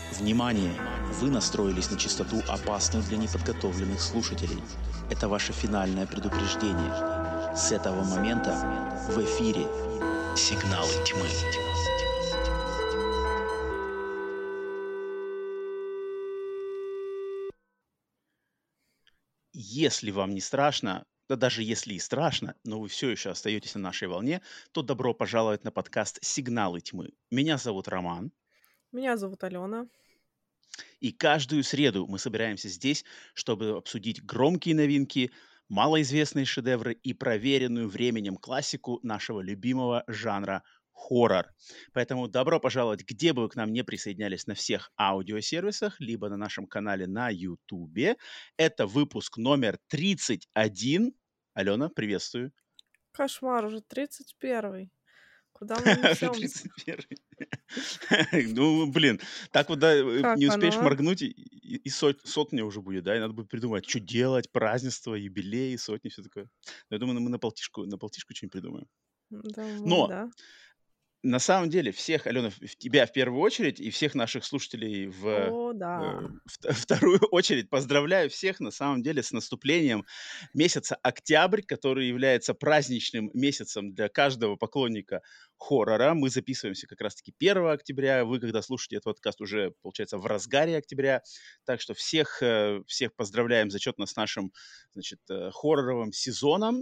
Внимание! Вы настроились на частоту, опасную для неподготовленных слушателей. Это ваше финальное предупреждение. С этого момента в эфире «Сигналы тьмы». Если вам не страшно, да даже если и страшно, но вы все еще остаетесь на нашей волне, то добро пожаловать на подкаст «Сигналы тьмы». Меня зовут Роман. Меня зовут Алена. И каждую среду мы собираемся здесь, чтобы обсудить громкие новинки, малоизвестные шедевры и проверенную временем классику нашего любимого жанра хоррор. Поэтому добро пожаловать, где бы вы к нам не присоединялись на всех аудиосервисах, либо на нашем канале на YouTube. Это выпуск номер 31. Алена, приветствую. Кошмар, уже 31-й. Куда мы Уже несемся? 31. Ну, блин, так вот, да, Как не оно, успеешь а? моргнуть, и сотня уже будет, да, и надо будет придумать, что делать, празднество, юбилей, сотни, все такое. Но я думаю, мы на полтишку что-нибудь придумаем. Думаю, Но да. на самом деле всех, Алена, тебя в первую очередь и всех наших слушателей О, да. вторую очередь поздравляю всех на самом деле с наступлением месяца октябрь, который является праздничным месяцем для каждого поклонника хоррора. Мы записываемся как раз-таки 1 октября. Вы, когда слушаете этот подкаст, уже, получается, в разгаре октября. Так что всех поздравляем зачетно с нашим, значит, хорроровым сезоном.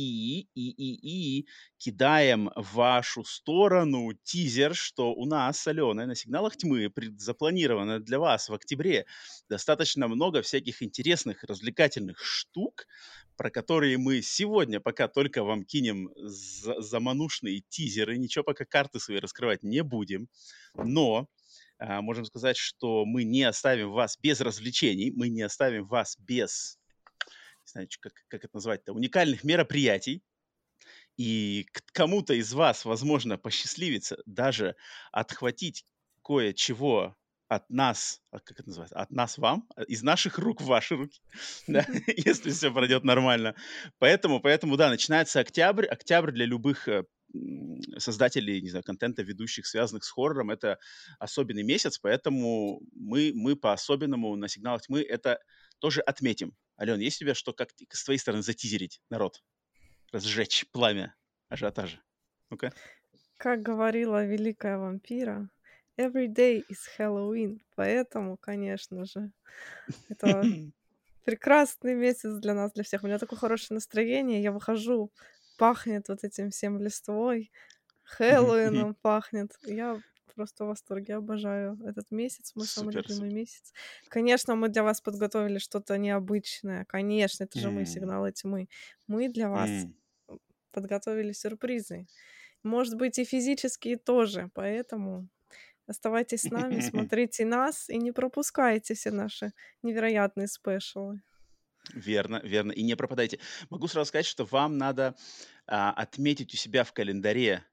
И кидаем в вашу сторону тизер, что у нас с Аленой на «Сигналах тьмы» запланировано для вас в октябре достаточно много всяких интересных, развлекательных штук, про которые мы сегодня пока только вам кинем заманушные тизеры, ничего пока карты свои раскрывать не будем, но можем сказать, что мы не оставим вас без развлечений, мы не оставим вас без, не знаю, как это назвать-то, уникальных мероприятий. И кому-то из вас, возможно, посчастливится даже отхватить кое-чего от нас, как это называется, от нас вам, из наших рук в ваши руки, да, если все пройдет нормально. Поэтому, да, начинается октябрь. Октябрь для любых создателей, не знаю, контента, ведущих, связанных с хоррором, это особенный месяц, поэтому мы по-особенному на «Сигналах тьмы» это тоже отметим. Ален, есть у тебя что, как с твоей стороны затизерить народ? Разжечь пламя ажиотажа. Ну-ка. Как говорила великая вампира, every day is Halloween. Поэтому, конечно же, это прекрасный месяц для нас, для всех. У меня такое хорошее настроение. Я выхожу, пахнет вот этим всем листвой, Хэллоуином пахнет. Я просто в восторге, обожаю этот месяц, мой самый Супер, любимый супер. месяц. Конечно, мы для вас подготовили что-то необычное. Конечно, это же мы, М, «Сигналы тьмы». Мы для вас м. подготовили сюрпризы. Может быть, и физические тоже. Поэтому оставайтесь с нами, смотрите нас и не пропускайте все наши невероятные спешалы. Верно, верно. И не пропадайте. Могу сразу сказать, что вам надо отметить у себя в календаре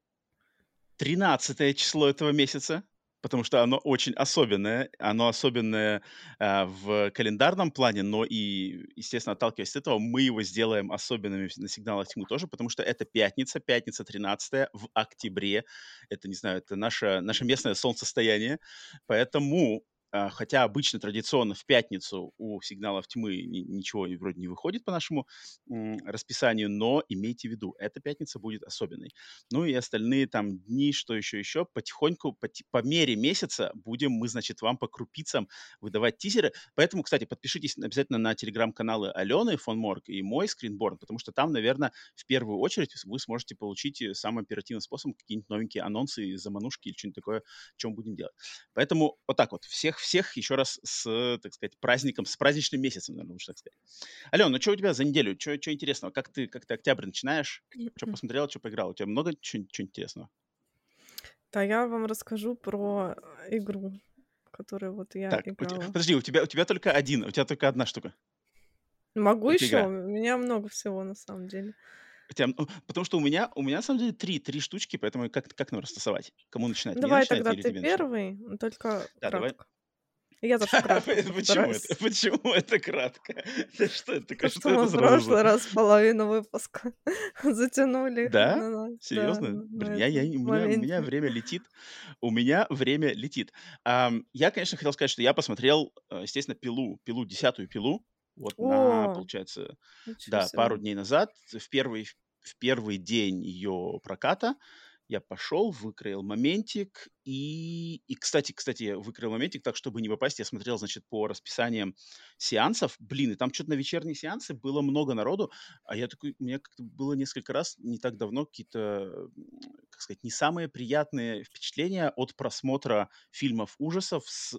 13 число этого месяца, потому что оно очень особенное. Оно особенное в календарном плане, но и, естественно, отталкиваясь от этого, мы его сделаем особенными на «Сигналах тьмы» тоже, потому что это пятница 13 в октябре. Это, не знаю, это наше местное солнцестояние. Поэтому, хотя обычно традиционно в пятницу у «Сигналов тьмы» ничего вроде не выходит по нашему расписанию, но имейте в виду, эта пятница будет особенной. Ну и остальные там дни, что еще, потихоньку, по мере месяца будем мы, значит, вам по крупицам выдавать тизеры. Поэтому, кстати, подпишитесь обязательно на телеграм-каналы Алены фон Морг и мой Скринборн, потому что там, наверное, в первую очередь вы сможете получить самым оперативным способом какие-нибудь новенькие анонсы, заманушки или что-нибудь такое, чем будем делать. Поэтому вот так вот. Всех еще раз с, так сказать, праздником, с праздничным месяцем, наверное, лучше так сказать. Ален, ну что у тебя за неделю? Что интересного? Как ты октябрь начинаешь? Что посмотрел, что поиграл? У тебя много чего интересного? Да, я вам расскажу про игру, в которую вот я Так, играла. подожди, у тебя только одна штука. Могу Только еще? игра. У меня много всего на самом деле. Потому что у меня на самом деле три штучки, поэтому как нам растасовать? Кому начинать? Мне Давай начинать тогда или ты тебе начинать? первый, только Да, давай. кратко. Я за все кратко Почему это? постараюсь. Почему это кратко? Да что это такое? Потому Что что это мы в сразу за... прошлый раз половину выпуска затянули Да? на нас, да, Серьезно? на Блин, этом у меня моменте. время летит. У меня время летит. Я, конечно, хотел сказать, что я посмотрел, естественно, «Пилу», десятую «Пилу», вот на, О, получается, ничего да, себе. пару дней назад, в первый день ее проката. Я пошел, выкроил моментик, кстати, я выкроил моментик так, чтобы не попасть. Я смотрел, значит, по расписаниям сеансов. Блин, и там что-то на вечерние сеансы было много народу. А я такой, у меня как-то было несколько раз, не так давно, какие-то, как сказать, не самые приятные впечатления от просмотра фильмов ужасов с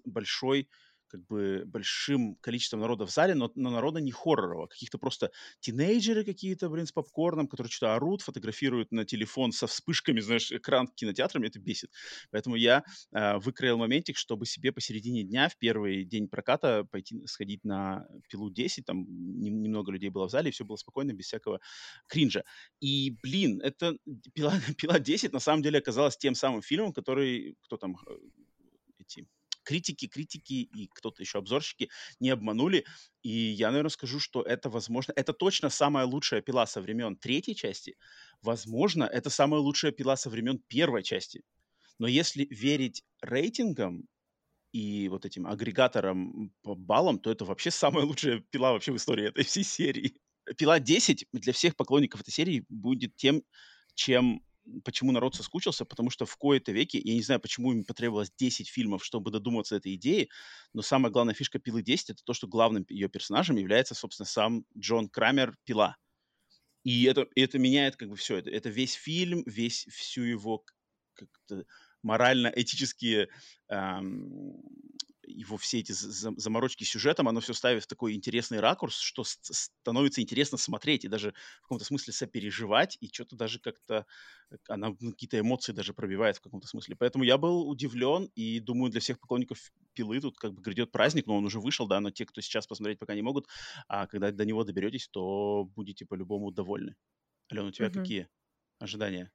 большим количеством народа в зале, но народа не хоррорового, каких-то просто тинейджеры какие-то, блин, с попкорном, которые что-то орут, фотографируют на телефон со вспышками, знаешь, экран кинотеатра, меня это бесит. Поэтому я выкроил моментик, чтобы себе посередине дня, в первый день проката, сходить на «Пилу-10», там немного людей было в зале, и все было спокойно, без всякого кринжа. И, блин, это «Пила-10» на самом деле оказалась тем самым фильмом, который, кто там, эти критики и кто-то еще, обзорщики, не обманули. И я, наверное, скажу, что это, возможно, это точно самая лучшая «Пила» со времен третьей части. Возможно, это самая лучшая «Пила» со времен первой части. Но если верить рейтингам и вот этим агрегаторам по баллам, то это вообще самая лучшая «Пила» вообще в истории этой всей серии. «Пила-10» для всех поклонников этой серии будет тем, чем почему народ соскучился, потому что в кои-то веки, я не знаю, почему им потребовалось 10 фильмов, чтобы додуматься этой идеи, но самая главная фишка «Пилы-10» — это то, что главным ее персонажем является, собственно, сам Джон Крамер, Пила. И это меняет как бы все. Это весь фильм, всю его как-то морально-этические, ам, его все эти заморочки с сюжетом, оно все ставит в такой интересный ракурс, что становится интересно смотреть и даже в каком-то смысле сопереживать, и что-то даже как-то она какие-то эмоции даже пробивает в каком-то смысле. Поэтому я был удивлен, и думаю, для всех поклонников «Пилы» тут как бы грядет праздник, но он уже вышел, да, но те, кто сейчас посмотреть пока не могут, а когда до него доберетесь, то будете по-любому довольны. Алена, у тебя Мгм. какие ожидания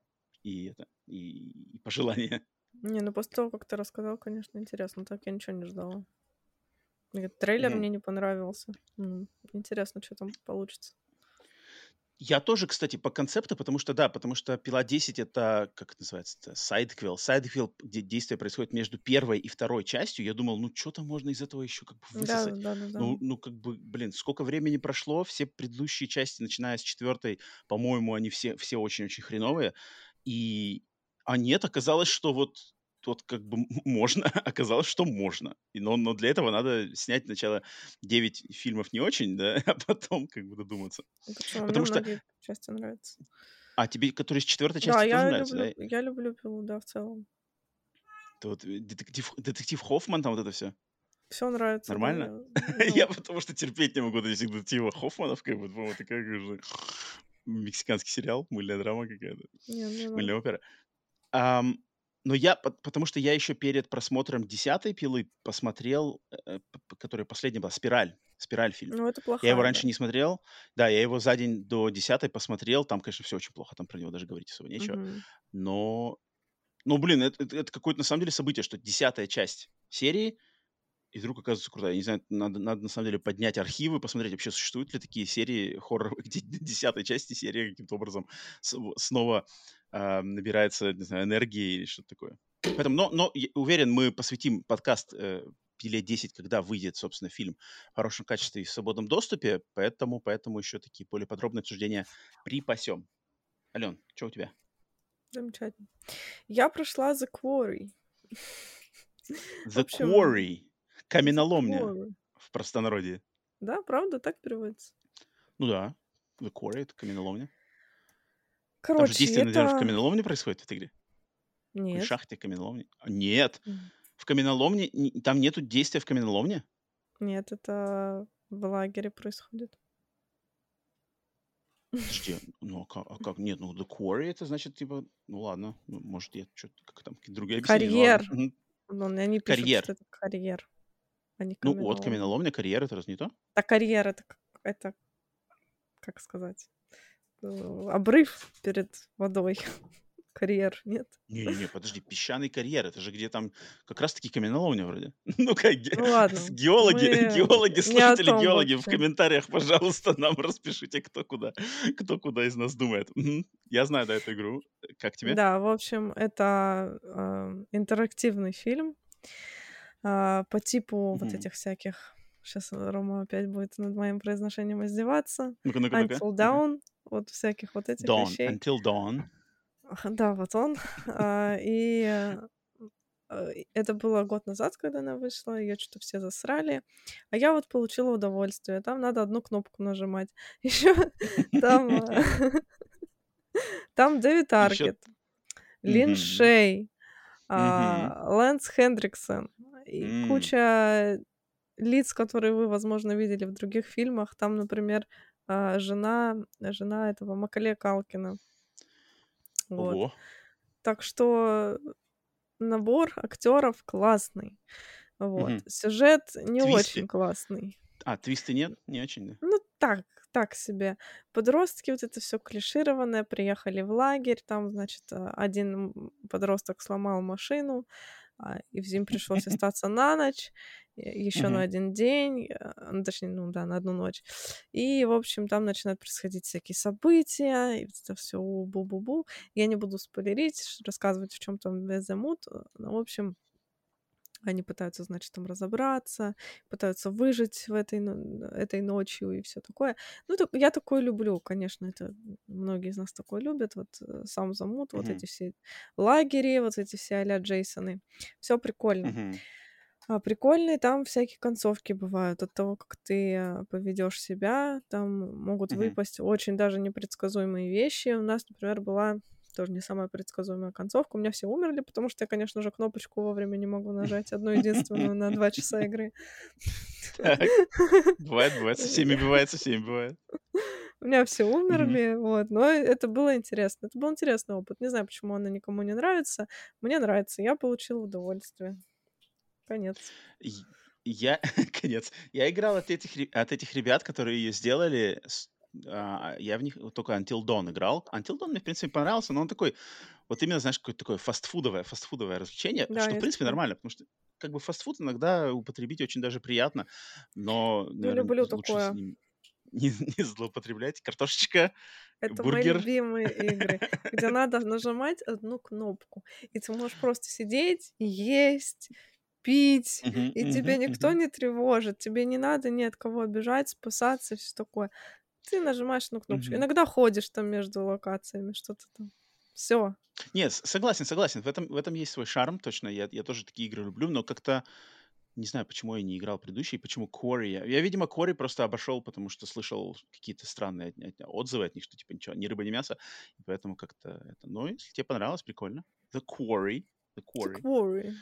и пожелания? Не, ну после того, как ты рассказал, конечно, интересно. Так я ничего не ждала. И трейлер Мгм. мне не понравился. Интересно, что там получится. Я тоже, кстати, по концепту, потому что «Пила-10» — это, как это называется, сайдквел. Сайдквел, где действие происходит между первой и второй частью. Я думал, ну, что-то можно из этого еще как бы Да, высосать. да, да, да. Ну, как бы, блин, сколько времени прошло, все предыдущие части, начиная с четвертой, по-моему, они все очень-очень хреновые. И а нет, оказалось, что вот как бы можно, оказалось, что можно. Но для этого надо снять сначала 9 фильмов не очень, да, а потом как бы додуматься. Ну, почему? Мне Потому что многие части нравятся. тебе, которые с четвертой Да, части, тоже нравятся, да? я люблю «Пилу», да, в целом. Это вот детектив Хоффман, там вот это все Все нравится, да. нормально? Я Ну, потому что терпеть не могу вот этих детективов Хоффманов, как бы, по-моему, такая же мексиканский сериал, мыльная драма какая-то, не, мне мыльная нравится. опера. Ам, но потому что я еще перед просмотром десятой «Пилы» посмотрел, которая последняя была, «Спираль» фильм. Ну, это Я его плохая, да. раньше не смотрел. Да, я его за день до десятой посмотрел. Там, конечно, все очень плохо, там про него даже говорить особо нечего. Мгм. Но Ну, блин, это какое-то на самом деле событие, что десятая часть серии, и вдруг оказывается крутая. Я не знаю, надо на самом деле поднять архивы, посмотреть, вообще существуют ли такие серии хоррора, где до 10 части серия каким-то образом снова набирается, не знаю, энергии или что-то такое. Поэтому, но я уверен, мы посвятим подкаст «Пиле-10», когда выйдет, собственно, фильм в хорошем качестве и в свободном доступе, поэтому еще такие более подробные обсуждения припасем. Ален, что у тебя? Замечательно. Я прошла The Quarry. В The общем, Quarry. The Каменоломня Quarry. в простонародье. Да, правда, так переводится? Ну да, The Quarry — это каменоломня. Там же Короче, действие, наверное, в это... каменоломне происходит в этой игре? В какой Нет. шахте каменоломни? Нет, М. в каменоломне, там нету действия в каменоломне? Нет, это в лагере происходит. Подожди, ну а как? Нет, ну The Quarry — это значит, типа, ну ладно, ну, может, я что-то, как там, какие-то другие объяснения, ну ладно. Карьер. Мгм. Ну, они пишут, Карьер. что это карьер, а не Ну вот, каменоломня. каменоломня, карьер — это разве не то? А карьер — это, как сказать, обрыв перед водой. карьер, нет? Не-не-не, подожди, песчаный карьер, это же где там как раз-таки каменоломня вроде. Ну как, Ну ладно, мы геологи, не о слушатели том геологи, в вообще. комментариях, пожалуйста, нам распишите, кто куда из нас думает. Мгм. Я знаю, да, эту игру. Как тебе? Да, в общем, это, интерактивный фильм, по типу вот Мгм. этих всяких. Сейчас Рома опять будет над моим произношением издеваться. Ну-ка, ну-ка, ну-ка. Until Ну-ка. Dawn, вот всяких вот этих Dawn, вещей. Until Dawn. Да, вот он. Это было год назад, когда она вышла, её чё-то все засрали, а я вот получила удовольствие. Там надо одну кнопку нажимать. Ещё там, там Дэвид Еще... Аркет, Лин Мгм. Шей, Мгм. Лэнс Хендриксон и М. куча лиц, которые вы, возможно, видели в других фильмах. Там, например, жена этого Маколея Калкина. Вот. Ого. Так что набор актеров классный. Вот. Мгм. Сюжет не очень Твисты. классный. Твисты нет? Не очень, да? Ну, так себе. Подростки, вот это все клишированное, приехали в лагерь, там, значит, один подросток сломал машину, и им пришлось остаться на ночь, еще на Мгм. один день, ну, точнее, ну да, на одну ночь. И, в общем, там начинают происходить всякие события, и вот это все бу-бу-бу. Я не буду спойлерить, рассказывать, в чем там весь замут. Ну, в общем, они пытаются, значит, там разобраться, пытаются выжить в этой ночью и все такое. Ну, я такое люблю, конечно, это многие из нас такое любят. Вот сам замут, вот Мгм. эти все лагери, вот эти все а-ля Джейсоны. Все прикольно. Мгм. Прикольные там всякие концовки бывают. От того, как ты поведешь себя, там могут Мгм. выпасть очень даже непредсказуемые вещи. У нас, например, была тоже не самая предсказуемая концовка. У меня все умерли, потому что я, конечно же, кнопочку вовремя не могу нажать, одну единственную на 2 часа игры. Так. Бывает, со всеми бывает. У меня все Мгм. умерли, вот, но это было интересно. Это был интересный опыт. Не знаю, почему она никому не нравится. Мне нравится, я получила удовольствие. Конец. И я конец. Я играл от этих ребят, которые ее сделали. Я в них вот только Until Dawn играл. Until Dawn мне, в принципе, понравился, но он такой, вот именно, знаешь, какое-то такое фастфудовое развлечение, Да, что, в есть принципе, такое. нормально, потому что как бы фастфуд иногда употребить очень даже приятно, но, Не наверное, люблю лучше с такое. ним не злоупотреблять. Картошечка, Это мои бургер. любимые игры, где надо нажимать одну кнопку, и ты можешь просто сидеть, есть, пить, Мгм, и тебя мгм, никто мгм, не тревожит, тебе не надо ни от кого обижать, спасаться и всё такое. Ты нажимаешь на кнопочку. мгм. Иногда ходишь там между локациями, что-то там. Все. Нет, согласен. В этом есть свой шарм, точно. Я тоже такие игры люблю, но как-то не знаю, почему я не играл предыдущий, почему Quarry. Видимо, Quarry просто обошел, потому что слышал какие-то странные отзывы от них, что типа ничего, ни рыба, ни мясо. И поэтому как-то это. Ну, если тебе понравилось, прикольно. The Quarry. The The Quarry. Quarry.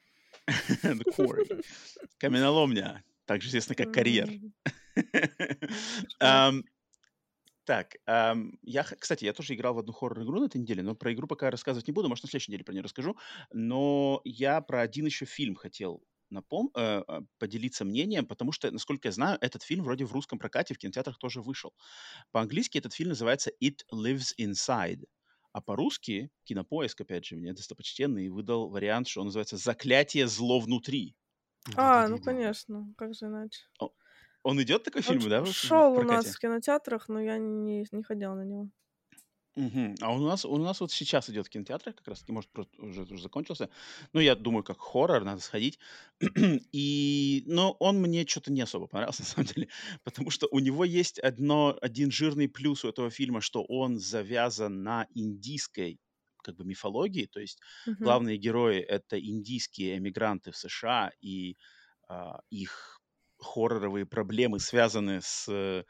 The Quarry. Каменоломня. Также известно как карьер. Кошмар. Ам, Так, кстати, я тоже играл в одну хоррор-игру на этой неделе, но про игру пока рассказывать не буду, может, на следующей неделе про нее расскажу. Но я про один еще фильм хотел поделиться мнением, потому что, насколько я знаю, этот фильм вроде в русском прокате в кинотеатрах тоже вышел. По-английски этот фильм называется «It Lives Inside», а по-русски Кинопоиск, опять же, мне достопочтенный, выдал вариант, что он называется «Заклятие зло внутри». Ну Ду-ду-ду-ду-ду. конечно, как же иначе. О, Он идет такой Он фильм, да, в шел у нас прокате? в кинотеатрах, но я не ходила на него. Мгм. А у нас вот сейчас идет в кинотеатрах, как раз таки, может, просто уже закончился. Ну, я думаю, как хоррор, надо сходить. Но он мне что то не особо понравился, на самом деле, потому что у него есть один жирный плюс у этого фильма, что он завязан на индийской как бы мифологии. То есть Мгм. главные герои — это индийские эмигранты в США, и, их хорроровые проблемы связаны с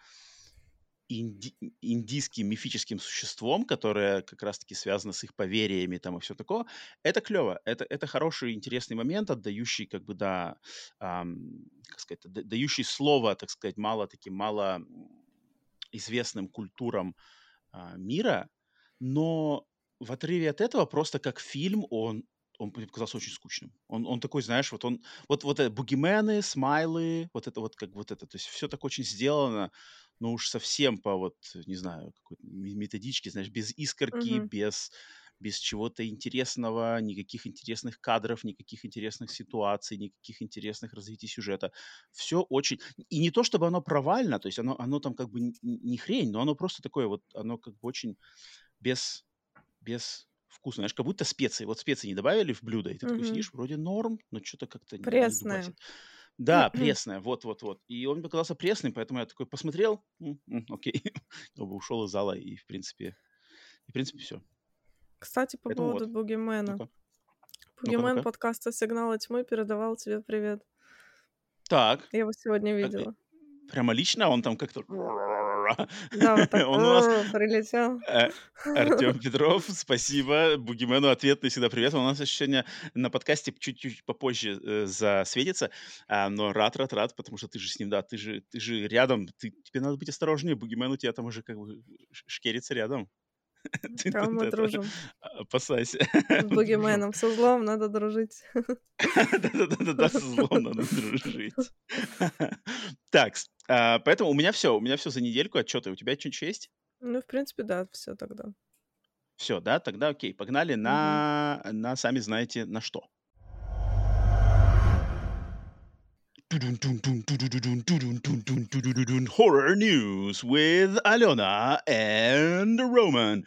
индийским мифическим существом, которое как раз-таки связано с их поверьями там и все такое. Это клево. Это хороший, интересный момент, отдающий как бы, да, как сказать, дающий слово, так сказать, мало известным культурам мира, но в отрыве от этого просто как фильм он мне показался очень скучным. Он такой, знаешь, вот бугимены, смайлы, вот это вот как вот это, то есть все так очень сделано, ну уж совсем по вот, не знаю, какой-то методичке, знаешь, без искорки, Мгм. без без чего-то интересного, никаких интересных кадров, никаких интересных ситуаций, никаких интересных развитий сюжета. Все очень... И не то, чтобы оно провально, то есть оно там как бы не хрень, но оно просто такое вот, оно как бы очень без, без вкуса. Знаешь, как будто специи. Вот специи не добавили в блюдо, и ты такой Мгм. сидишь, вроде норм, но что-то как-то не Пресное. дубасит. Да, пресное, вот-вот-вот. И он мне показался пресным, поэтому я такой посмотрел, окей, как бы ушел из зала, и, в принципе, все. Кстати, по Поэтому поводу вот. Бугимена. Ну-ка, Бугимен ну-ка. подкаста «Сигналы тьмы» передавал тебе привет. Так, Я его сегодня а, видела. прямо лично он там как-то... Да, вот так Он у нас прилетел. Э, Артем Петров, спасибо. Бугимену ответный всегда привет. Он у нас еще сегодня на подкасте чуть-чуть попозже засветится, но рад, потому что ты же с ним, да, ты же рядом, тебе надо быть осторожнее. Бугимен у тебя там уже как бы шкерится рядом. Ты Да, тут мы это дружим опасайся. с Дружим. Бугименом. Со злом надо дружить. Да-да-да, со злом надо дружить. Так, поэтому у меня все за недельку отчеты. У тебя что-нибудь есть? Ну, в принципе, да, все тогда. Все, да? Тогда окей, погнали Мгм. на сами знаете на что. Horror news with Alena and Roman.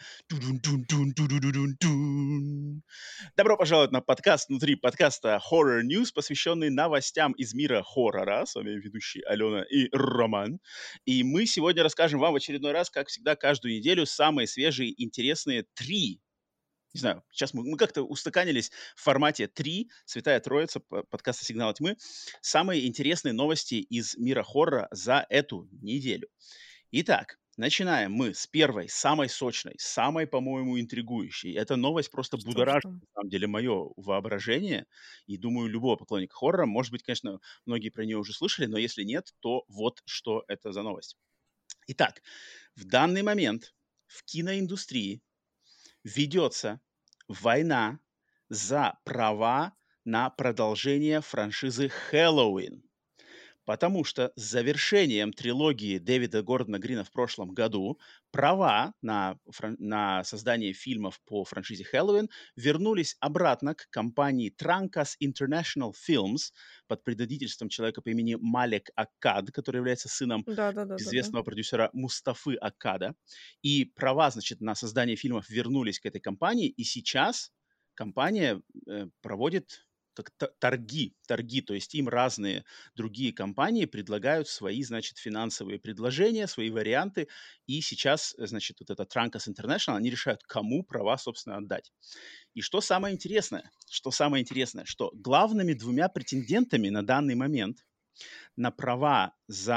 Добро пожаловать на подкаст внутри подкаста Horror News, посвященный новостям из мира хоррора. С вами ведущие Алена и Роман. И мы сегодня расскажем вам в очередной раз, как всегда, каждую неделю самые свежие, интересные три, не знаю, сейчас мы как-то устаканились в формате 3, Святая Троица, подкаста «Сигнал тьмы». Самые интересные новости из мира хоррора за эту неделю. Итак, начинаем мы с первой, самой сочной, самой, по-моему, интригующей. Эта новость просто Что ж будоражит, там? на самом деле, мое воображение. И, думаю, любого поклонника хоррора. Может быть, конечно, многие про нее уже слышали, но если нет, то вот что это за новость. Итак, в данный момент в киноиндустрии ведется война за права на продолжение франшизы «Хэллоуин». Потому что с завершением трилогии Дэвида Гордона Грина в прошлом году права на создание фильмов по франшизе «Хэллоуин» вернулись обратно к компании Trancas International Films под предводительством человека по имени Малек Аккад, который является сыном Да-да-да-да-да. известного продюсера Мустафы Аккада. И права, значит, на создание фильмов вернулись к этой компании, и сейчас компания проводит как торги, то есть им разные другие компании предлагают свои, значит, финансовые предложения, свои варианты, и сейчас, значит, вот это Trancas International, они решают, кому права, собственно, отдать. И что самое интересное, что главными двумя претендентами на данный момент на права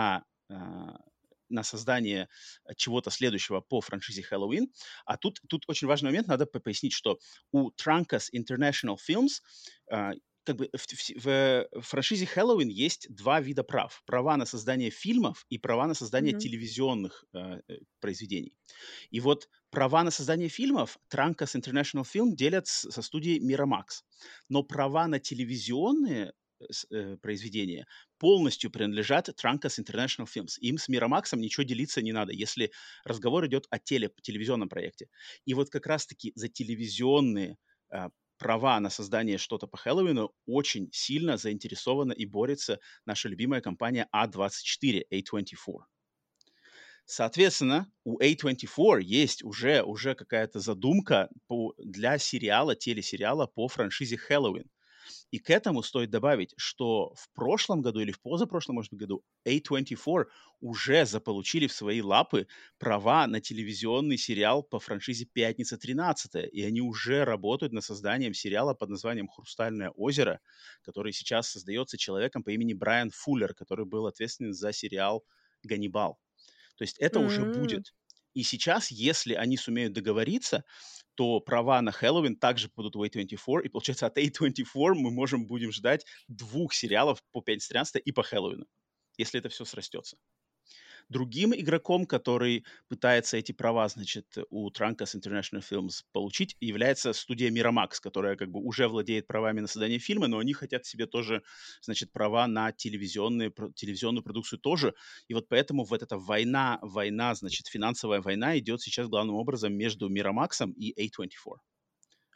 на создание чего-то следующего по франшизе Хэллоуин. А тут очень важный момент, надо пояснить, что у Trancas International Films как бы в франшизе Хэллоуин есть два вида прав. Права на создание фильмов и права на создание Мгм. телевизионных произведений. И вот права на создание фильмов Trancas International Film делят со студией Miramax. Но права на телевизионные произведения полностью принадлежат Trancas International Films. Им с Miramax ничего делиться не надо, если разговор идет о телевизионном проекте. И вот как раз-таки за телевизионные права на создание что-то по Хэллоуину очень сильно заинтересована и борется наша любимая компания A24, A24. Соответственно, у A24 есть уже какая-то задумка для телесериала по франшизе Хэллоуин. И к этому стоит добавить, что в прошлом году или в позапрошлом, может быть, году A24 уже заполучили в свои лапы права на телевизионный сериал по франшизе «Пятница 13», и они уже работают над созданием сериала под названием «Хрустальное озеро», который сейчас создается человеком по имени Брайан Фуллер, который был ответственен за сериал «Ганнибал». То есть это уже М. будет. И сейчас, если они сумеют договориться, то права на Хэллоуин также будут у A24, и получается от A24 мы будем ждать двух сериалов по «Пятница 13» и по Хэллоуину, если это все срастется. Другим игроком, который пытается эти права, значит, у Trancas International Films получить, является студия Miramax, которая как бы уже владеет правами на создание фильма, но они хотят себе тоже, значит, права на телевизионную продукцию тоже. И вот поэтому вот эта война, значит, финансовая война идет сейчас главным образом между Miramax и A24.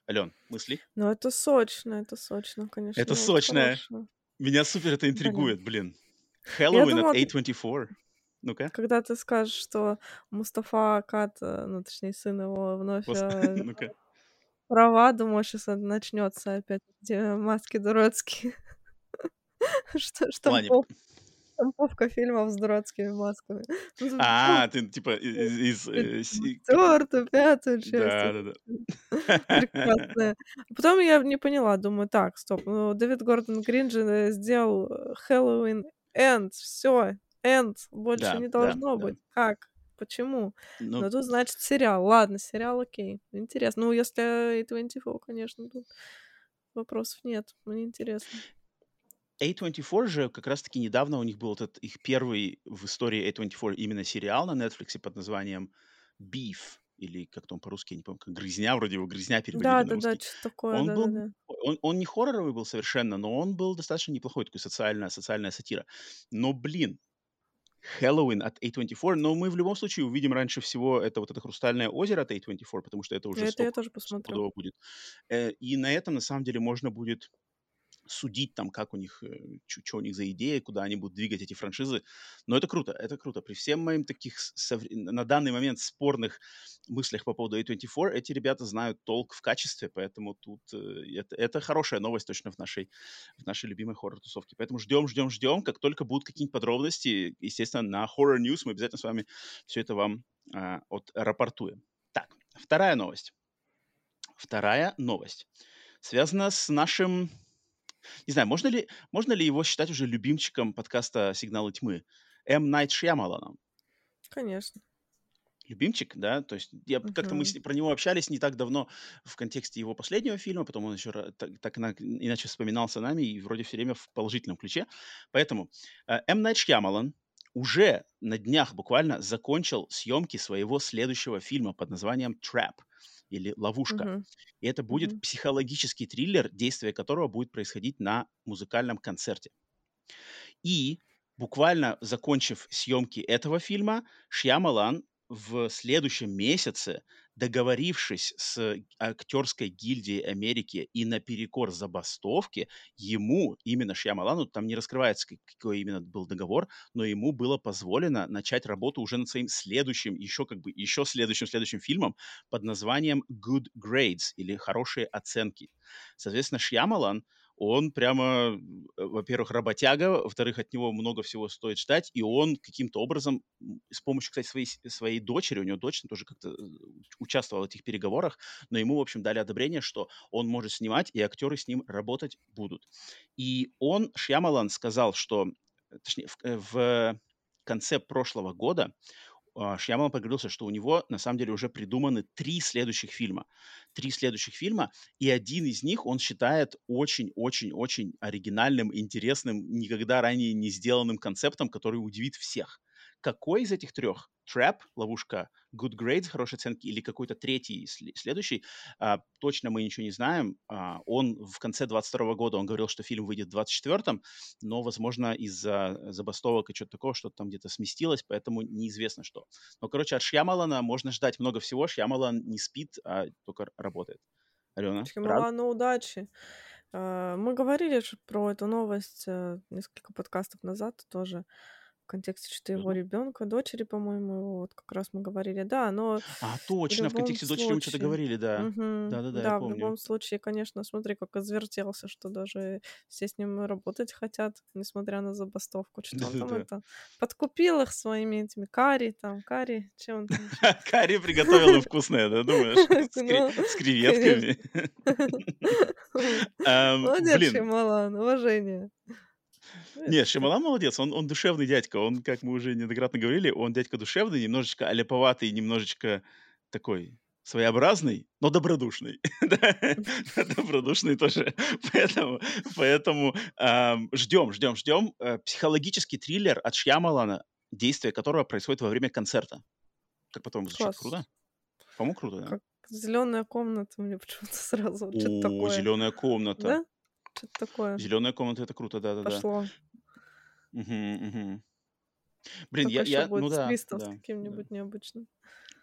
Ален, мысли? Ну, это сочно, конечно, Это новость сочное. хорошая. Меня супер это Блин. интригует, блин. Я Хэллоуин от думала, A24. Ну-ка. когда ты скажешь, что Мустафа Акат, ну, точнее, сын его, вновь Ну-ка. права, думаю, сейчас начнется опять эти маски дурацкие. Что В плане... штамповка фильмов с дурацкими масками. Ну, ты типа четвертую, пятую часть. Да-да-да. Прекрасная. А потом я не поняла, думаю: "Так, стоп, ну, Дэвид Гордон Грин же, сделал, Хэллоуин Энд, всё, Энд, больше Да, не да, должно да. быть. Как? Почему?" Ну, Но тут, значит, сериал. Ладно, сериал окей. Интересно. Ну, если A24, конечно, тут вопросов нет. Мне интересно. A24 же как раз-таки недавно у них был вот этот их первый в истории A24 именно сериал на Netflix под названием Beef, или как-то он по-русски, я не помню, как "Грызня", вроде его "Грызня" переводили на Да-да-да, русский. чё-то такое, Он был да-да-да. он не хорроровый был совершенно, но он был достаточно неплохой, такой социальная сатира. Но, блин, Хэллоуин от A24, но мы в любом случае увидим раньше всего это "Хрустальное озеро" от A24, потому что это уже Это я тоже посмотрю. стопудово будет. И на этом, на самом деле, можно будет судить там, как у них, чё у них за идея, куда они будут двигать эти франшизы. Но это круто, это круто. При всем моим таких на данный момент спорных мыслях по поводу A24, эти ребята знают толк в качестве, поэтому тут это хорошая новость точно в нашей любимой хоррор-тусовке. Поэтому ждем, ждем, ждем. Как только будут какие-нибудь подробности, естественно, на Horror News мы обязательно с вами все это вам отрапортуем. Так, вторая новость. Вторая новость связана с нашим, не знаю, можно ли его считать уже любимчиком подкаста "Сигналы тьмы"? Найт Шьямаланом. Конечно. Любимчик, да? То есть как-то мы Мгм. про него общались не так давно в контексте его последнего фильма, потом он еще так иначе вспоминался нами и вроде все время в положительном ключе. Поэтому Найт Шьямалан уже на днях буквально закончил съемки своего следующего фильма под названием "Trap" или "Ловушка". Мгм. И это будет Мгм. психологический триллер, действие которого будет происходить на музыкальном концерте. И буквально закончив съемки этого фильма, Шьямалан в следующем месяце, договорившись с актерской гильдией Америки и наперекор забастовке, ему, именно Шьямалану, там не раскрывается, какой именно был договор, но ему было позволено начать работу уже над своим следующим, еще следующим фильмом под названием Good Grades, или "Хорошие оценки". Соответственно, Шьямалан, он прямо, во-первых, работяга, во-вторых, от него много всего стоит ждать, и он каким-то образом с помощью, кстати, своей дочери, у него дочь тоже как-то участвовала в этих переговорах, но ему, в общем, дали одобрение, что он может снимать, и актеры с ним работать будут. И Шьямалан, сказал, что, точнее, в конце прошлого года Шьямалан поговорился, что у него на самом деле уже придуманы 3 следующих фильма. 3 следующих фильма, и один из них он считает очень-очень-очень оригинальным, интересным, никогда ранее не сделанным концептом, который удивит всех. Какой из этих 3? Trap, "Ловушка", Good Grades, "Хорошие оценки", или какой-то третий следующий, точно мы ничего не знаем. Он в конце 22 года он говорил, что фильм выйдет в 24, но, возможно, из-за забастовок и чё-то такого, что-то там где-то сместилось, поэтому неизвестно что. Но, короче, от Шьямалана можно ждать много всего. Шьямалан не спит, а только работает. Алена, правда? Шьямалану удачи. Мы говорили же про эту новость, несколько подкастов назад тоже в контексте что его Серьезно? ребенка, дочери, по-моему, вот как раз мы говорили. Да, но в Точно, в любом контексте дочери мы что-то случае, говорили, да. мгм, Да-да-да, я да, в помню. любом случае, конечно, смотри, как извертелся, что даже все с ним работать хотят, несмотря на забастовку. Что он там Да-да-да. это подкупил их своими этими карри, чем он там еще? Карри приготовил им вкусное, да, думаешь? Ну, С конечно. креветками. Молодец, Блин, Шьямалан, уважение. Ну, это нет, ж так. Шьямалан молодец, он душевный дядька. Он, как мы уже неоднократно говорили, он дядька душевный, немножечко аляповатый, немножечко такой своеобразный, но добродушный. Да, добродушный тоже. Поэтому ждем. Психологический триллер от Шьямалана, действие которого происходит во время концерта. Как по-твоему, звучит круто? Класс. По-моему, круто, да? Как "Зелёная комната", мне почему-то сразу вот чё-то такое. "Зеленая комната". Да? Чё-то такое "Зеленая комната" — это круто, да-да-да. пошло. Мгм, мгм. Блин, Только ещё ну будет с да, твистом с да, да. каким-нибудь необычным.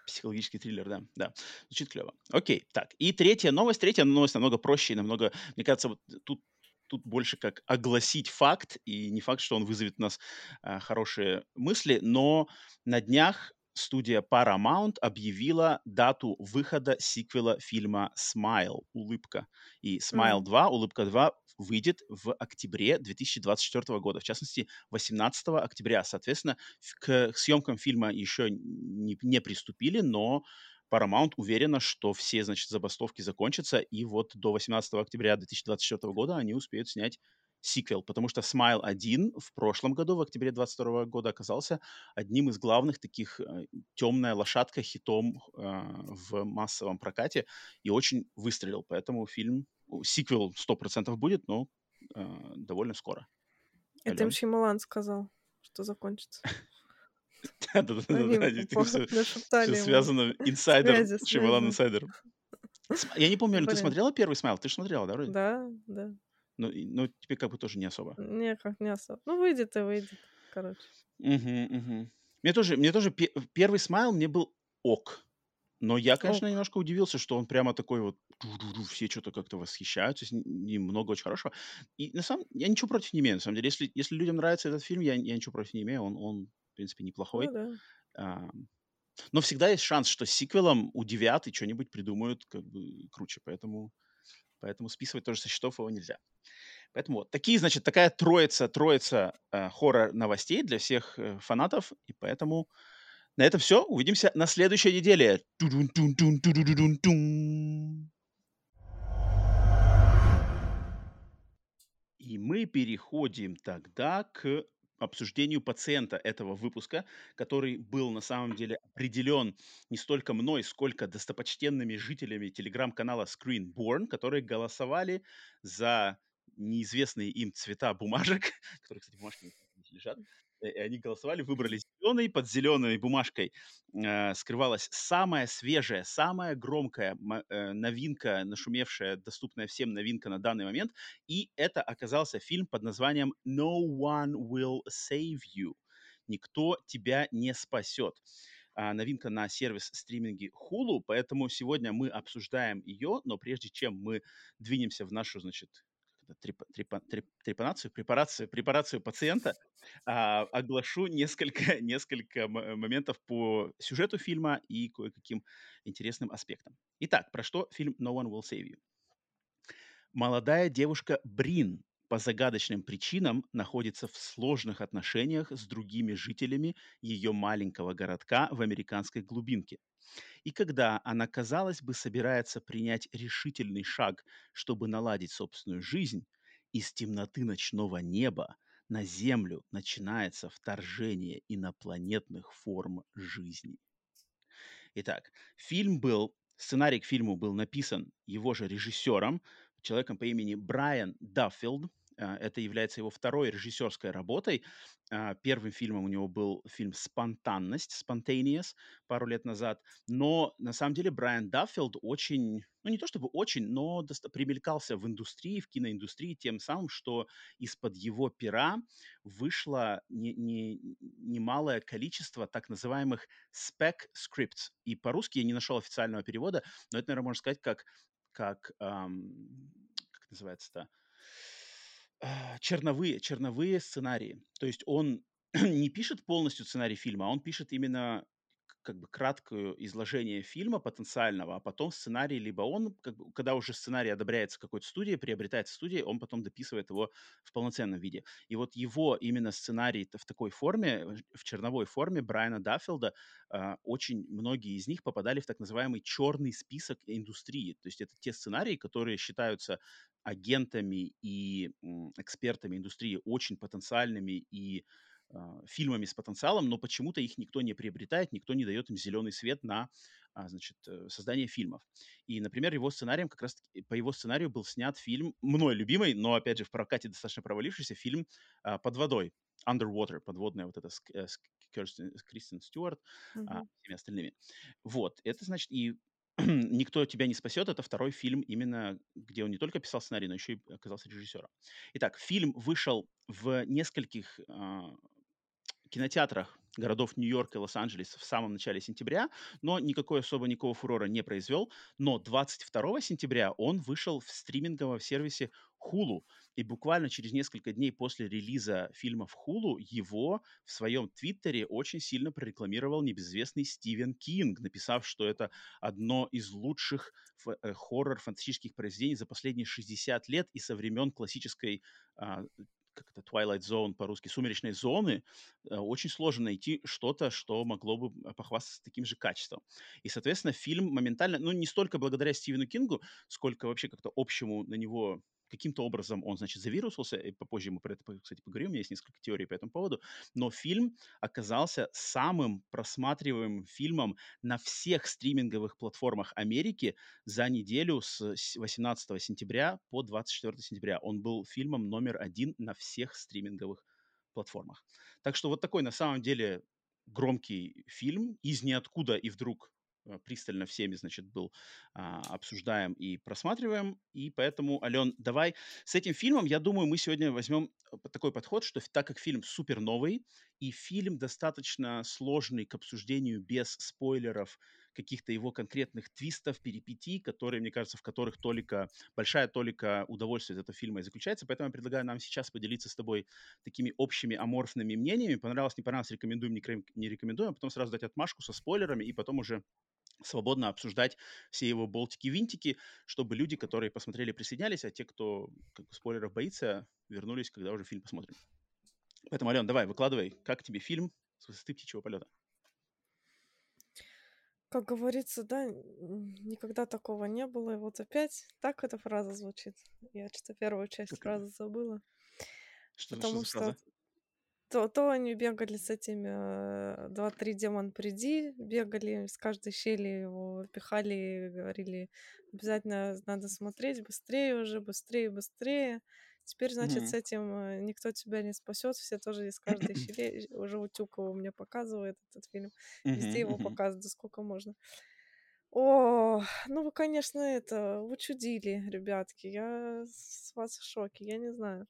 Психологический триллер, да, да. Звучит клево. Окей, так. И третья новость намного проще и намного, мне кажется, вот тут больше как огласить факт, и не факт, что он вызовет у нас хорошие мысли, но на днях студия Paramount объявила дату выхода сиквела фильма «Смайл», «Улыбка». И «Смайл М. 2», «Улыбка 2» выйдет в октябре 2024 года, в частности, 18 октября. Соответственно, к съемкам фильма еще не приступили, но Paramount уверена, что все, значит, забастовки закончатся, и вот до 18 октября 2024 года они успеют снять сиквел, потому что Smile 1 в прошлом году, в октябре 22 года, оказался одним из главных таких темная лошадка хитом в массовом прокате и очень выстрелил, поэтому сиквел 100% будет, но довольно скоро. Это им Ален? Шьямалан сказал, что закончится. Они Да-да-да, все нашептали ему связано. Инсайдер, связи, Шьямалан связи. инсайдер. Я не помню, Ален, ты Блин, смотрела первый «Смайл»? Ты же смотрела, да, вроде? да, да. Ну, тебе как бы тоже не особо. Не, как не особо. Ну, выйдет и выйдет, короче. Мгм, мгм. Мне тоже первый «Смайл» мне был ок. Но я, конечно, Ок. немножко удивился, что он прямо такой вот ду-ду-ду, все что-то как-то восхищаются, с ним много очень хорошего. И я ничего против не имею, на самом деле. Если людям нравится этот фильм, я ничего против не имею. Он, в принципе, Ну неплохой. да. А, Но всегда есть шанс, что с сиквелом удивят и что-нибудь придумают как бы круче. Поэтому списывать тоже со счетов его нельзя. Поэтому вот значит, такая троица хоррор-новостей для всех фанатов. И поэтому на этом все. Увидимся на следующей неделе. Ту-дун-тун-тун, ту-ду-ду-дун-тун. И мы переходим тогда к обсуждению пациента этого выпуска, который был на самом деле определен не столько мной, сколько достопочтенными жителями телеграм-канала Screenborn, которые голосовали за неизвестные им цвета бумажек, которые, кстати, бумажки здесь лежат, и они голосовали, выбрали зеленый, под зеленой бумажкой скрывалась самая свежая, самая громкая новинка, нашумевшая, доступная всем новинка на данный момент, и это оказался фильм под названием «No One Will Save You». «Никто тебя не спасет». Новинка на сервис стриминги Hulu, поэтому сегодня мы обсуждаем ее, но прежде чем мы двинемся в нашу, значит, трепанацию, препарацию пациента, оглашу несколько моментов по сюжету фильма и кое-каким интересным аспектам. Итак, про что фильм «No One Will Save You»? Молодая девушка Брин по загадочным причинам находится в сложных отношениях с другими жителями ее маленького городка в американской глубинке. И когда она, казалось бы, собирается принять решительный шаг, чтобы наладить собственную жизнь, из темноты ночного неба на Землю начинается вторжение инопланетных форм жизни. Итак, сценарий к фильму был написан его же режиссером, человеком по имени Брайан Даффилд. Это является его второй режиссерской работой. Первым фильмом у него был фильм «Спонтанность», «Spontaneous», пару лет назад. Но на самом деле Брайан Даффилд очень, ну не то чтобы очень, но примелькался в индустрии, в киноиндустрии тем самым, что из-под его пера вышло немалое количество так называемых spec scripts. И по-русски я не нашел официального перевода, но это, наверное, можно сказать как это называется-то? Черновые сценарии. То есть он не пишет полностью сценарий фильма, а он пишет именно как бы краткое изложение фильма потенциального, а потом сценарий, либо он, как бы, когда уже сценарий одобряется какой-то студией, приобретается студией, он потом дописывает его в полноценном виде. И вот его именно сценарий в такой форме, в черновой форме Брайана Даффилда, очень многие из них попадали в так называемый черный список индустрии. То есть это те сценарии, которые считаются агентами и экспертами индустрии очень потенциальными и фильмами с потенциалом, но почему-то их никто не приобретает, никто не дает им зеленый свет на значит, создание фильмов. И, например, по его сценарию был снят фильм, мной любимый, но, опять же, в прокате достаточно провалившийся фильм «Под водой», Underwater, подводная вот эта с Кристен Стюарт, Мгм. всеми остальными. Вот, это значит, и «Никто тебя не спасет» — это второй фильм именно, где он не только писал сценарий, но еще и оказался режиссером. Итак, фильм вышел в нескольких кинотеатрах городов Нью-Йорк и Лос-Анджелес в самом начале сентября, но никакого фурора не произвел. Но 22 сентября он вышел в стриминговом сервисе Hulu. И буквально через несколько дней после релиза фильма в Hulu его в своем твиттере очень сильно прорекламировал небезызвестный Стивен Кинг, написав, что это одно из лучших хоррор-фантастических произведений за последние 60 лет и со времен классической а, как это, Twilight Zone по-русски, «Сумеречной зоны», очень сложно найти что-то, что могло бы похвастаться таким же качеством. И, соответственно, фильм моментально, ну, не столько благодаря Стивену Кингу, сколько вообще как-то общему на него каким-то образом он, значит, завирусился, и попозже мы про это, кстати, поговорим, у меня есть несколько теорий по этому поводу, но фильм оказался самым просматриваемым фильмом на всех стриминговых платформах Америки за неделю с 18 сентября по 24 сентября. Он был фильмом номер один на всех стриминговых платформах. Так что вот такой на самом деле громкий фильм из ниоткуда и вдруг пристально всеми, значит, был обсуждаем и просматриваем. И поэтому, Ален, давай с этим фильмом, я думаю, мы сегодня возьмем такой подход, что так как фильм супер новый, и фильм достаточно сложный к обсуждению без спойлеров, каких-то его конкретных твистов, перипетий, которые, мне кажется, в которых большая толика удовольствия от этого фильма и заключается. Поэтому я предлагаю нам сейчас поделиться с тобой такими общими аморфными мнениями. Понравилось, не понравилось, рекомендуем, не рекомендуем, а потом сразу дать отмашку со спойлерами и потом уже свободно обсуждать все его болтики-винтики, чтобы люди, которые посмотрели, присоединялись, а те, кто спойлеров боится, вернулись, когда уже фильм посмотрим. Поэтому, Ален, давай, выкладывай, как тебе фильм с высоты птичьего полета? Как говорится, да, никогда такого не было. И вот опять так эта фраза звучит. Я что-то первую часть Какая? фразы забыла. Что Потому за что фраза? то они бегали с этими 2-3 демон приди, бегали с каждой щели его пихали и говорили, обязательно надо смотреть быстрее уже, быстрее, быстрее. Теперь, значит, с Мгм. этим никто тебя не спасет, все тоже из каждой щели. Уже Утюг его мне показывает этот фильм. Мгм, Везде его мгм. показывают, да сколько можно. О, ну вы, конечно, это учудили, ребятки. Я с вас в шоке, я не знаю.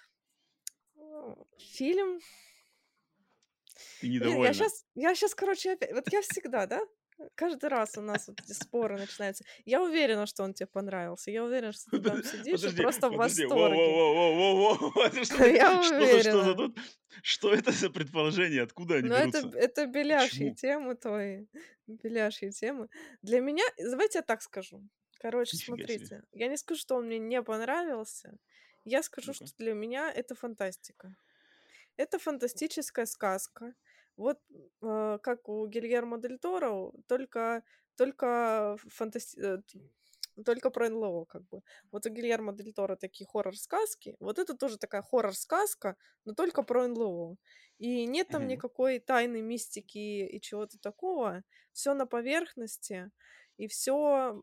Фильм. Ты Я недовольна. сейчас, короче, опять. Вот я всегда, да? Каждый раз у нас вот эти споры начинаются. Я уверена, что он тебе понравился. Я уверена, что ты там сидишь и Подожди, просто в подожди. восторге. Воу-воу-воу-воу-воу-воу. Это что ты, Я что за уверена. тут, что это за предположения, откуда они Но берутся? это беляшьи Почему? темы твои. Беляшьи темы. Для меня, давайте я так скажу. Короче, Нифига себе. смотрите. Я не скажу, что он мне не понравился. Я скажу, Ну-ка. что для меня это фантастика. Это фантастическая сказка. Вот, как у Гильермо Дель Торо, только только про НЛО как бы. Вот у Гильермо Дель Торо такие хоррор-сказки. Вот это тоже такая хоррор-сказка, но только про НЛО. И нет там Мгм. никакой тайны, мистики и чего-то такого. Все на поверхности, и все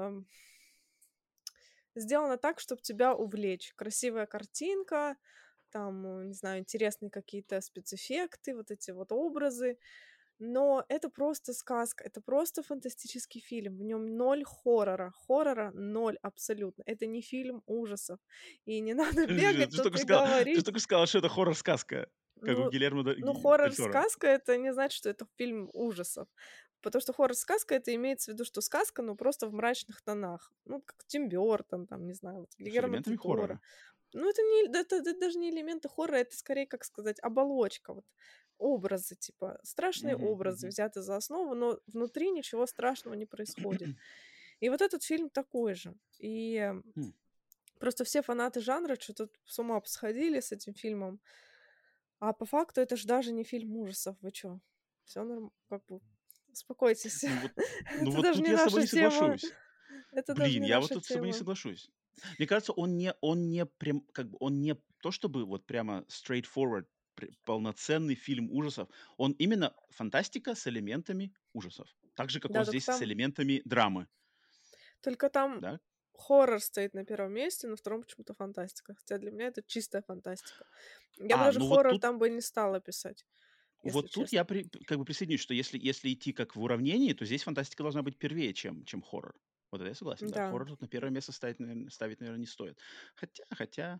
сделано так, чтобы тебя увлечь. Красивая картинка, там, не знаю, интересные какие-то спецэффекты, вот эти вот образы. Но это просто сказка, это просто фантастический фильм. В нем ноль хоррора. Хоррора ноль абсолютно. Это не фильм ужасов. И не надо Подожди, бегать тут и ты говорить. только сказала, что это хоррор-сказка, как у Ну, Гильермо ну Дель Торо. хоррор-сказка это не значит, что это фильм ужасов. Потому что хоррор-сказка это имеется в виду, что сказка, ну, просто в мрачных тонах. Ну, как Тим Бёртон, там, не знаю, вот, С Гильермо элементами Дель Торо. хоррора. Ну, это не, это даже не элементы хоррора, это скорее, как сказать, оболочка, вот, образы, типа, страшные Мгм, образы мгм. взяты за основу, но внутри ничего страшного не происходит. И вот этот фильм такой же. И М. просто все фанаты жанра что-то с ума посходили с этим фильмом. А по факту это ж даже не фильм ужасов. Вы чё? Всё как бы успокойтесь. Ну вот, ну Это вот даже тут не я с тобой наша не тема. соглашусь. Это даже Блин, не я вот наша тут с тобой не тема. соглашусь. Мне кажется, он не прям, как бы, он не то чтобы вот прямо straightforward, полноценный фильм ужасов. Он именно фантастика с элементами ужасов. Так же, как он Да, только здесь с там элементами драмы, да? хоррор стоит на первом месте, на втором почему-то фантастика. Хотя для меня это чистая фантастика. Я бы даже Ну вот хоррор тут там бы не стала писать, если Вот тут честно. я как бы присоединюсь, что если идти как в уравнении, то здесь фантастика должна быть первее, чем хоррор. Вот это я согласен, да. Да. Хоррор тут на первое место ставить, наверное, не стоит. Хотя,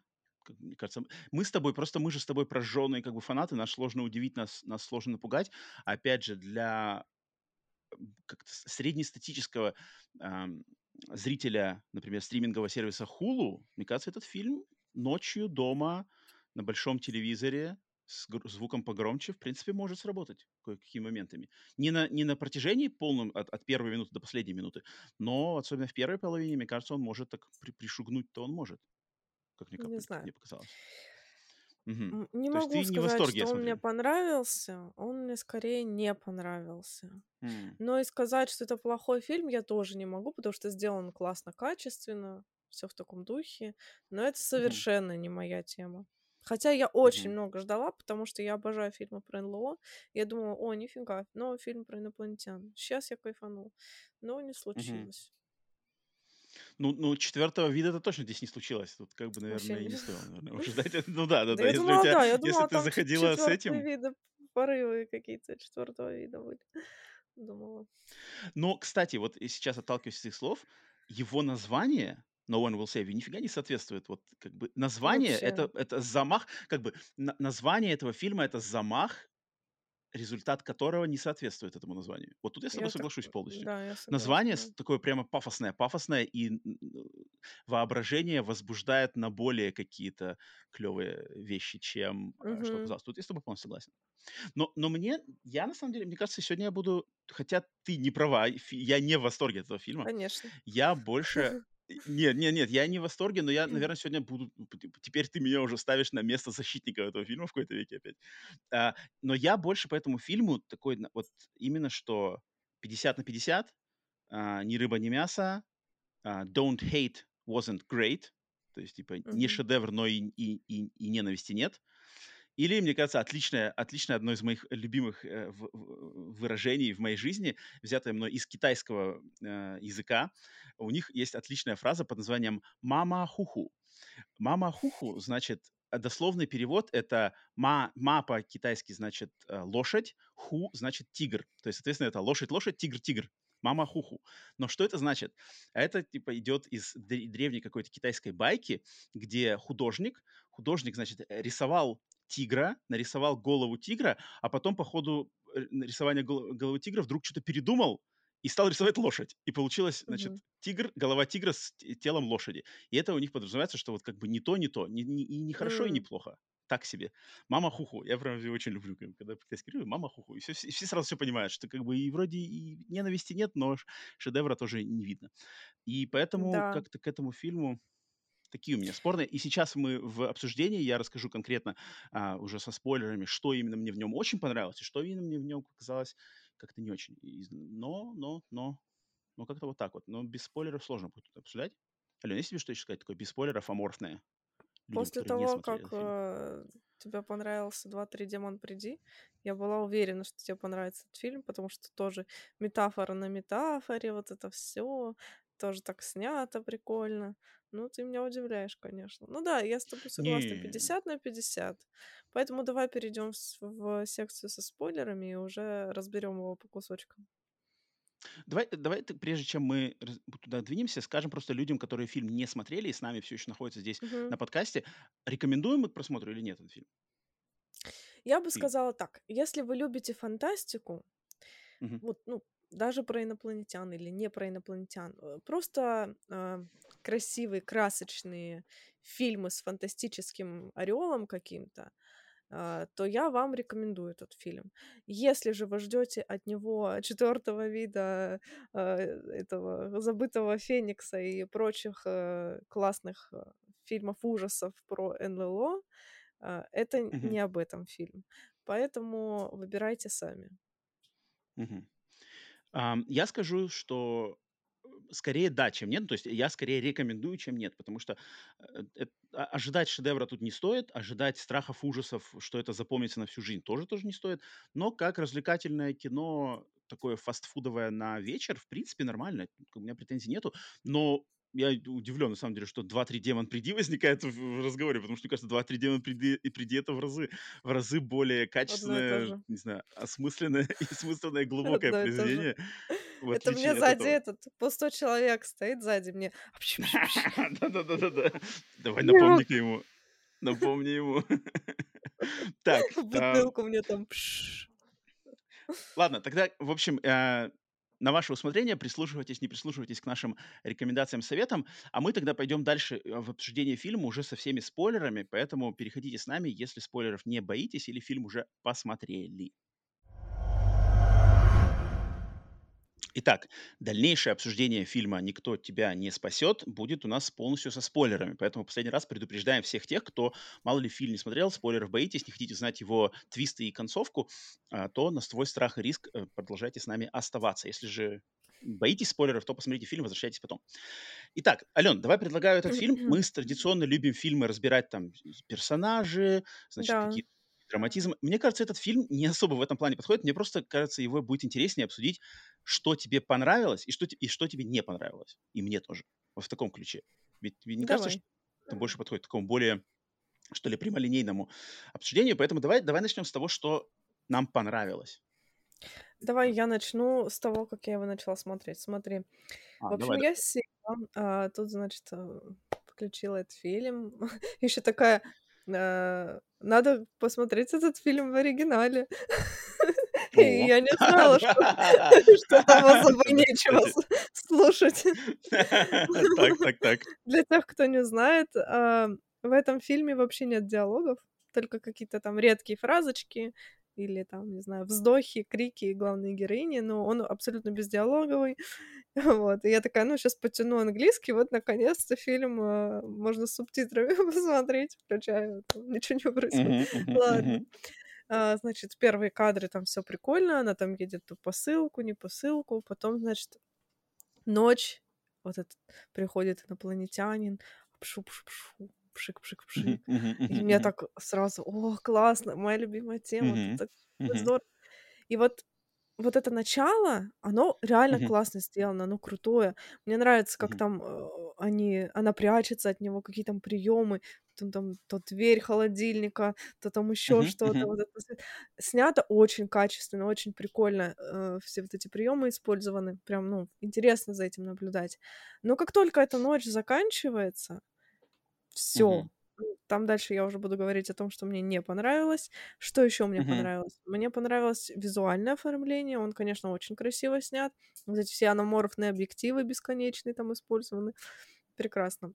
как мне кажется, мы с тобой, просто мы же с тобой прожженные как бы фанаты, нас сложно удивить, нас сложно напугать. Опять же, для как-то среднестатического ам, зрителя, например, стримингового сервиса Hulu, мне кажется, этот фильм ночью дома на большом телевизоре с звуком погромче, в принципе, может сработать кое-какими моментами. Не на протяжении полном от первой минуты до последней минуты, но особенно в первой половине, мне кажется, он может так пришугнуть-то он может, Не как знаю. мне показалось. Мгм. Не То есть могу ты не в сказать, восторге, я что он мне смотрю. понравился, он мне скорее не понравился. М, Но и сказать, что это плохой фильм, я тоже не могу, потому что сделан классно, качественно, все в таком духе. Но это мгм, совершенно не моя тема. Хотя я очень мгм, много ждала, потому что я обожаю фильмы про НЛО. Я думала, о, нифига, новый фильм про инопланетян. Сейчас я кайфану. Но не мгм. случилось. Ну, четвертого вида это точно здесь не случилось. Тут как бы, Вообще наверное, и не... не стоило, наверное, уже ждать. Ну да, Да, да-да. Если у тебя, я если думала, ты там заходила с четвертые этим. виды, порывы какие-то четвертого вида были. Думала. Но, кстати, вот и сейчас отталкиваясь от этих слов, его название No One Will Save You нифига не соответствует. Вот как бы название Вообще. это замах, как бы название этого фильма это замах, результат которого не соответствует этому названию. Вот тут я с тобой Я так, соглашусь полностью. да, я Название согласна, да. такое прямо пафосное, и воображение возбуждает на более какие-то клевые вещи, чем что Мгм. оказалось. Тут я с тобой полностью согласен. Но я на самом деле, мне кажется, сегодня я буду, хотя ты не права, я не в восторге от этого фильма, Конечно. я больше нет, я не в восторге, но я, наверное, сегодня буду теперь ты меня уже ставишь на место защитника этого фильма в какой-то веке опять. А, но я больше по этому фильму такой, вот именно что 50/50, ни рыба, ни мясо, don't hate wasn't great, то есть типа не Мгм. шедевр, но и ненависти нет. Или, мне кажется, отличное одно из моих любимых выражений в моей жизни, взятое мной из китайского языка. У них есть отличная фраза под названием «мама хуху». «Мама хуху» значит, дословный перевод это ма по-китайски значит лошадь, ху значит тигр. То есть, соответственно, это лошадь, тигр. Мама хуху. Но что это значит? Это типа идет из древней какой-то китайской байки, где художник, значит, рисовал тигра, нарисовал голову тигра, а потом по ходу рисования головы тигра вдруг что-то передумал и стал рисовать лошадь. И получилось, значит, Мгм. голова тигра с телом лошади. И это у них подразумевается, что вот как бы не то, и не хорошо, и не М, плохо. Так себе. Мама хуху. Я прям её очень люблю, когда по-китайски говорю, мама хуху. И все сразу все понимают, что как бы и вроде и ненависти нет, но шедевра тоже не видно. И поэтому да. как-то к этому фильму такие у меня спорные. И сейчас мы в обсуждении, я расскажу конкретно, уже со спойлерами, что именно мне в нем очень понравилось, и что именно мне в нем показалось как-то не очень. Но как-то вот так вот. Но без спойлеров сложно будет это обсуждать. Алена, есть тебе что еще сказать такое без спойлеров, аморфное, людям, После которые не того, смотрели как этот фильм? тебе понравился «2-3 Демон, приди», я была уверена, что тебе понравится этот фильм, потому что тоже метафора на метафоре, вот это все тоже так снято прикольно. Ну, ты меня удивляешь, конечно. Ну да, я с тобой согласна, Не. 50/50. Поэтому давай перейдем в секцию со спойлерами и уже разберем его по кусочкам. Давай прежде чем мы туда двинемся, скажем просто людям, которые фильм не смотрели и с нами все еще находятся здесь Мгм. на подкасте, рекомендуем мы к просмотру или нет этот фильм? Я бы Ты. сказала так: если вы любите фантастику, Мгм. вот, ну, даже про инопланетян или не про инопланетян, просто, красивые, красочные фильмы с фантастическим ореолом каким-то, то я вам рекомендую этот фильм. Если же вы ждете от него четвертого вида, этого забытого Феникса и прочих, классных, фильмов ужасов про НЛО, это Мгм. не об этом фильм. Поэтому выбирайте сами. Мгм. Я скажу, что, скорее да, чем нет. Ну, то есть я скорее рекомендую, чем нет, потому что, ожидать шедевра тут не стоит, ожидать страхов, ужасов, что это запомнится на всю жизнь, тоже не стоит. Но как развлекательное кино, такое фастфудовое на вечер, в принципе, нормально. У меня претензий нету. Но я удивлен, на самом деле, что «2-3 демон, приди» возникает в разговоре, потому что, мне кажется, «2-3 демон, приди» — это в разы более Одно и то качественное, же. не знаю, осмысленное и смысленное, глубокое Одно и то же. произведение, в Это мне отличие от сзади этого. этот пустой человек стоит сзади мне. Апчхи-пщи-пщи. Да-да-да-да-да. Давай Не напомни-ка мог. ему. Напомни ему. Так, В бутылку мне там пш. ладно, тогда, в общем, на ваше усмотрение прислушивайтесь, не прислушивайтесь к нашим рекомендациям, советам, а мы тогда пойдем дальше в обсуждение фильма уже со всеми спойлерами, поэтому переходите с нами, если спойлеров не боитесь или фильм уже посмотрели. Итак, дальнейшее обсуждение фильма «Никто тебя не спасет» будет у нас полностью со спойлерами, поэтому в последний раз предупреждаем всех тех, кто, мало ли, фильм не смотрел, спойлеров боитесь, не хотите знать его твисты и концовку, то на свой страх и риск продолжайте с нами оставаться. Если же боитесь спойлеров, то посмотрите фильм, возвращайтесь потом. Итак, Ален, давай предлагаю этот фильм. Мы традиционно любим фильмы разбирать там персонажи, значит, Да, какие драматизм. Мне кажется, этот фильм не особо в этом плане подходит. Мне просто кажется, его будет интереснее обсудить, что тебе понравилось и что тебе не понравилось. И мне тоже. Вот в таком ключе. Ведь не кажется, что давай. это больше подходит к такому более, что ли, прямолинейному обсуждению. Поэтому давай начнем с того, что нам понравилось. Давай я начну с того, как я его начала смотреть. Смотри. В общем, Давай, я давай. села, тут, значит, включила этот фильм. Еще такая, надо посмотреть этот фильм в оригинале. И О, я не знала, что что там особо да, нечего кстати. слушать. Так. Для тех, кто не знает, в этом фильме вообще нет диалогов, только какие-то там редкие фразочки или там, не знаю, вздохи, крики главной героини, но он абсолютно бездиалоговый. Вот, и я такая: "Ну, сейчас потяну английский". Вот наконец-то фильм, можно с субтитрами посмотреть. Включаю, там ничего не происходит. Мгм, мгм, Ладно. мгм, Значит, первые кадры, там все прикольно, она там едет то посылку, не посылку, потом, значит, ночь, вот этот приходит инопланетянин, пшу-пшу-пшу, пшик-пшик-пшик. мгм, мгм, И мгм, мне мгм, так сразу: "О, классно, моя любимая тема, тут мгм, так мгм, здорово". И вот это начало, оно реально мгм, классно сделано, оно крутое. Мне нравится, как мгм, там, она прячется от него, какие там приемы, там то дверь холодильника, то там еще мгм, что-то. мгм, Вот это всё. Снято очень качественно, очень прикольно. Все вот эти приемы использованы. Прям, ну, интересно за этим наблюдать. Но как только эта ночь заканчивается, все. мгм, Там дальше я уже буду говорить о том, что мне не понравилось. Что еще мне мгм, понравилось? Мне понравилось визуальное оформление. Он, конечно, очень красиво снят. Вот эти все анаморфные объективы бесконечные там использованы. Прекрасно.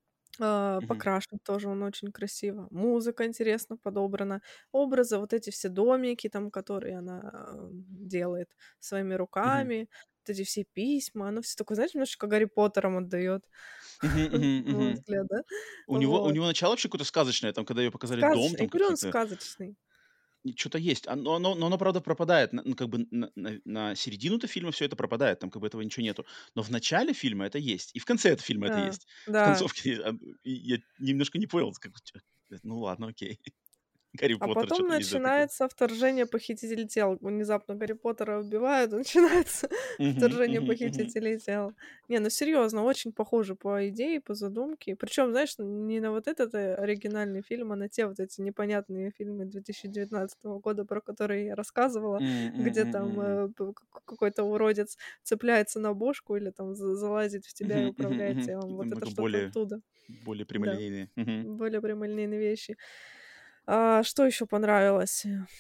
мгм, Покрашен тоже он очень красиво. Музыка интересно подобрана. Образы, вот эти все домики, там, которые она делает своими мгм, руками. Вот эти все письма. Оно все такое, знаешь, немножечко Гарри Поттером отдает, мгм, мгм, на мой мгм. взгляд, да? У Вот. него начало вообще какое-то сказочное, там, когда ее показали дом, Сказочный. Я там говорю, он какие-то, сказочный. что-то есть. Но оно, правда, пропадает. Ну, как бы на середину-то фильма все это пропадает, там как бы этого ничего нету. Но в начале фильма это есть, и в конце этого фильма это Да, есть. В да. концовке и я немножко не понял, ну ладно, окей. Гарри А Поттер, потом что-то есть, да, такое. начинается вторжение похитителей тел. Внезапно Гарри Поттера убивают, и начинается Мгм, вторжение мгм, мгм, похитителей тел. Не, ну серьезно, очень похоже по идее, по задумке. Причем, знаешь, не на вот этот оригинальный фильм, а на те вот эти непонятные фильмы 2019 года, про которые я рассказывала, где там какой-то уродец цепляется на бошку или там залазит в тебя и Мгм, мгм, управляет мгм. телом. Какие-то Вот это немного что-то более оттуда. Да, прямолинейные. Мгм. более прямолинейные вещи. Что еще понравилось?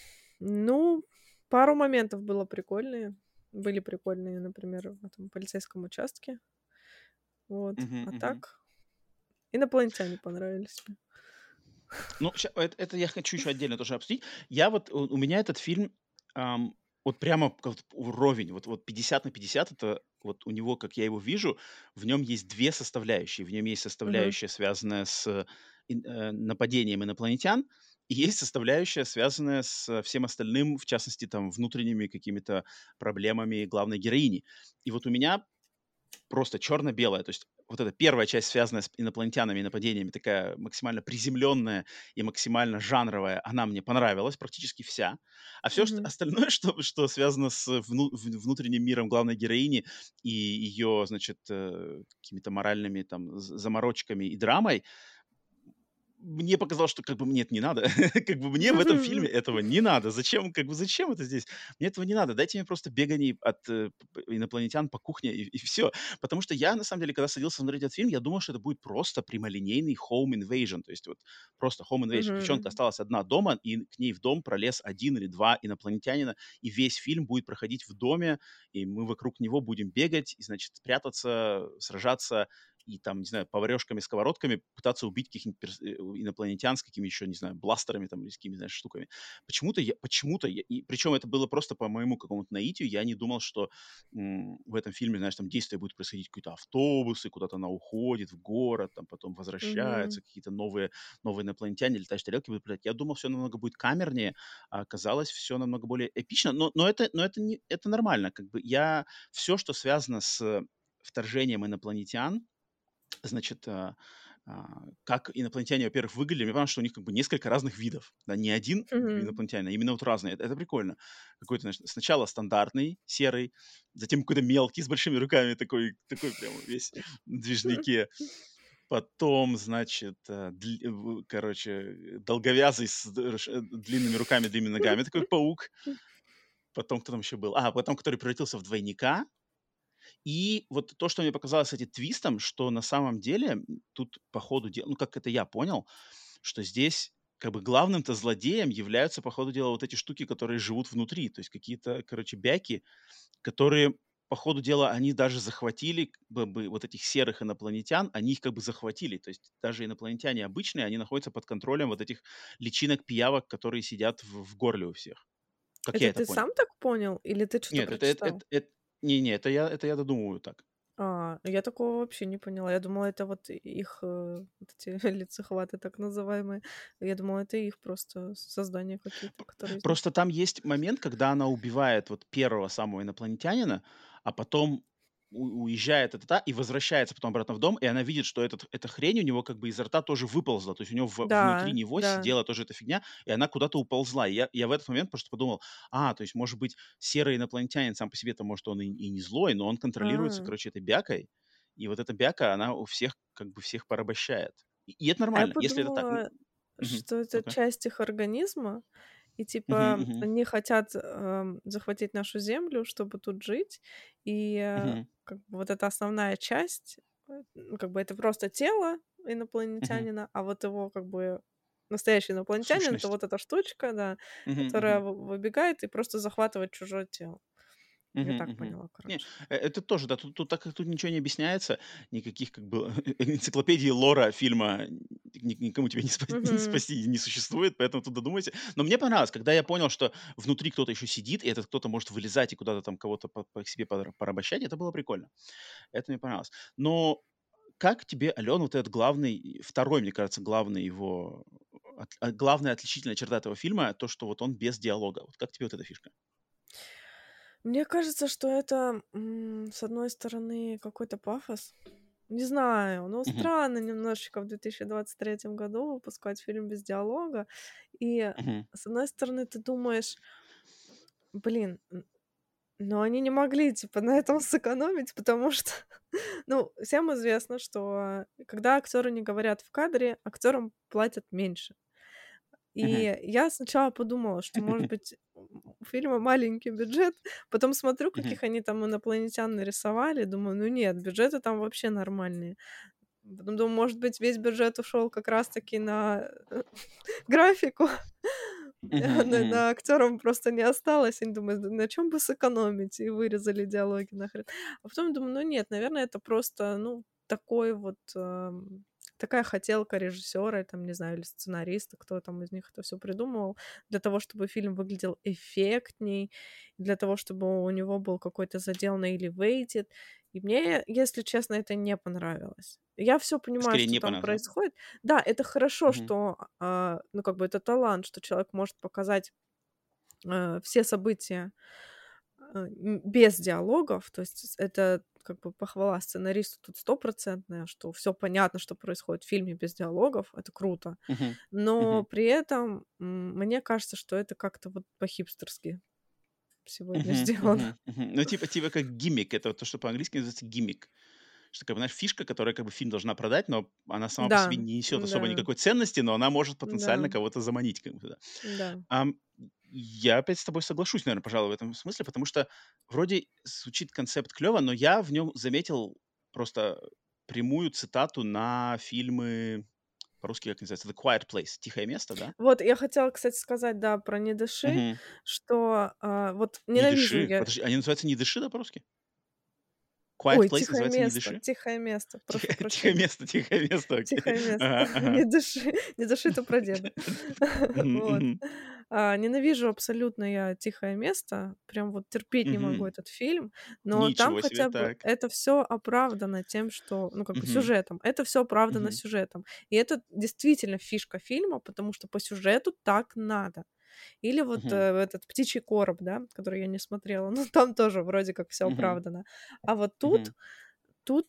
Ну, пару моментов было прикольные. Были прикольные, например, в этом полицейском участке. Вот. Мгм, А мгм. так, инопланетяне понравились мне. Ну, это я хочу еще отдельно тоже обсудить. Я вот, у меня этот фильм, вот прямо как вот вровень, вот 50/50 это вот у него, как я его вижу, в нем есть 2 составляющие. В нем есть Мгм. составляющая, связанная с нападением инопланетян, и есть составляющая, связанная с всем остальным, в частности, там, внутренними какими-то проблемами главной героини. И вот у меня просто черно-белое. То есть вот эта первая часть, связанная с инопланетянами и нападениями, такая максимально приземленная и максимально жанровая, она мне понравилась практически вся. А все Мгм. остальное, что связано с внутренним миром главной героини и ее, значит, какими-то моральными там заморочками и драмой, мне показалось, что как бы мне это не надо. Как бы мне в этом фильме этого не надо. Зачем, как бы зачем это здесь? Мне этого не надо. Дайте мне просто беганий от инопланетян по кухне и все. Потому что я, на самом деле, когда садился смотреть этот фильм, я думал, что это будет просто прямолинейный home invasion. То есть вот просто home invasion. Девчонка Мгм. осталась одна дома, и к ней в дом пролез один или два инопланетянина, и весь фильм будет проходить в доме, и мы вокруг него будем бегать, и, значит, прятаться, сражаться, и там, не знаю, поварешками, сковородками пытаться убить каких-нибудь инопланетян с какими еще, не знаю, бластерами там или с какими, знаешь, штуками. И причем это было просто по моему какому-то наитию, я не думал, что в этом фильме, знаешь, там действие будет происходить, какие-то автобусы, куда-то она уходит в город, там потом Мгм. возвращаются, какие-то новые инопланетяне, летающие тарелки будут прилетать. Я думал, все намного будет камернее, а оказалось все намного более эпично, но это нормально, как бы все, что связано с вторжением инопланетян, значит, как инопланетяне, во-первых, выглядели. Мне понравилось, что у них как бы несколько разных видов. Да, не один Мгм. инопланетянин, а именно вот разные. Это прикольно. Какой-то, знаешь, сначала стандартный, серый, затем какой-то мелкий, с большими руками, такой прямо весь в движнике. Потом, значит, долговязый с длинными руками, длинными ногами, такой паук. Потом кто там еще был? Потом, который превратился в двойника, и вот то, что мне показалось, кстати, твистом, что на самом деле тут по ходу дела, ну, как это я понял, что здесь как бы главным-то злодеем являются, по ходу дела, вот эти штуки, которые живут внутри. То есть какие-то, короче, бяки, которые, по ходу дела, они даже захватили как бы вот этих серых инопланетян, они их как бы захватили. То есть даже инопланетяне обычные, они находятся под контролем вот этих личинок-пиявок, которые сидят в горле у всех. Как я Это это ты понял. сам так понял или ты что-то Нет, прочитал? не-не, это я додумываю так. Я такого вообще не поняла. Я думала, это вот их, вот эти лицехваты так называемые. Я думала, это их просто создания какие-то, которые из них. Просто там есть момент, когда она убивает вот первого самого инопланетянина, а потом уезжает и возвращается потом обратно в дом, и она видит, что эта хрень у него как бы изо рта тоже выползла. То есть у него внутри Да, него да. сидела тоже эта фигня, и она куда-то уползла. И я в этот момент просто подумал, то есть, может быть, серый инопланетянин сам по себе-то, может, он и не злой, но он контролируется, А. короче, этой бякой. И вот эта бяка, она у всех, как бы всех порабощает. И это А я нормально, если это так. подумала, Мгм. что это Ну-ка. часть их организма, и Мгм, типа мгм, они хотят, захватить нашу Землю, чтобы тут жить. И, мгм, как бы вот эта основная часть, как бы это просто тело мгм. инопланетянина, а вот его как бы настоящий инопланетянин — это Сущность. вот эта штучка, да, Мгм, которая мгм. выбегает и просто захватывает чужое тело. Я Мгм, так мгм. поняла, Не, короче. это тоже, да, тут так как тут ничего не объясняется, никаких как бы энциклопедии лора фильма никому тебе не не Мгм. спасти не существует, поэтому тут додумайся. Но мне понравилось, когда я понял, что внутри кто-то еще сидит, и этот кто-то может вылезать и куда-то там кого-то по себе порабощать, это было прикольно. Это мне понравилось. Но как тебе, Алена, вот этот главный, второй, мне кажется, главный его, главная отличительная черта этого фильма, то, что вот он без диалога. Вот как тебе вот эта фишка? Мне кажется, что это, с одной стороны, какой-то пафос. Не знаю, ну, Мгм, странно немножечко в 2023 году выпускать фильм без диалога. И, мгм, с одной стороны, ты думаешь: "Блин, но они не могли, типа, на этом сэкономить", потому что, ну, всем известно, что когда актеры не говорят в кадре, актерам платят меньше. мгм. И я сначала подумала, что, может быть, у фильма маленький бюджет. Потом смотрю, Мгм. каких они там инопланетян нарисовали. Думаю, ну нет, бюджеты там вообще нормальные. Потом думаю, может быть, весь бюджет ушел как раз-таки на графику, Мгм, мгм, на актерам просто не осталось. Они думают, на чем бы сэкономить, и вырезали диалоги нахрен. А потом думаю, ну нет, наверное, это просто, ну, такой вот, такая хотелка режиссера, там, не знаю, или сценариста, кто там из них это все придумывал, для того, чтобы фильм выглядел эффектней, для того, чтобы у него был какой-то задел на elevated. И мне, если честно, это не понравилось. Я все понимаю, Скорее что не там понравилось, да? происходит. Да, это хорошо, Мгм, что, ну, как бы это талант, что человек может показать, все события, без диалогов. То есть это как бы похвала сценаристу тут стопроцентная, что все понятно, что происходит в фильме без диалогов. Это круто. мгм, Но мгм, при этом, мне кажется, что это как-то вот по-хипстерски сегодня мгм, сделано. мгм, мгм. Ну, типа как гиммик. Это вот то, что по-английски называется гиммик. Что, как бы, знаешь, фишка, которая как бы фильм должна продать, но она сама по себе Да, не несет особо да, никакой ценности, но она может да, потенциально кого-то заманить как бы туда. да. Ам, я опять с тобой соглашусь, наверное, пожалуй, в этом смысле, потому что вроде звучит концепт клево, но я в нем заметил просто прямую цитату на фильмы, по-русски как называется, The Quiet Place, "Тихое место", да? Вот я хотела, кстати, сказать, да, про "Не дыши", Мгм. что, вот "Не ненавижу дыши"? я Подожди, они называются "Не дыши", да, по-русски? Quiet ой, Place называется "Не дыши"? "Тихое место", прошу Тихое прощения. место, тихое место, окей. "Тихое место", Ага, "Не ага. дыши", "Не дыши" — это про деда. Мгм, Вот. мгм. Ненавижу абсолютно я "Тихое место", прям вот терпеть не могу Мгм. этот фильм, но там Ничего себе, хотя бы так. это все оправдано тем, что, ну, как бы Мгм, сюжетом. Это все оправдано мгм, сюжетом. И это действительно фишка фильма, потому что по сюжету так надо. Или вот, мгм, этот "Птичий короб", да, который я не смотрела, но там тоже вроде как все мгм, оправдано. А вот мгм, тут,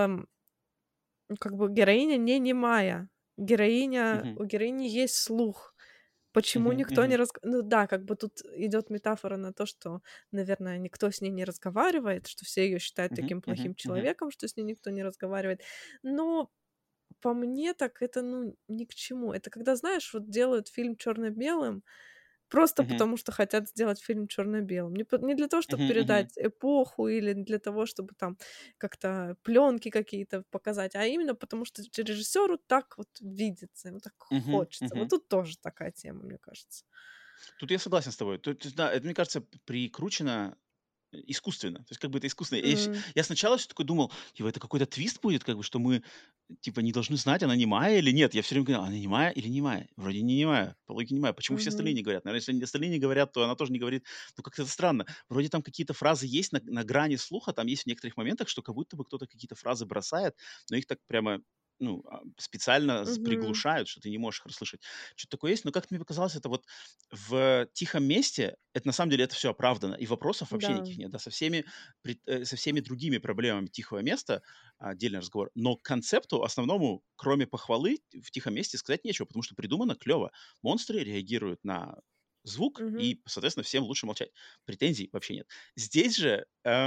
как бы героиня не немая. мгм, У героини есть слух. Почему мгм, никто не мгм, разг Ну да, как бы тут идет метафора на то, что, наверное, никто с ней не разговаривает, что все ее считают мгм, таким мгм, плохим мгм, человеком, что с ней никто не разговаривает. Но по мне так это, ну, ни к чему. Это когда, знаешь, вот делают фильм черно-белым просто мгм, потому, что хотят сделать фильм черно-белым. Не для того, чтобы мгм, мгм, передать эпоху или для того, чтобы там как-то пленки какие-то показать, а именно потому, что режиссеру так вот видится, ему так мгм, хочется. Вот мгм. тут тоже такая тема, мне кажется. Тут я согласен с тобой. Тут, да, это, мне кажется, прикручено искусственно. То есть как бы это искусственно. М, Я сначала все такой думал, типа, это какой-то твист будет, как бы, что мы, типа, не должны знать, она немая или нет. Я все время говорил, она немая или немая? Вроде не немая, по логике немая. Почему все остальные мгм, не говорят? Наверное, если они остальные не говорят, то она тоже не говорит. Ну, как-то это странно. Вроде там какие-то фразы есть на грани слуха, там есть в некоторых моментах, что как будто бы кто-то какие-то фразы бросает, но их так прямо ну, специально мгм. приглушают, что ты не можешь их расслышать. Что-то такое есть, но как мне показалось, это вот в "Тихом месте" это на самом деле это все оправдано, и вопросов вообще Да. никаких нет, да, со всеми другими проблемами "Тихого места" отдельный разговор. Но к концепту основному, кроме похвалы, в "Тихом месте" сказать нечего, потому что придумано клево. Монстры реагируют на звук, Мгм. и, соответственно, всем лучше молчать. Претензий вообще нет. Здесь же,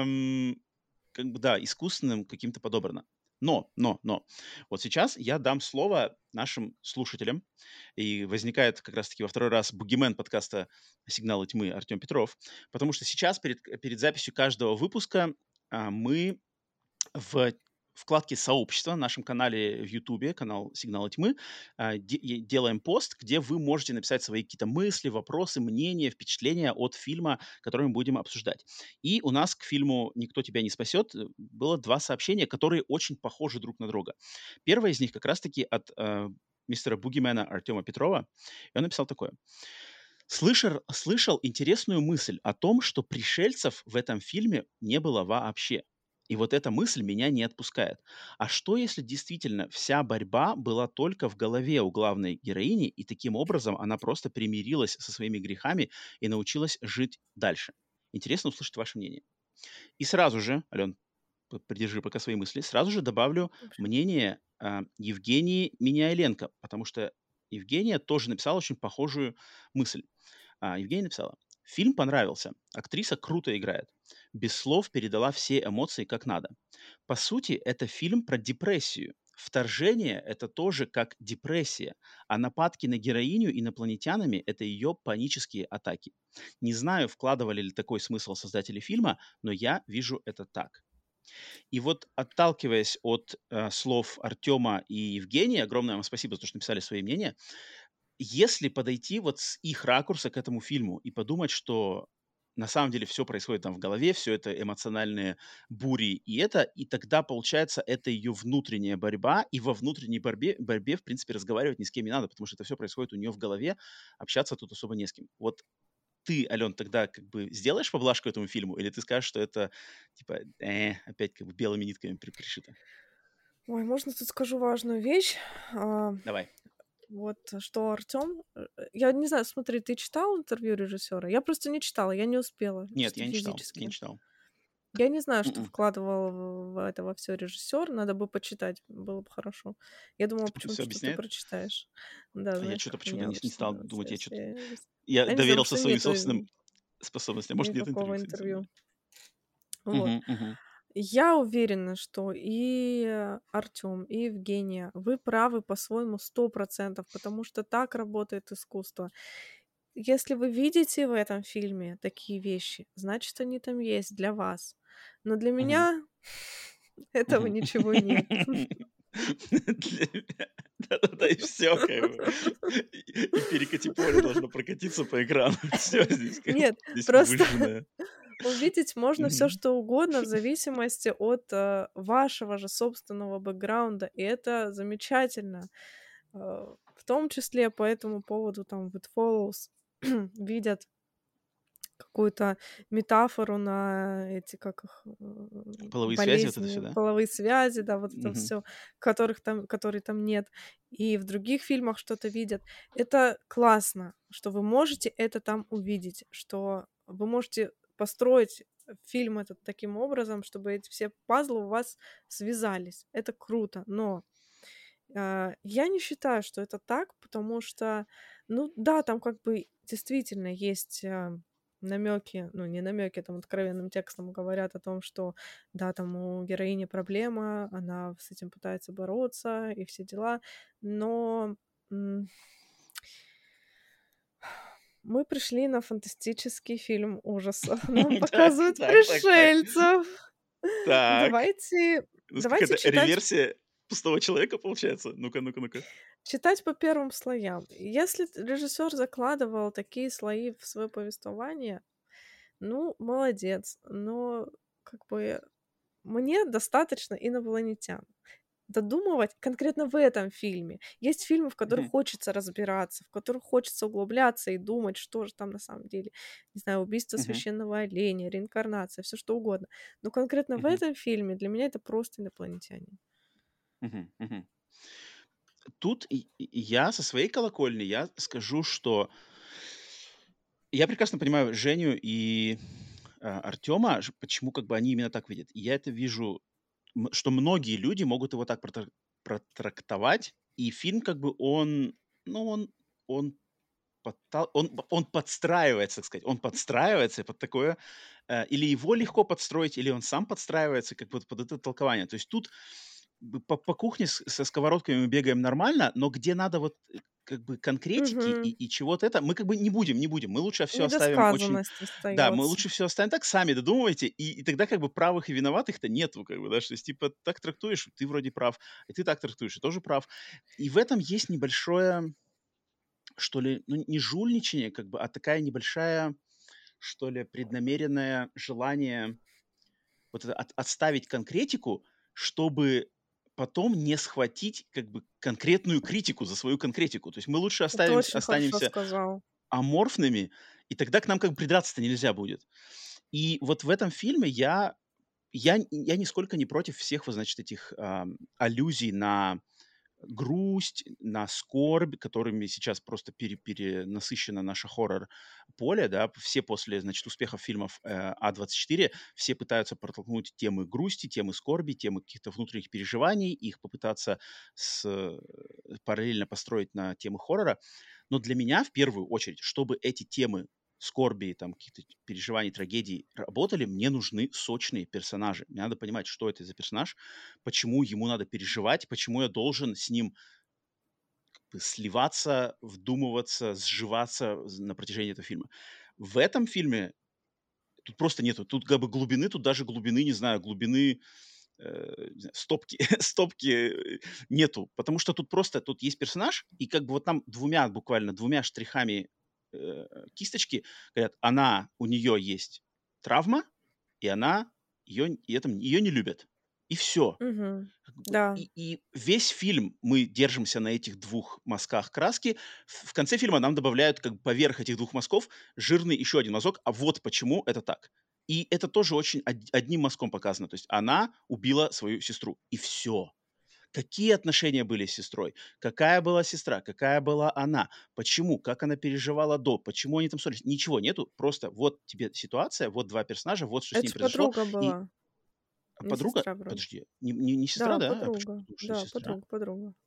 как бы, да, искусственным каким-то подобрано. Но вот сейчас я дам слово нашим слушателям, и возникает как раз-таки во второй раз бугимен подкаста "Сигналы тьмы" Артем Петров, потому что сейчас перед записью каждого выпуска, мы в вкладке "Сообщество" на нашем канале в "Ютубе", канал "Сигналы тьмы", делаем пост, где вы можете написать свои какие-то мысли, вопросы, мнения, впечатления от фильма, который мы будем обсуждать. И у нас к фильму "Никто тебя не спасет" было 2 сообщения, которые очень похожи друг на друга. Первое из них как раз-таки от, мистера Бугимена Артема Петрова. И он написал такое: "Слышал интересную мысль о том, что пришельцев в этом фильме не было вообще. И вот эта мысль меня не отпускает. А что, если действительно вся борьба была только в голове у главной героини, и таким образом она просто примирилась со своими грехами и научилась жить дальше? Интересно услышать ваше мнение". И сразу же, Ален, придержи пока свои мысли, сразу же добавлю Вообще. мнение Евгении Миняйленко, потому что Евгения тоже написала очень похожую мысль. Евгения написала: "Фильм понравился. Актриса круто играет. Без слов передала все эмоции как надо. По сути, это фильм про депрессию. Вторжение — это тоже как депрессия, а нападки на героиню инопланетянами — это ее панические атаки. Не знаю, вкладывали ли такой смысл создатели фильма, но я вижу это так". И вот, отталкиваясь от слов Артема и Евгении, огромное вам спасибо за то, что написали свои мнения. Если подойти вот с их ракурса к этому фильму и подумать, что на самом деле все происходит там в голове, все это эмоциональные бури, и тогда, получается, это ее внутренняя борьба, и во внутренней борьбе, в принципе, разговаривать ни с кем не надо, потому что это все происходит у нее в голове, общаться тут особо не с кем. Вот ты, Ален, тогда как бы сделаешь поблажку этому фильму, или ты скажешь, что это типа, опять как бы белыми нитками пришито? Ой, можно тут скажу важную вещь? А, Давай. вот, что Артём, я не знаю, смотри, ты читал интервью режиссера? Я просто не читала, я не успела, Нет, чисто я не читал, я не физически. читал. Я не знаю, что М-м. вкладывал в это во всё режиссёр, надо бы почитать, было бы хорошо. Я думала Он почему-то, все что ты объясняет? прочитаешь. Да, А я знаешь, что то как почему-то меня не стал обычно думать, все. я Я не знаю, потому доверился что своим нету собственным способностям. Может, нет интервью, никакого кстати, на самом деле. интервью. Вот. Мгм, мгм. Я уверена, что и Артём, и Евгения, вы правы по-своему 100%, потому что так работает искусство. Если вы видите в этом фильме такие вещи, значит, они там есть для вас. Но для Мгм. меня этого Мгм. ничего нет. Для меня да-да-да, и всё как бы. И перекати поле должно прокатиться по экрану. Всё здесь как бы, Нет, здесь просто выжженное. увидеть можно все Мгм. что угодно в зависимости от, вашего же собственного бэкграунда, и это замечательно. В том числе по этому поводу там в It Follows видят какую-то метафору на эти, как их, Половые связи, вот это всё, болезни, да? половые связи, да, вот это Мгм. все, которые там нет. И в других фильмах что-то видят. Это классно, что вы можете это там увидеть, что вы можете построить фильм этот таким образом, чтобы эти все пазлы у вас связались. Это круто, но я не считаю, что это так, потому что, ну да, там как бы действительно есть намеки, ну не намеки, там откровенным текстом говорят о том, что да, там у героини проблема, она с этим пытается бороться и все дела, но м, мы пришли на фантастический фильм ужасов, нам Так, показывают так. пришельцев. Так. Давайте, У нас давайте какая-то читать реверсия пустого человека получается? Ну-ка, ну-ка, ну-ка. Читать по первым слоям. Если режиссер закладывал такие слои в свое повествование, ну, молодец. Но как бы мне достаточно инопланетян. Додумывать конкретно в этом фильме. Есть фильмы, в которых Мгм. хочется разбираться, в которых хочется углубляться и думать, что же там на самом деле. Не знаю, убийство Мгм. священного оленя, реинкарнация, все что угодно. Но конкретно в Мгм. этом фильме для меня это просто инопланетяне. Мгм. Мгм. Тут я со своей колокольни, я скажу, что я прекрасно понимаю Женю и, Артема, почему как бы они именно так видят. И я это вижу, что многие люди могут его так протрактовать, и фильм как бы он, ну, он он подстраивается, так сказать, он подстраивается под такое, или его легко подстроить, или он сам подстраивается как бы под это толкование. То есть тут по кухне со сковородками мы бегаем нормально, но где надо вот, как бы конкретики Угу. и чего-то это, мы как бы не будем. Мы лучше все оставим очень Недосказанность да, мы остается. лучше все оставим так, сами додумывайте, и тогда как бы правых и виноватых-то нету, как бы, да, что есть, типа, так трактуешь, ты вроде прав, и ты так трактуешь, и тоже прав. И в этом есть небольшое, что ли, ну, не жульничание, как бы, а такая небольшая, что ли, преднамеренное желание вот это отставить конкретику, чтобы потом не схватить как бы конкретную критику за свою конкретику. То есть мы лучше Это очень хорошо останемся сказал. аморфными, и тогда к нам как бы придраться-то нельзя будет. И вот в этом фильме я нисколько не против всех вот, значит, этих, аллюзий на грусть, на скорбь, которыми сейчас просто перенасыщено наше хоррор-поле, да. Все после, значит, успехов фильмов, А24 все пытаются протолкнуть темы грусти, темы скорби, темы каких-то внутренних переживаний, их попытаться параллельно построить на темы хоррора. Но для меня в первую очередь, чтобы эти темы скорби, там, каких-то переживаний, трагедий работали, мне нужны сочные персонажи. Мне надо понимать, что это за персонаж, почему ему надо переживать, почему я должен с ним сливаться, вдумываться, сживаться на протяжении этого фильма. В этом фильме тут просто нету, тут как бы глубины, тут даже глубины, не знаю, глубины не знаю, стопки, стопки нету, потому что тут просто, тут есть персонаж, и как бы вот там буквально двумя штрихами э, кисточки говорят, у нее есть травма, и ее не любят. И все. Мгм. Да, И весь фильм мы держимся на этих двух мазках краски. В конце фильма нам добавляют как бы поверх этих двух мазков жирный еще один мазок, а вот почему это так. И это тоже очень одним мазком показано. То есть она убила свою сестру, и все. Какие отношения были с сестрой? Какая была сестра? Какая была она? Почему? Как она переживала до? Почему они там ссорились? Ничего нету. Просто вот тебе ситуация, вот два персонажа, вот что с это ним ж произошло. подруга И была, не подруга... сестра вроде. Подожди, не сестра, Да, да? А почему подруга. ты думаешь, что Да, сестра? подруга.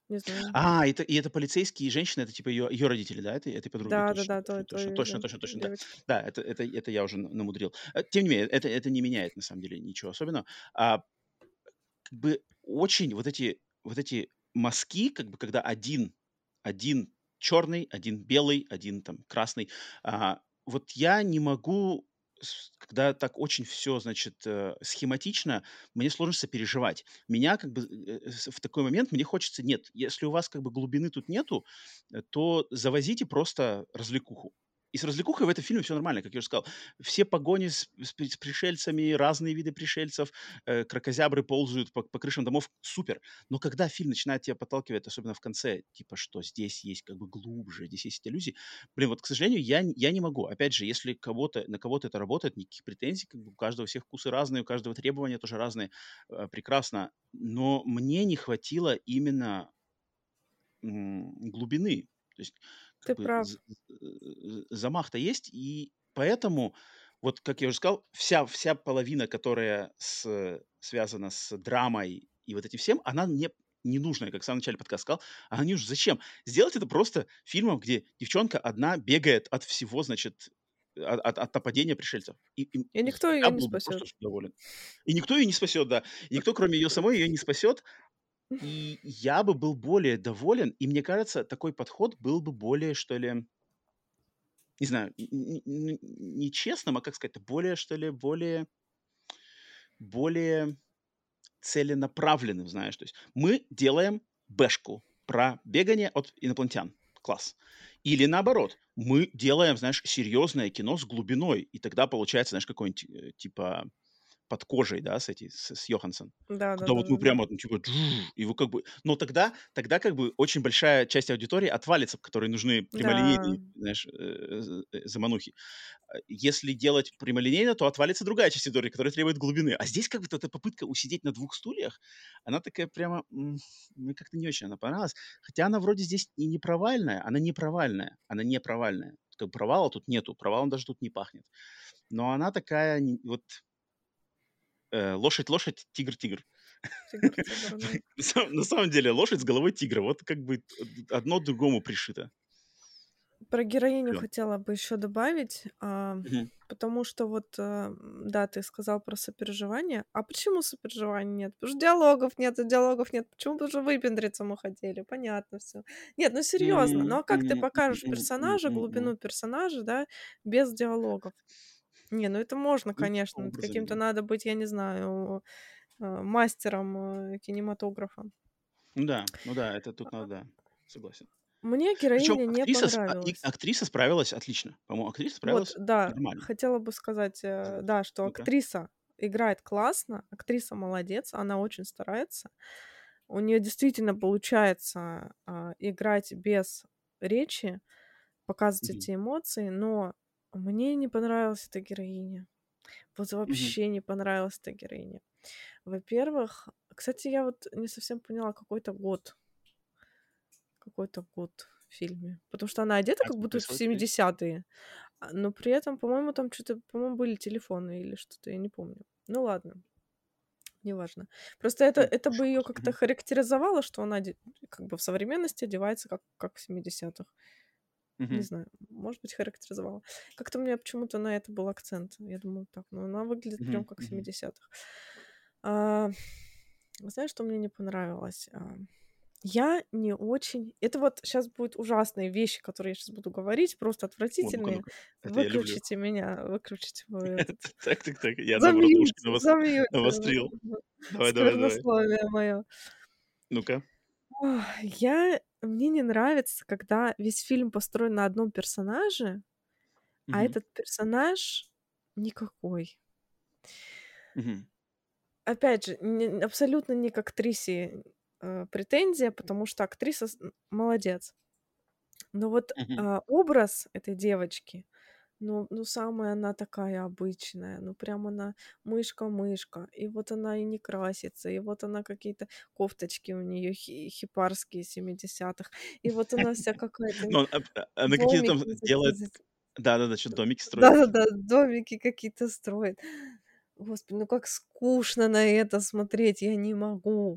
Не знаю. Это полицейские женщины, это типа ее родители, да, этой подруги? Точно, Да-да-да, точно, точно, той, точно, да, точно, точно, да. девочки. Да, это я уже намудрил. Тем не менее, это не меняет на самом деле ничего особенного. Как бы очень вот эти мазки, как бы когда один черный, один белый, один там красный. Вот я не могу, когда так очень все, значит, схематично, мне сложно сопереживать. Меня как бы в такой момент мне хочется, нет, если у вас как бы глубины тут нету, то завозите просто развлекуху. И с развлекухой в этом фильме все нормально, как я уже сказал. Все погони с пришельцами, разные виды пришельцев, кракозябры ползают по крышам домов, супер. Но когда фильм начинает тебя подталкивать, особенно в конце, типа, что здесь есть как бы глубже, здесь есть иллюзии, блин, вот, к сожалению, я не могу. Опять же, если на кого-то это работает, никаких претензий, как бы у каждого всех вкусы разные, у каждого требования тоже разные, прекрасно. Но мне не хватило именно глубины. То есть как Ты бы прав. замах-то есть, и поэтому, вот как я уже сказал, вся половина, которая связана с драмой и вот этим всем, она мне ненужная, как в самом начале подкаста сказал, она не нужна. Зачем? Сделать это просто фильмом, где девчонка одна бегает от всего, значит, от нападения пришельцев. И И никто ее я не был бы просто спасет. доволен. И никто ее не спасет, да. И никто, кроме ее самой, ее не спасет. И я бы был более доволен, и мне кажется, такой подход был бы более, что ли, не знаю, не честным, а как сказать-то, более, что ли, более целенаправленным, знаешь. То есть мы делаем бэшку про бегание от инопланетян. Класс. Или наоборот, мы делаем, знаешь, серьезное кино с глубиной, и тогда получается, знаешь, какой-нибудь типа под кожей, да, с Йоханссон. Когда вот мы Да-да-да-да-да. прямо, ну, типа, и вы как бы, но тогда как бы очень большая часть аудитории отвалится, которой нужны Да. прямолинейные, знаешь, заманухи. Если делать прямолинейно, то отвалится другая часть аудитории, которая требует глубины. А здесь как бы эта попытка усидеть на двух стульях, она такая прямо, мне как-то не очень она понравилась. Хотя она вроде здесь и не провальная, она не провальная, она не провальная. Как бы провала тут нету, провалом даже тут не пахнет. Но она такая, вот лошадь, тигр. Тигр, да. На самом деле лошадь с головой тигра. Вот как бы одно другому пришито. Про героиню Всё. хотела бы еще добавить, Мгм. потому что вот, да, ты сказал про сопереживание. А почему сопереживания нет? Потому что диалогов нет. Почему бы же выпендриться мы хотели? Понятно все. Нет, ну серьезно. Ну Мгм, а как ты мгм, мгм, покажешь мгм, персонажа, мгм, глубину мгм. персонажа, да, без диалогов? Не, ну это можно, Никаким конечно. Это образом каким-то нет. надо быть, я не знаю, мастером кинематографа. Ну да, это тут надо, да, согласен. Мне Причем героиня не понравилась. актриса справилась отлично. По-моему, актриса Вот, справилась да, нормально. хотела бы сказать, да, что Ну-ка. актриса играет классно, актриса молодец, она очень старается. У нее действительно получается, играть без речи, показывать Мгм, эти эмоции, но мне не понравилась эта героиня. Вот мгм. вообще не понравилась эта героиня. Во-первых, кстати, я вот не совсем поняла, какой-то год в фильме, потому что она одета А как что будто в происходит здесь? 70-е. Но при этом, по-моему, там что то по-моему, были телефоны или что-то, я не помню. Ну ладно, неважно. Просто это бы Хороший ее вопрос. как-то Мгм, характеризовало, что она как бы в современности одевается как в 70-х. Не мгм, знаю, может быть, характеризовала. Как-то у меня почему-то на это был акцент. Я думаю: "Так, ну она выглядит прям мгм, как в мгм. 70-х". А, знаешь, что мне не понравилось? Я не очень это вот сейчас будут ужасные вещи, которые я сейчас буду говорить, просто О, ну-ка, отвратительные. ну-ка. Это я люблю. Выключите меня, выключите мой этот Так. Я, наоборот, ушки замьють, навострил. Давай. сквернословие моё. Ну-ка. Ох, мне не нравится, когда весь фильм построен на одном персонаже, а Мгм, этот персонаж никакой. мгм, Опять же, абсолютно не к актрисе, претензия, потому что актриса молодец. Но вот, мгм. образ этой девочки, ну, самая она такая обычная, ну, прям она мышка-мышка. И вот она и не красится, и вот она какие-то кофточки у нее хипарские 70-х, и вот она вся какая-то, Ну, она какие-то там домики делает. Да-да-да, что-то домики строит. да-да-да, домики какие-то строит. Господи, ну как скучно на это смотреть, я не могу.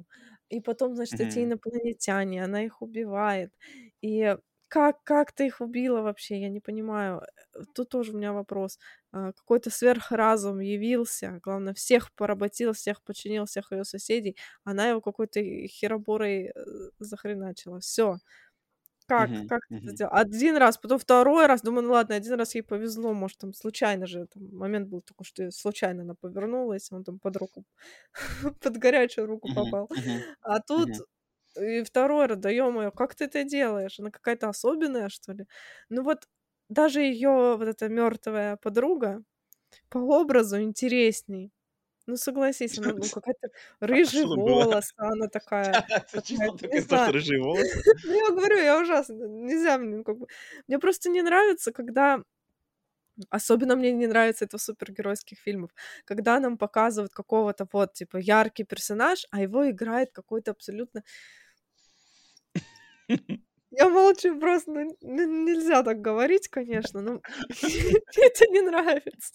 И потом, значит, эти Мгм. инопланетяне, она их убивает. И как ты их убила вообще? Я не понимаю. Тут тоже у меня вопрос. Какой-то сверхразум явился, главное, всех поработил, всех подчинил, всех ее соседей. Она его какой-то хероборой захреначила. Все. Как? Мгм. Как ты это Мгм. сделала? Один раз, потом второй раз. Думаю, ну ладно, один раз ей повезло, может, там случайно же там момент был такой, что случайно она повернулась, он там под руку, под горячую руку Мгм. попал. Мгм. А тут Мгм. и второй раз, да ё-моё, как ты это делаешь? Она какая-то особенная, что ли? Ну вот даже ее вот эта мертвая подруга по образу интересней. Ну, согласись, она, ну, какая-то А рыжий что там было? волос, она такая Ты чисто какая-то, не только то, что знаю. рыжие волосы? Ну, я говорю, я ужасно, нельзя мне, ну, как бы. Мне просто не нравится, когда особенно мне не нравится это в супергеройских фильмах, когда нам показывают какого-то вот, типа, яркий персонаж, а его играет какой-то абсолютно. Я молчу просто, ну, нельзя так говорить, конечно, но мне это не нравится.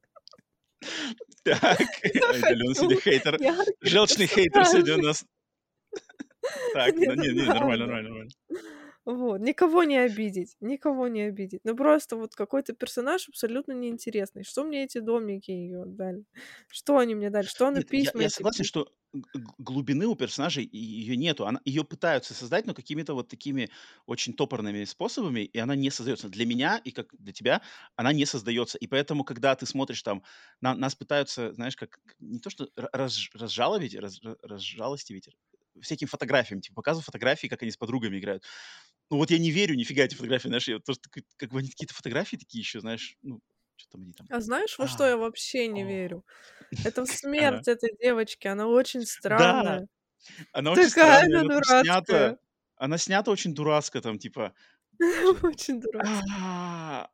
Так, Я Алена сегодня хочу хейтер. ярких Желчный хейтер сегодня у персонажей. нас. Так, Нет, ну ну не, нормально, правда. нормально, нормально. Вот. Никого не обидеть, никого не обидеть. Ну, просто вот какой-то персонаж абсолютно неинтересный. Что мне эти домики ее дали? Что они мне дали? Что она Нет, я письма я эти согласен, пишет? что глубины у персонажей ее нету. Ее пытаются создать, но какими-то вот такими очень топорными способами, и она не создается. Для меня и как для тебя она не создается. И поэтому, когда ты смотришь там, нас пытаются, знаешь, как не то что разжаловать, разжалостивить, всякими фотографиями, типа показывают фотографии, как они с подругами играют. Ну вот я не верю нифига эти фотографии, знаешь, я просто как бы они какие-то фотографии такие еще, знаешь, ну, что там они там. А знаешь, во что А, я вообще не о, верю? Это в ага. смерть этой девочки. Она очень Да, странная. она очень Такая странная, она она там снята дурацкая. она снята очень дурацко, там типа что Очень дурацкая. а,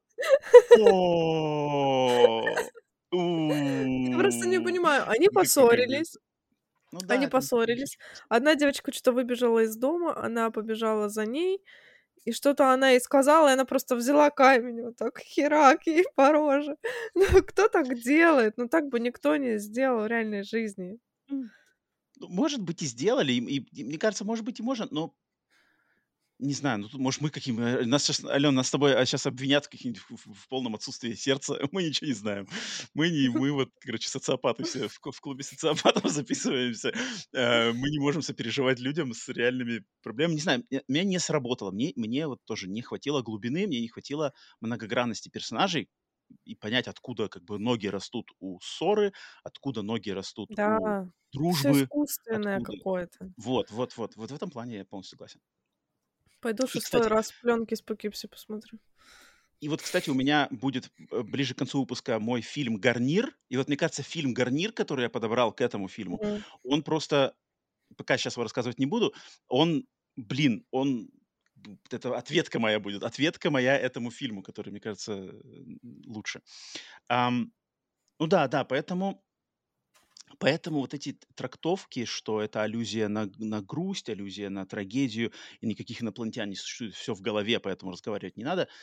о, Я просто не понимаю. Они какой кривой. поссорились. Ну Они да, это поссорились. Одна девочка что-то выбежала из дома, она побежала за ней, и что-то она ей сказала, и она просто взяла камень, вот так херак ей по роже. Ну, кто так делает? Ну, так бы никто не сделал в реальной жизни. ну, может быть, и сделали, и мне кажется, может быть, и можно, но не знаю, ну, тут, может, мы каким нас щас, Алён, нас с тобой, сейчас обвинят каких-нибудь в полном отсутствии сердца. Мы ничего не знаем. Мы вот, короче, социопаты все, в клубе социопатов записываемся. Мы не можем сопереживать людям с реальными проблемами. Не знаю, меня не сработало. Мне вот тоже не хватило глубины, мне не хватило многогранности персонажей и понять, откуда как бы ноги растут у ссоры, откуда ноги растут у Да, все дружбы, искусственное откуда. какое-то. Вот в этом плане я полностью согласен. Пойду И, шестой кстати, раз пленки с Poughkeepsie посмотрю. И вот, кстати, у меня будет, ближе к концу выпуска мой фильм "Гарнир". И вот мне кажется, фильм "Гарнир", который я подобрал к этому фильму, Мгм. он просто, пока сейчас его рассказывать не буду, он, блин, он это ответка моя будет, ответка моя этому фильму, который, мне кажется, лучше. Ам, ну да, да, поэтому вот эти трактовки, что это аллюзия на грусть, аллюзия на трагедию, и никаких инопланетян не существует, всё в голове, поэтому разговаривать не надо.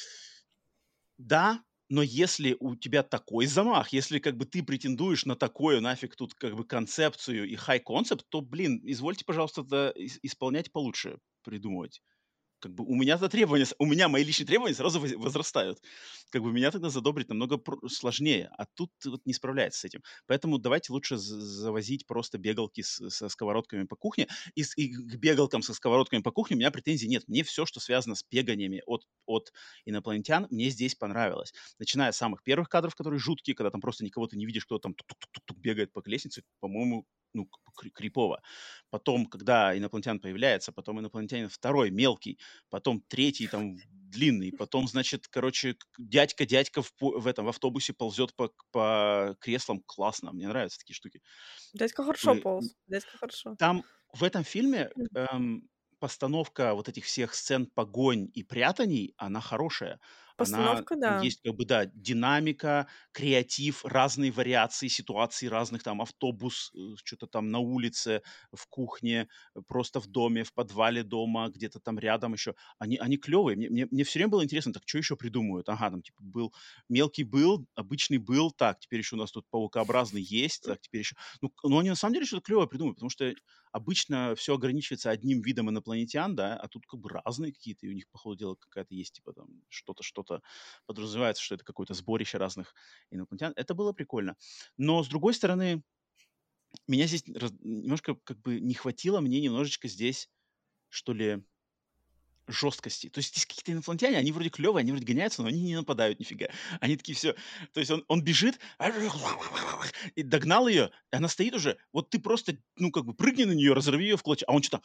Да, но если у тебя такой замах, если как бы ты претендуешь на такую нафиг тут как бы концепцию и high concept, то, блин, извольте, пожалуйста, это исполнять получше, придумывать. Как бы у меня-то требования, у меня мои личные требования сразу возрастают. Как бы меня тогда задобрить намного сложнее, а тут вот не справляется с этим. Поэтому давайте лучше завозить просто бегалки со сковородками по кухне. И к бегалкам со сковородками по кухне у меня претензий нет. Мне все, что связано с беганиями от инопланетян, мне здесь понравилось. Начиная с самых первых кадров, которые жуткие, когда там просто никого ты не видишь, кто там тук-тук-тук бегает по лестнице, по-моему, ну, крипово. Потом, когда инопланетян появляется, потом инопланетянин второй, мелкий, потом третий там длинный, потом, значит, короче, дядька в этом в автобусе ползет по креслам. Классно, мне нравятся такие штуки. Дядька Как хорошо бы полз, дядька хорошо. там в этом фильме, М. постановка вот этих всех сцен погонь и прятаний, она хорошая. Она Постановка, там да. есть как бы, да, динамика, креатив, разные вариации ситуаций разных, там автобус, что то там на улице, в кухне, просто в доме, в подвале дома, где-то там рядом еще. Они клевые. Мне всё время было интересно, так что еще придумают? Ага, там типа мелкий был, обычный был, так, теперь еще у нас тут паукообразный есть, так, теперь еще. Ну, они на самом деле что-то клевое придумали, потому что обычно все ограничивается одним видом инопланетян, да, а тут как бы разные какие-то, и у них, по ходу дела, какая-то есть, типа, там, что-то подразумевается, что это какое-то сборище разных инопланетян. Это было прикольно. Но, с другой стороны, меня здесь немножко как бы не хватило мне немножечко здесь, что ли, жесткости. То есть здесь какие-то инопланетяне, они вроде клевые, они вроде гоняются, но они не нападают нифига. Они такие все. То есть он бежит и догнал ее, и она стоит уже. Вот ты просто, ну, как бы прыгни на нее, разорви ее в клочья, а он что-то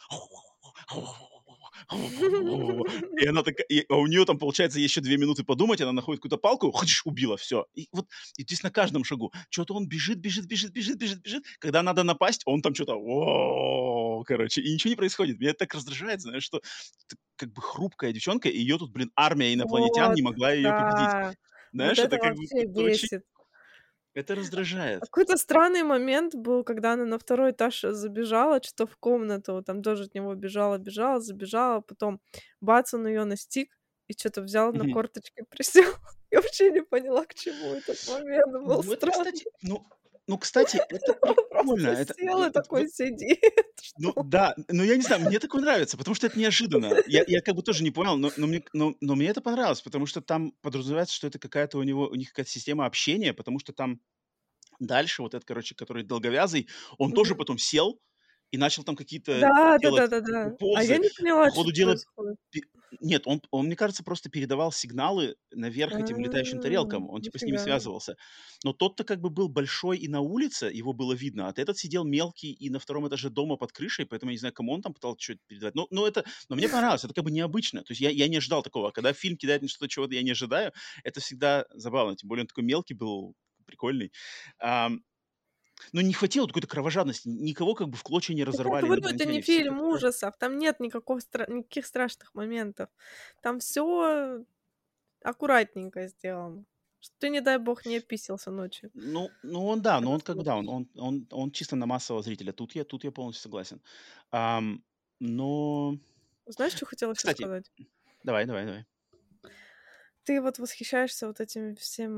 и она такая, а у нее там, получается, еще 2 минуты подумать, она находит какую-то палку, убила, все. И вот, и здесь на каждом шагу. Что-то он бежит, бежит, бежит, бежит, бежит, бежит. Когда надо напасть, он там что-то, короче, и ничего не происходит. Меня это так раздражает, знаешь, что как бы хрупкая девчонка, и ее тут, блин, армия инопланетян Вот, не могла ее победить. да. Вот Знаешь, это это как бы вообще это очень, бесит. это раздражает. Какой-то странный момент был, когда она на второй этаж забежала, что в комнату, там тоже от него бежала, забежала, потом бац, он ее настиг и что то взял на Мгм. корточки, присел. Я вообще не поняла, к чему этот момент был Ну, это, странный. кстати, кстати, это Он прикольно. просто Это, сел и вот. такой сидит. Ну Что? да, ну я не знаю, мне такое нравится, потому что это неожиданно. Я как бы тоже не понял, но мне это понравилось, потому что там подразумевается, что это какая-то у них какая-то система общения, потому что там дальше вот этот, короче, который долговязый, он тоже Мгм. потом сел и начал там какие-то Да, делать да-да-да-да. А я позы. не По поняла, чё ходу дела происходит. пе нет, он, мне кажется, просто передавал сигналы А, наверх этим летающим тарелкам. Он типа с ними нифига. связывался. Но тот-то как бы был большой и на улице, его было видно, а этот сидел мелкий и на втором этаже дома под крышей, поэтому я не знаю, кому он там пытался что-то передавать. Но мне понравилось, это как бы необычно. То есть я не ожидал такого. А когда фильм кидает мне что-то, чего я не ожидаю, это всегда забавно. Тем более он такой мелкий был, прикольный. Ам, но не хватило какой-то кровожадности. Никого как бы в клочья не Так я разорвали говорю, это не инопланетяне. Все фильм как-то. ужасов, там нет никаких страшных моментов. Там все аккуратненько сделано. Что ты, не дай бог, не описался ночью, Ну он да, но когда он как бы да, смотришь. он чисто на массового зрителя. Тут я полностью согласен. Ам, но, Знаешь, что хотела еще кстати, сказать? давай. Ты вот восхищаешься вот этим всем,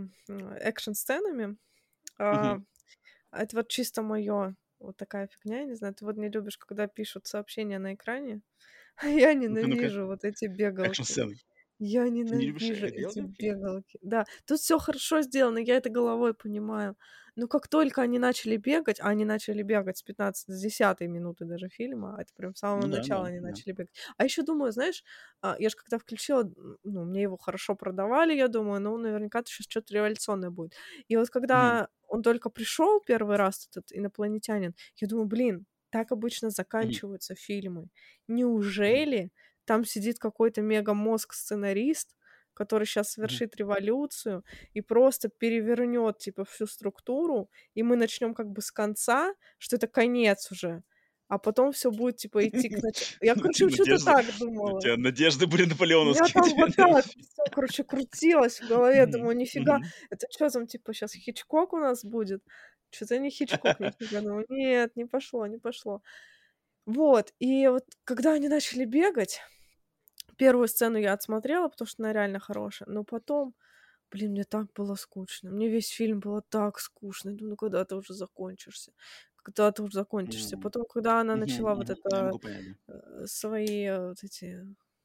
экшн-сценами. Мгм. А, это вот чисто моё. Вот такая фигня, я не знаю. Ты вот не любишь, когда пишут сообщения на экране, а я Ну-ка, ненавижу вот эти бегалки. экшн-сцены. Я Ты не любишь, ненавижу эти диалоги? бегалки. Да, тут все хорошо сделано, я это головой понимаю. Но как только они начали бегать, а они начали бегать с 15, с 10 минуты даже фильма, это прям с самого Ну да, да, начала они да. начали бегать. А еще думаю, знаешь, я же когда включила, ну, мне его хорошо продавали, я думаю, ну, наверняка это сейчас что-то революционное будет. И вот Мгм, когда он только пришел первый раз, этот инопланетянин, я думаю, блин, так обычно мгм, заканчиваются фильмы. мгм, Неужели там сидит какой-то мега-мозг-сценарист, который сейчас мгм. совершит революцию и просто перевернет, типа, всю структуру, и мы начнем как бы с конца, что это конец уже, а потом все будет, типа, идти к началу. Я, У тебя короче, что-то надежды так у думала. тебя надежды были У меня наполеоновские там теперь вот на этот так фильм. всё, короче, крутилось в голове. Мгм, Думаю, нифига, мгм, это что там, типа, сейчас Хичкок у нас будет? Что-то не Хичкок, нифига. Думаю, нет, не пошло, не пошло. Вот, и вот когда они начали бегать, первую сцену я отсмотрела, потому что она реально хорошая, но потом, блин, мне так было скучно. Мне весь фильм было так скучно. Я думаю: "Ну когда ты уже закончишься? Когда ты уже закончишься?" мгм, Потом, когда она мгм, начала вот мгм. Я это, могу понять, да. свои, вот эти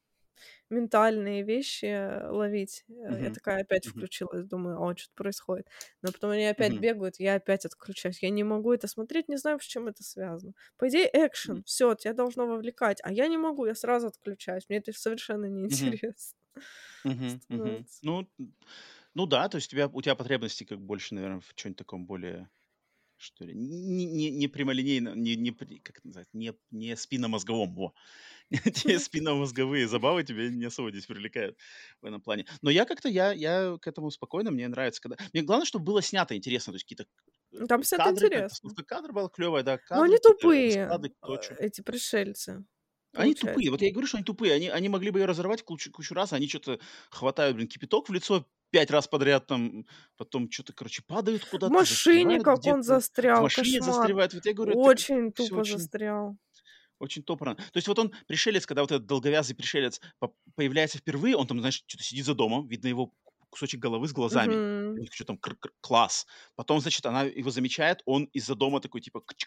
ментальные вещи, ловить, я Мгм, такая опять мгм, включилась, думаю: "О, чё-то происходит". Но потом они опять мгм, бегают, я опять отключаюсь. Я не могу это смотреть, не знаю, с чем это связано. По идее, экшен, м, всё, тебя должно вовлекать, а я не могу, я сразу отключаюсь. Мне это совершенно мгм, неинтересно мгм. становится. Ну да, то есть у тебя потребности как больше, наверное, в чём-нибудь таком более, что ли, не прямолинейно, как это называется, не спинномозговом, во. Те спинномозговые забавы тебя не особо здесь привлекают в этом плане. Но я к этому спокойно, мне нравится, когда мне главное, чтобы было снято интересно, то есть какие-то, Там снято кадры, интересно. постановка кадра была клевая, да, Но кадры, они какие-то тупые, расклады, кто чё. эти пришельцы, Они тупые, получается. вот я и говорю, что они тупые. Они могли бы ее разорвать кучу раз, они что то хватают, блин, кипяток в лицо 5 раз подряд там, потом что то короче, падают В куда-то, машине, застревают как он где-то, в застрял, машине кошмар. застревают. Вот я говорю, это как Очень все тупо очень застрял. очень топорно. То есть вот он, пришелец, когда вот этот долговязый пришелец появляется впервые, он там, знаешь, что то сидит за домом, видно его кусочек головы с глазами. И Мгм. он такой: "Чё там, класс". Потом, значит, она его замечает, он из-за дома такой типа: "Кчик-кчик".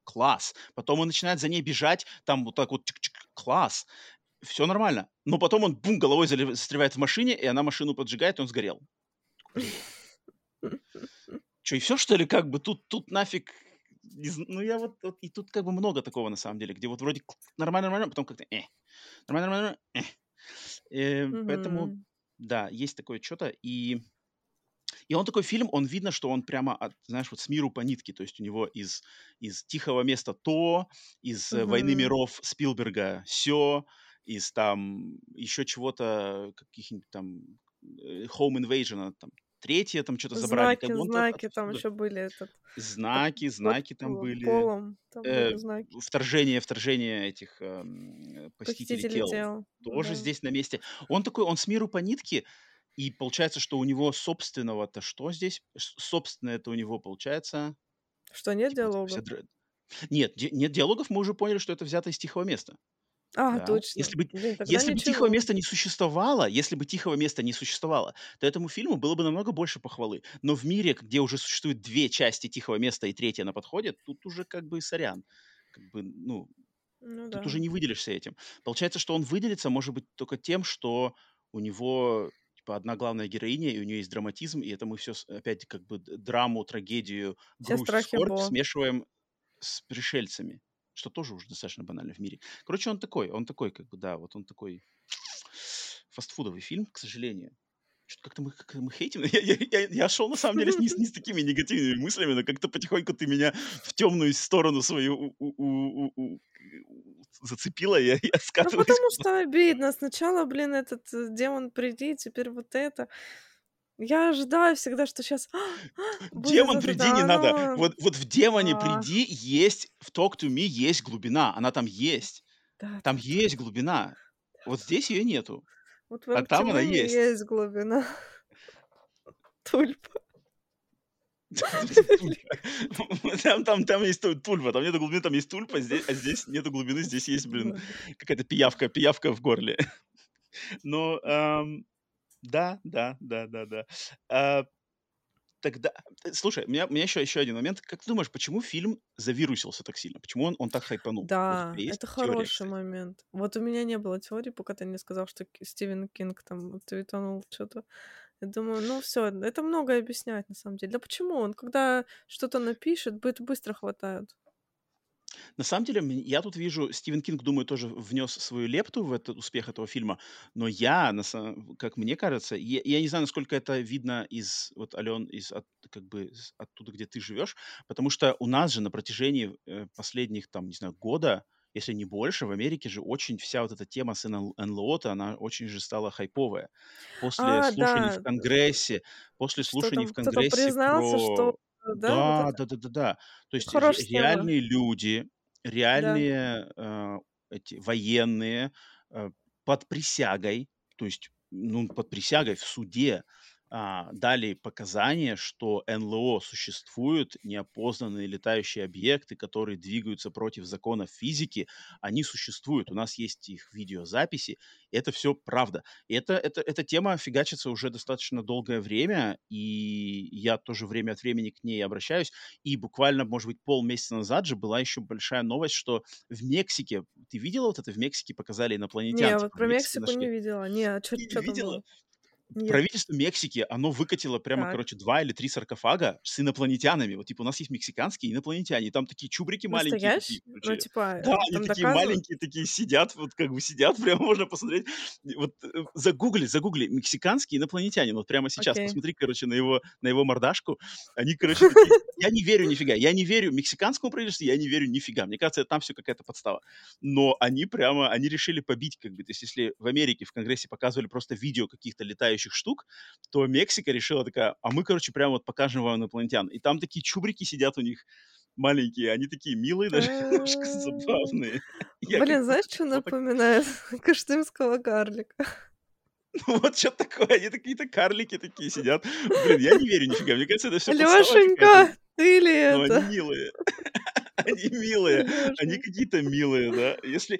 класс. Потом он начинает за ней бежать, там вот так вот чик-чик, класс. Все нормально. Но потом он, бум, головой застревает в машине, и она машину поджигает, и он сгорел. Блин, чё, и все что ли, как бы тут нафиг, ну, я вот и тут как бы много такого на самом деле, где вот вроде нормально, нормально, потом как-то нормально, нормально, поэтому, Мгм. да, есть такое чё то. И он такой фильм, он видно, что он прямо знаешь, вот с миру по нитке. То есть у него из «Тихого места» то, из «Войны Мгм. миров» Спилберга сё, из там еще чего-то, каких-нибудь там Home Invasion, там третье там что то забрали. Как Знаки, бы он знаки, там отовсюду. еще были под Знаки там были. полом, там Э, были знаки. вторжение этих, похитителей Похитители тел тел, тоже да. здесь на месте. Он такой, он с миру по нитке, и получается, что у него собственного-то что здесь? Собственное-то у него получается, Что, нет типа вот эта вся диалогов? нет, нет диалогов, мы уже поняли, что это взято из «Тихого места». А, Да. точно. Блин, тогда Если бы «Тихого ничего. места» не существовало, если бы «Тихого места» не существовало, то этому фильму было бы намного больше похвалы. Но в мире, где уже существует 2 части «Тихого места» и третья на подходе, тут уже как бы сорян. Как бы, ну, Ну тут да. уже не выделишься этим. Получается, что он выделится, может быть, только тем, что у него типа одна главная героиня, и у нее есть драматизм, и это мы все опять как бы драму, трагедию, Все грусть, страхи скорбь Бо. смешиваем с пришельцами, что тоже уже достаточно банально в мире. Короче, он такой, как бы, да, вот он такой фастфудовый фильм, к сожалению. Что-то как-то мы хейтим. Я шел, на самом деле, не с такими негативными мыслями, но как-то потихоньку ты меня в темную сторону свою зацепила, и я Ну, скатываюсь потому куда-то. что обидно. Сначала, блин, этот демон приди, теперь вот это. Я ожидаю всегда, что сейчас будет «Демон, вот приди» это, не а надо. оно Вот в «Демоне, а, приди» есть, в «Talk to me» есть глубина, она там есть. Там да-да-да. есть глубина. Вот здесь ее нету, Вот в а там она «Эмптимане» есть. есть глубина. Тульпа. Тульпа. Там есть тульпа, там нету глубины, там есть тульпа, а здесь нету глубины, здесь есть, блин, Ладно. какая-то пиявка в горле. Но, да, да, да-да-да. А, тогда, слушай, у меня еще один момент. Как ты думаешь, почему фильм завирусился так сильно? Почему он так хайпанул? Вот у Да, тебя есть это теория, хороший кстати? момент. Вот у меня не было теории, пока ты не сказал, что Стивен Кинг там твитанул что то. Я думаю, ну все, это многое объясняет на самом деле. Да почему он, когда что-то напишет, быстро хватает. На самом деле, я тут вижу, Стивен Кинг, думаю, тоже внес свою лепту в этот успех этого фильма, но как мне кажется, я не знаю, насколько это видно из, вот, Ален, как бы оттуда, где ты живешь, потому что у нас же на протяжении последних, там, не знаю, года, если не больше, в Америке же очень вся вот эта тема с НЛО-то, она очень же стала хайповая. После А, слушаний в да, Конгрессе, после что слушаний в там кто-то Конгрессе признался, что про... да, вот Да, это да-да-да-да. То есть хорошая тема. реальные люди, Да. реальные, эти военные, под присягой, то есть, ну, под присягой в суде, дали показания, что НЛО существуют, неопознанные летающие объекты, которые двигаются против законов физики, они существуют. У нас есть их видеозаписи, и это все правда. И эта тема фигачится уже достаточно долгое время, и я тоже время от времени к ней обращаюсь. И буквально, может быть, полмесяца назад же была еще большая новость, что в Мексике, ты видела вот это, в Мексике показали инопланетян, Не, вот типа в про Мексике Мексику не нашли. видела. Не, а Не чё там видела? было? Нет. Правительство Мексики, оно выкатило прямо, Так. короче, 2 или 3 саркофага с инопланетянами. Вот, типа, у нас есть мексиканские инопланетяне, и там такие чубрики маленькие такие, Настоящий? Ну, короче. типа, Да, они там такие доказывают? маленькие, такие сидят, вот как бы сидят, прямо можно посмотреть. И вот загугли, мексиканский инопланетянин. Вот прямо сейчас Окей. посмотри, короче, на его мордашку. Они, короче, такие, я не верю нифига, я не верю мексиканскому правительству, я не верю нифига. Мне кажется, там все какая-то подстава. Но они решили побить, как бы, то есть если в Америке в Конгрессе показывали просто видео каких-то летающих штук, то Мексика решила такая, а мы, короче, прямо вот покажем вам инопланетян. И там такие чубрики сидят у них маленькие, они такие милые, даже немножко Та забавные. Я как Блин, знаешь, посмотрел что фото, напоминает? Кыштымского карлика. ну вот что такое, они какие-то карлики такие сидят. Блин, я не верю нифига, мне кажется, это все подстава какая-то, Лёшенька, ты ли но они это? милые. Они милые, они Лёша. какие-то милые, да.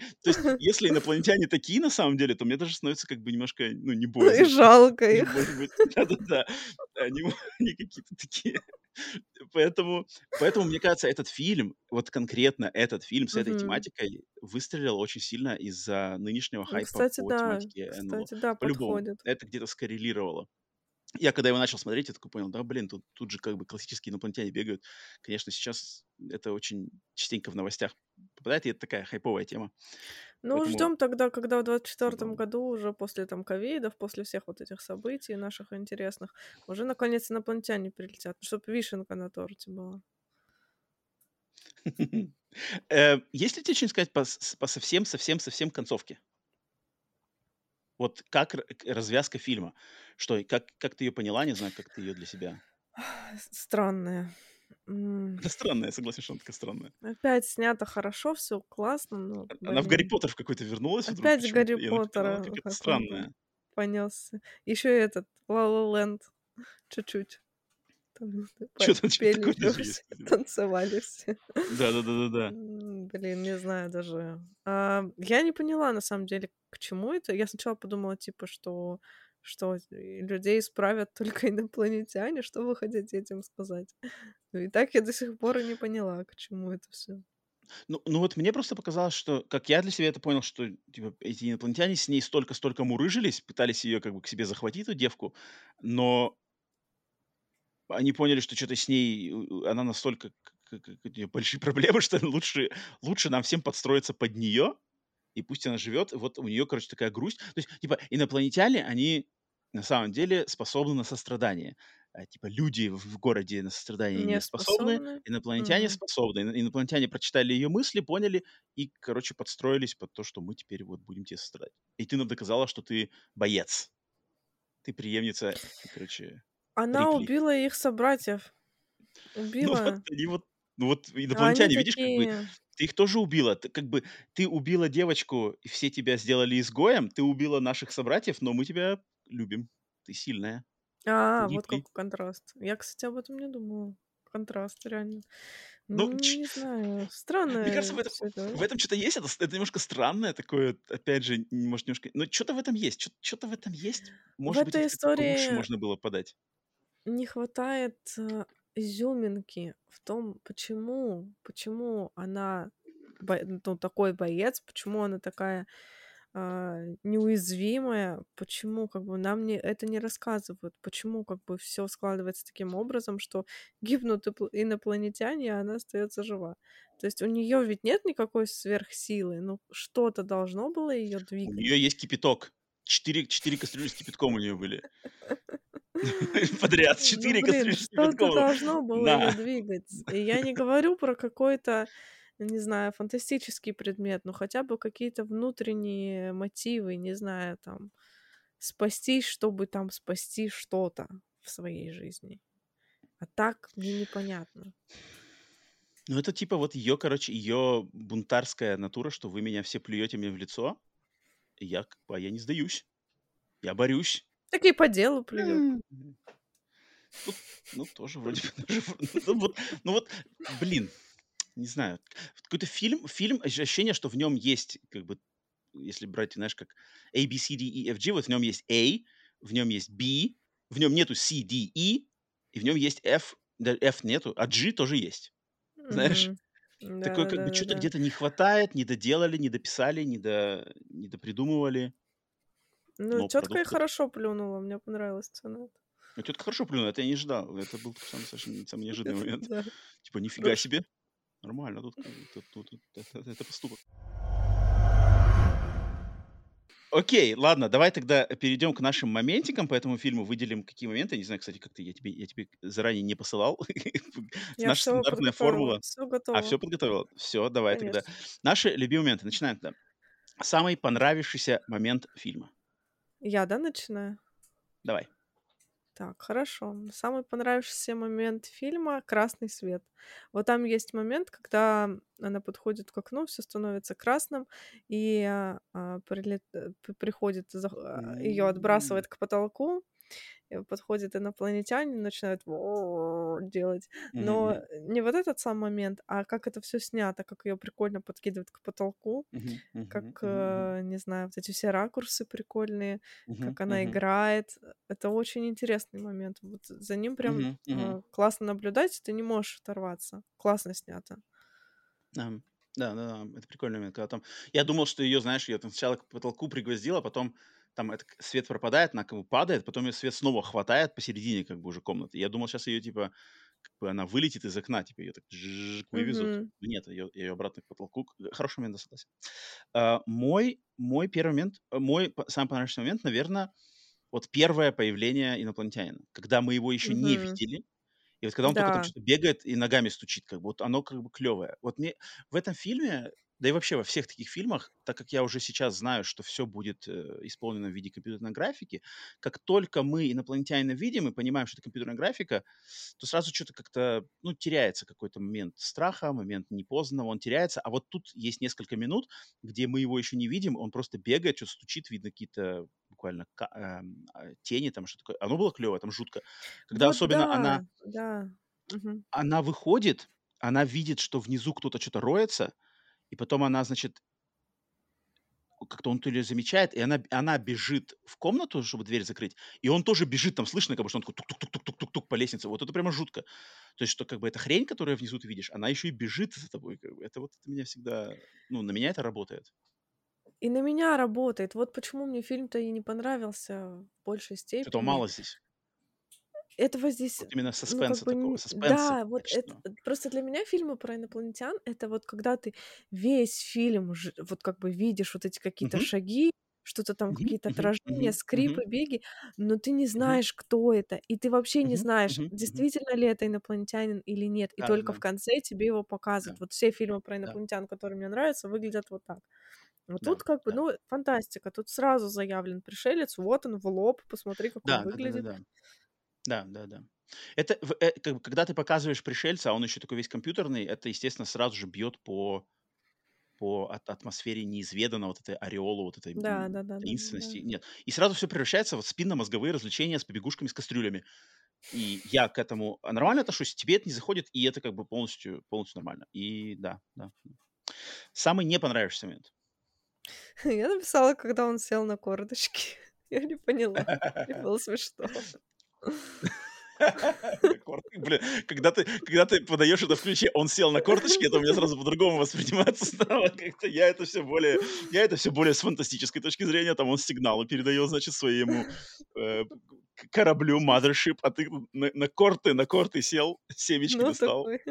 Если инопланетяне такие на самом деле, то мне даже становится как бы немножко, ну, не И боязно. жалко их. Может быть, да-да-да, они они какие-то такие. Поэтому поэтому, мне кажется, этот фильм, вот конкретно этот фильм с этой Мгм. тематикой выстрелил очень сильно из-за нынешнего хайпа Кстати, по да. тематике НЛО. Кстати, да, По-любому, подходит. это где-то скоррелировало. Я когда его начал смотреть, я такой понял: да, блин, тут же как бы классические инопланетяне бегают. Конечно, сейчас это очень частенько в новостях попадает, и это такая хайповая тема. Ну, Поэтому ждем тогда, когда в 24 забавно. году, уже после там ковидов, после всех вот этих событий наших интересных, уже наконец инопланетяне прилетят, чтобы вишенка на торте была. Есть ли тебе что-нибудь сказать по совсем концовке? Вот как развязка фильма? Что, как ты ее поняла? Не знаю, как ты ее для себя. Странная. Она странная, я согласен, что она такая странная. Опять снято хорошо, все классно, но, Она в "Гарри блин. Поттер" в какой-то вернулась вдруг Опять Гарри почему-то, и она Поттера какая-то какой-то странная. понесся. Еще и этот "Ла Ла Ленд" чуть-чуть. Там Чё-то пели такое еще даже есть, все, кстати, да. танцевали все. Да-да-да-да-да. Блин, не знаю даже. Я не поняла, на самом деле, к чему это. Я сначала подумала, типа, что людей исправят только инопланетяне. Что вы хотите этим сказать? Ну и так я до сих пор и не поняла, к чему это все. Ну вот мне просто показалось, что, как я для себя это понял, что, типа, эти инопланетяне с ней столько мурыжились, пытались ее как бы к себе захватить, эту девку, но они поняли, что что то с ней, она настолько у неё большие проблемы, что лучше нам всем подстроиться под нее, и пусть она живет. Вот у нее, короче, такая грусть. То есть, типа, инопланетяне, они на самом деле способны на сострадание. Типа, люди в городе на сострадание Не не способны, способны? инопланетяне Мгм. способны. Инопланетяне прочитали ее мысли, поняли и, короче, подстроились под то, что мы теперь вот будем тебе сострадать. И ты нам доказала, что ты боец. Ты преемница, короче, Она Рипли. убила их собратьев. Ну вот Убила. они вот А они инопланетяне, видишь, как бы такие: ты их тоже убила. Ты как бы ты убила девочку, и все тебя сделали изгоем. Ты убила наших собратьев, но мы тебя любим. Ты сильная. Ты Вот Рипли. какой контраст. Я, кстати, об этом не думала. Контраст, реально. Ну, Не знаю, мне кажется, странное все это. в этом что то есть. Это немножко странное такое, опять же, может, немножко, но что то в этом есть. Что то в этом есть. В Может быть, этой это как-то получше истории можно было подать. не хватает, изюминки в том, почему она ну, такой боец, почему она такая, неуязвимая, почему как бы нам это не рассказывают, почему как бы все складывается таким образом, что гибнут инопланетяне, а она остается жива. То есть у нее ведь нет никакой сверхсилы, ну, что-то должно было ее У двигать. нее есть кипяток. Четыре кастрюли с кипятком у нее были. Подряд Ну, 4 блин, кастрюли с что-то кипятком. должно было ее На. двигать. И я не говорю про какой-то, не знаю, фантастический предмет, но хотя бы какие-то внутренние мотивы, не знаю, там, спастись, чтобы там спасти что-то в своей жизни. А так мне непонятно. Ну, это типа вот ее, короче, ее бунтарская натура, что вы меня все плюете мне в лицо, и я как бы, я не сдаюсь, я борюсь. Так и по делу плюют. М. Тут, ну, тоже вроде бы, ну вот, блин, не знаю. Какой-то фильм, ощущение, что в нем есть, как бы, если брать, знаешь, как A, B, C, D, E, F, G, вот в нем есть A, в нем есть B, в нем нету C, D, E, и в нем есть F, да, F нету, а G тоже есть. Знаешь? Мгм. Такое, как бы, что то Да-да-да-да-да. где-то не хватает, не доделали, не дописали, не допридумывали, Ну, но тетка и продукт готов. хорошо плюнула, мне понравилась сцена. А тётка хорошо плюнула, это я не ждал. Это был такой самый неожиданный момент. Да, Типа: "Нифига хорошо. себе, нормально тут, как бы, тут это поступок". Окей, ладно, давай тогда перейдем к нашим моментикам по этому фильму, выделим какие моменты. Не знаю, кстати, как ты, я тебе заранее не посылал. Я Наша все стандартная подготовила, формула. все А, готово, все подготовила? Все, давай тогда. конечно. Наши любимые моменты. Начинаем тогда. Самый понравившийся момент фильма. Я, да, начинаю? Давай. Так, хорошо. Самый понравившийся момент фильма — красный свет. Вот там есть момент, когда она подходит к окну, все становится красным, и, приходит, ее М. отбрасывает к потолку, и подходит инопланетянин, начинает делать. Мгм, Но мгм, не вот этот сам момент, а как это все снято, как ее прикольно подкидывают к потолку, мгм, как, мгм, мгм, мгм, не знаю, вот эти все ракурсы прикольные, мгм, как она мгм, играет. Это очень интересный момент. Вот за ним прям, мгм, мгм. классно наблюдать, ты не можешь оторваться. Классно снято. Ам, да-да-да, это прикольный момент, когда там я думал, что ее, знаешь, ее там сначала к потолку пригвоздило, а потом там свет пропадает, она как бы падает, потом ее свет снова хватает посередине как бы уже комнаты. Я думал, сейчас ее типа, как бы она вылетит из окна, типа ее так вывезут. Мгм. Но нет, ее обратно к потолку. Хороший момент, да, согласен. Мой первый момент, самый понравившийся момент, наверное, вот первое появление инопланетянина, когда мы его еще не Мгм. видели, и вот когда он только там Да. что-то бегает и ногами стучит, как бы, вот оно как бы клевое. Вот мне в этом фильме, да и вообще во всех таких фильмах, так как я уже сейчас знаю, что все будет исполнено в виде компьютерной графики, как только мы инопланетянина видим и понимаем, что это компьютерная графика, то сразу что-то как-то, ну, теряется какой-то момент страха, момент непознанного, он теряется. А вот тут есть несколько минут, где мы его еще не видим, он просто бегает, что-то стучит, видно какие-то буквально тени, там что такое. Оно было клево, там жутко. Когда Вот особенно она да, да. Мгм. она выходит, она видит, что внизу кто-то что то роется, и потом она, значит, как-то он то ли замечает, и она бежит в комнату, чтобы дверь закрыть, и он тоже бежит, там слышно, как бы, что он такой тук-тук-тук-тук-тук-тук по лестнице. Вот это прямо жутко. То есть, что как бы эта хрень, которая внизу ты видишь, она еще и бежит за тобой, как бы. Это вот это меня всегда, ну, на меня это работает. И на меня работает. Вот почему мне фильм-то и не понравился в большей Что-то степени. мало здесь. Этого здесь, Вот именно ну, как саспенса бы, такого, саспенса да, вот это качественного. просто для меня фильмы про инопланетян — это вот когда ты весь фильм вот как бы видишь вот эти какие-то Мгм, шаги, что-то там, мгм, какие-то мгм, отражения, мгм, мгм, скрипы, беги, но ты не мгм, знаешь, кто это, и ты вообще не мгм, знаешь, мгм, мгм. действительно ли это инопланетянин или нет, и только Да-да-да. в конце тебе его Да, показывают. Вот все фильмы про да, инопланетян, которые мне нравятся, выглядят вот так. Вот да, тут как бы, да. ну, фантастика, тут сразу заявлен пришелец, вот он в лоб, посмотри, как он Да, выглядит. да-да-да-да. Да, да-да. Это как бы, когда ты показываешь пришельца, а он еще такой весь компьютерный, это, естественно, сразу же бьет по атмосфере неизведанного, вот этой ореолы, вот этой Да, да-да-да-да-да. таинственности. Нет. И сразу все превращается в спинномозговые развлечения с побегушками, с кастрюлями. И я к этому нормально отношусь, тебе это не заходит, и это как бы полностью нормально. И да, да. Самый не понравившийся момент. Я написала, когда он сел на корточки. Я не поняла. Мне было смешно. На бля, когда ты подаешь это в ключе, он сел на корточки, это у меня сразу по-другому восприниматься стало. Как-то я это все более с фантастической точки зрения. Там он сигналы передает, значит, своему, кораблю Mothership, а ты на корты сел, семечки Ну, достал. такой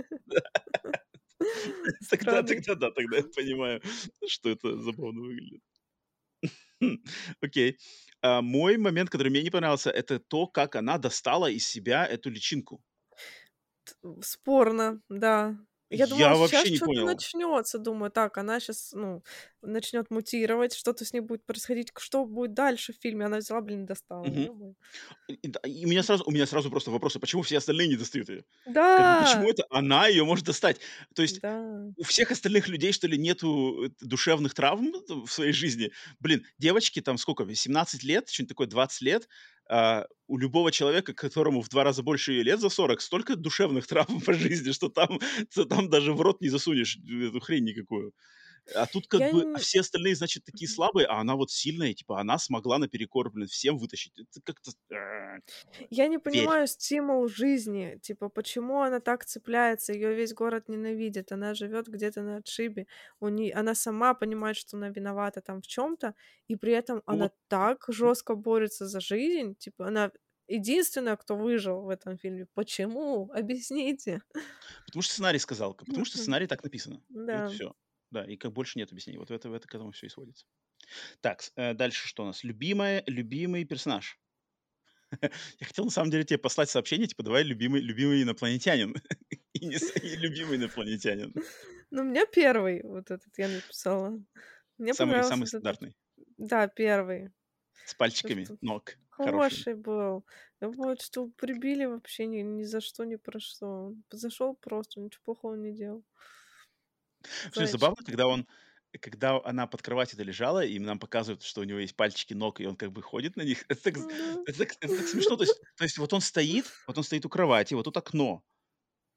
Тогда странный. тогда да, тогда я понимаю, что это забавно выглядит. Окей. Мой момент, который мне не понравился, это то, как она достала из себя эту личинку. Спорно, да. Я думала, Я сейчас вообще не что-то понял. начнется. Думаю, так, она сейчас, ну, начнет мутировать, что-то с ней будет происходить. Что будет дальше в фильме? Она взяла, блин, достала. Мгм. Ё-моё. И у меня сразу просто вопросы: почему все остальные не достают ее? Как бы почему Да! это она ее может достать? То есть Да. у всех остальных людей, что ли, нету душевных травм в своей жизни? Блин, девочке там сколько, 17 лет, что-нибудь такое, 20 лет. У любого человека, которому в 2 раза больше ее лет, за 40, столько душевных травм по жизни, что там даже в рот не засунешь эту хрень никакую. А тут как Я бы, н все остальные, значит, такие Мгм. слабые, а она вот сильная, типа, она смогла наперекор, блин, всем вытащить. Это как-то, Я не верь. понимаю стимул жизни, типа, почему она так цепляется, ее весь город ненавидит, она живет где-то на отшибе, она сама понимает, что она виновата там в чем-то, и при этом Ну она вот, так жестко борется за жизнь, типа, она единственная, кто выжил в этом фильме. Почему? Объясните. потому что сценарий сказал, потому что сценарий так написано. И вот Да. все. Да, и как больше нет объяснений. Вот это к этому все и сводится. Так, дальше что у нас? Любимый персонаж. Я хотел на самом деле тебе послать сообщение, типа, давай любимый инопланетянин. И любимый инопланетянин. Ну, у меня первый вот этот я написала. Мне Самый понравился самый вот этот. стандартный. Да, первый. С Потому пальчиками что ног хорошими. хороший был. Вот что прибили вообще ни за что, ни про что. Он зашел просто, ничего плохого не делал. Вообще Зайчик забавно, когда такой. он когда она под кроватью-то лежала, и нам показывают, что у него есть пальчики ног, и он как бы ходит на них. Это так Да. это так смешно. То есть вот он стоит у кровати, вот тут окно.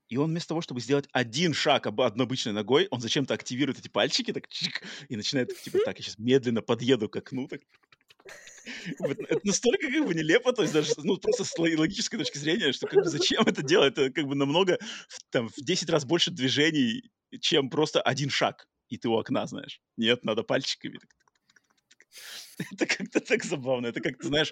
и он вместо того, чтобы сделать один шаг одной обычной ногой, он зачем-то активирует эти пальчики, так чик, и начинает, типа, так, я сейчас медленно подъеду к окну, так. Вот это настолько как бы нелепо, то есть даже, ну, просто с логической точки зрения, что как бы зачем это делать? Это как бы намного, там, в 10 раз больше движений, чем просто один шаг, и ты у окна, знаешь. Нет, надо пальчиками. Это как-то так забавно. Это как, ты знаешь,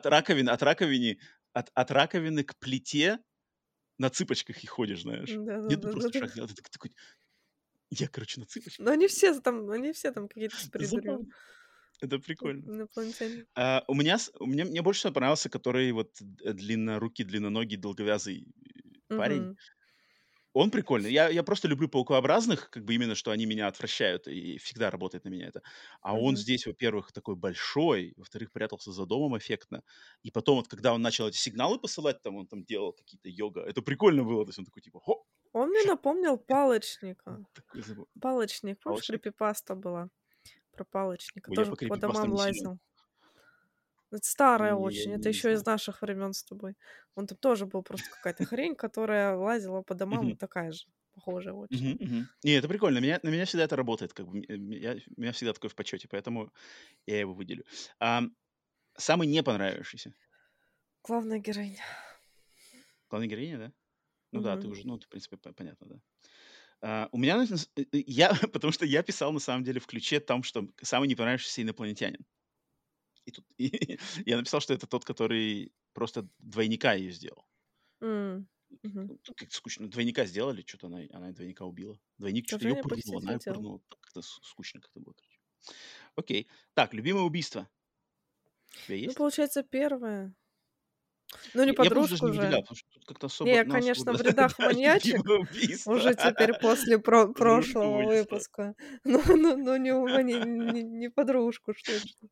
от раковины к плите на цыпочках и ходишь, знаешь. Нет, ну просто Да-да-да-да-да. шаг делать. Ты такой, я, короче, на цыпочках. Но они все там какие-то с Это придурью, забавно. Это прикольно. инопланетяне. Мне больше всего понравился, который вот длиннорукий, длинноногий, долговязый парень. Мгм. Он прикольный. Я просто люблю паукообразных, как бы именно, что они меня отвращают, и всегда работает на меня это. А он Мгм. здесь, во-первых, такой большой, во-вторых, прятался за домом эффектно. И потом вот, когда он начал эти сигналы посылать, там он там делал какие-то йога, это прикольно было. То есть он такой типа, хоп, Он мне ща. напомнил Палочника. Такой Палочник, помнишь, палочник. крипипаста была про Палочника? Ой, я Тоже по по крипипастам домам не силен. лазил. Это старая Не, я очень, это не еще из знаю. наших времен с тобой. Он там тоже был просто какая-то хрень, которая лазила по домам, Мгм. вот такая же, похожая очень. Мгм, мгм. Не, это прикольно. На меня всегда это работает. Как бы, у меня всегда такой в почете, поэтому я его выделю. Самый не понравившийся. Главная героиня. Главная героиня, да? Ну да, ты Мгм. уже, ну, в принципе, понятно, да. У меня, я, потому что я писал на самом деле в ключе там, что самый не понравившийся инопланетянин. И тут я написал, что это тот, который просто двойника ее сделал. М. Мгм. Ну, тут как-то скучно. Двойника сделали, что-то она двойника убила. Двойник что-то ее Вторжение пырнул, она ее похитителей тел. пырнула. Так как-то скучно как-то было, короче. Окей. Так, любимое убийство у тебя Ну, есть? получается, первое. Ну, не Я просто даже подружку не выделял, же. потому что тут как-то Не, особо, я, ну, особо, конечно, да, в рядах да, маньячек любимое убийство. уже теперь после Подружку прошлого вынесла. выпуска. Ну, не подружку ж точно.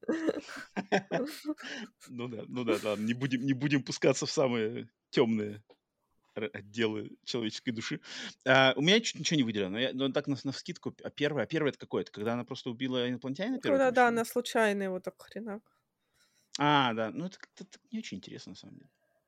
Ну да, ладно, не будем пускаться в самые темные отделы человеческой души. У меня чуть ничего не выделено, но так навскидку, первое это какое? Это когда она просто убила инопланетянина, первое ты Когда, имеешь в да, виду? она случайно его так хренак. Да, ну это как-то так не очень интересно на самом деле.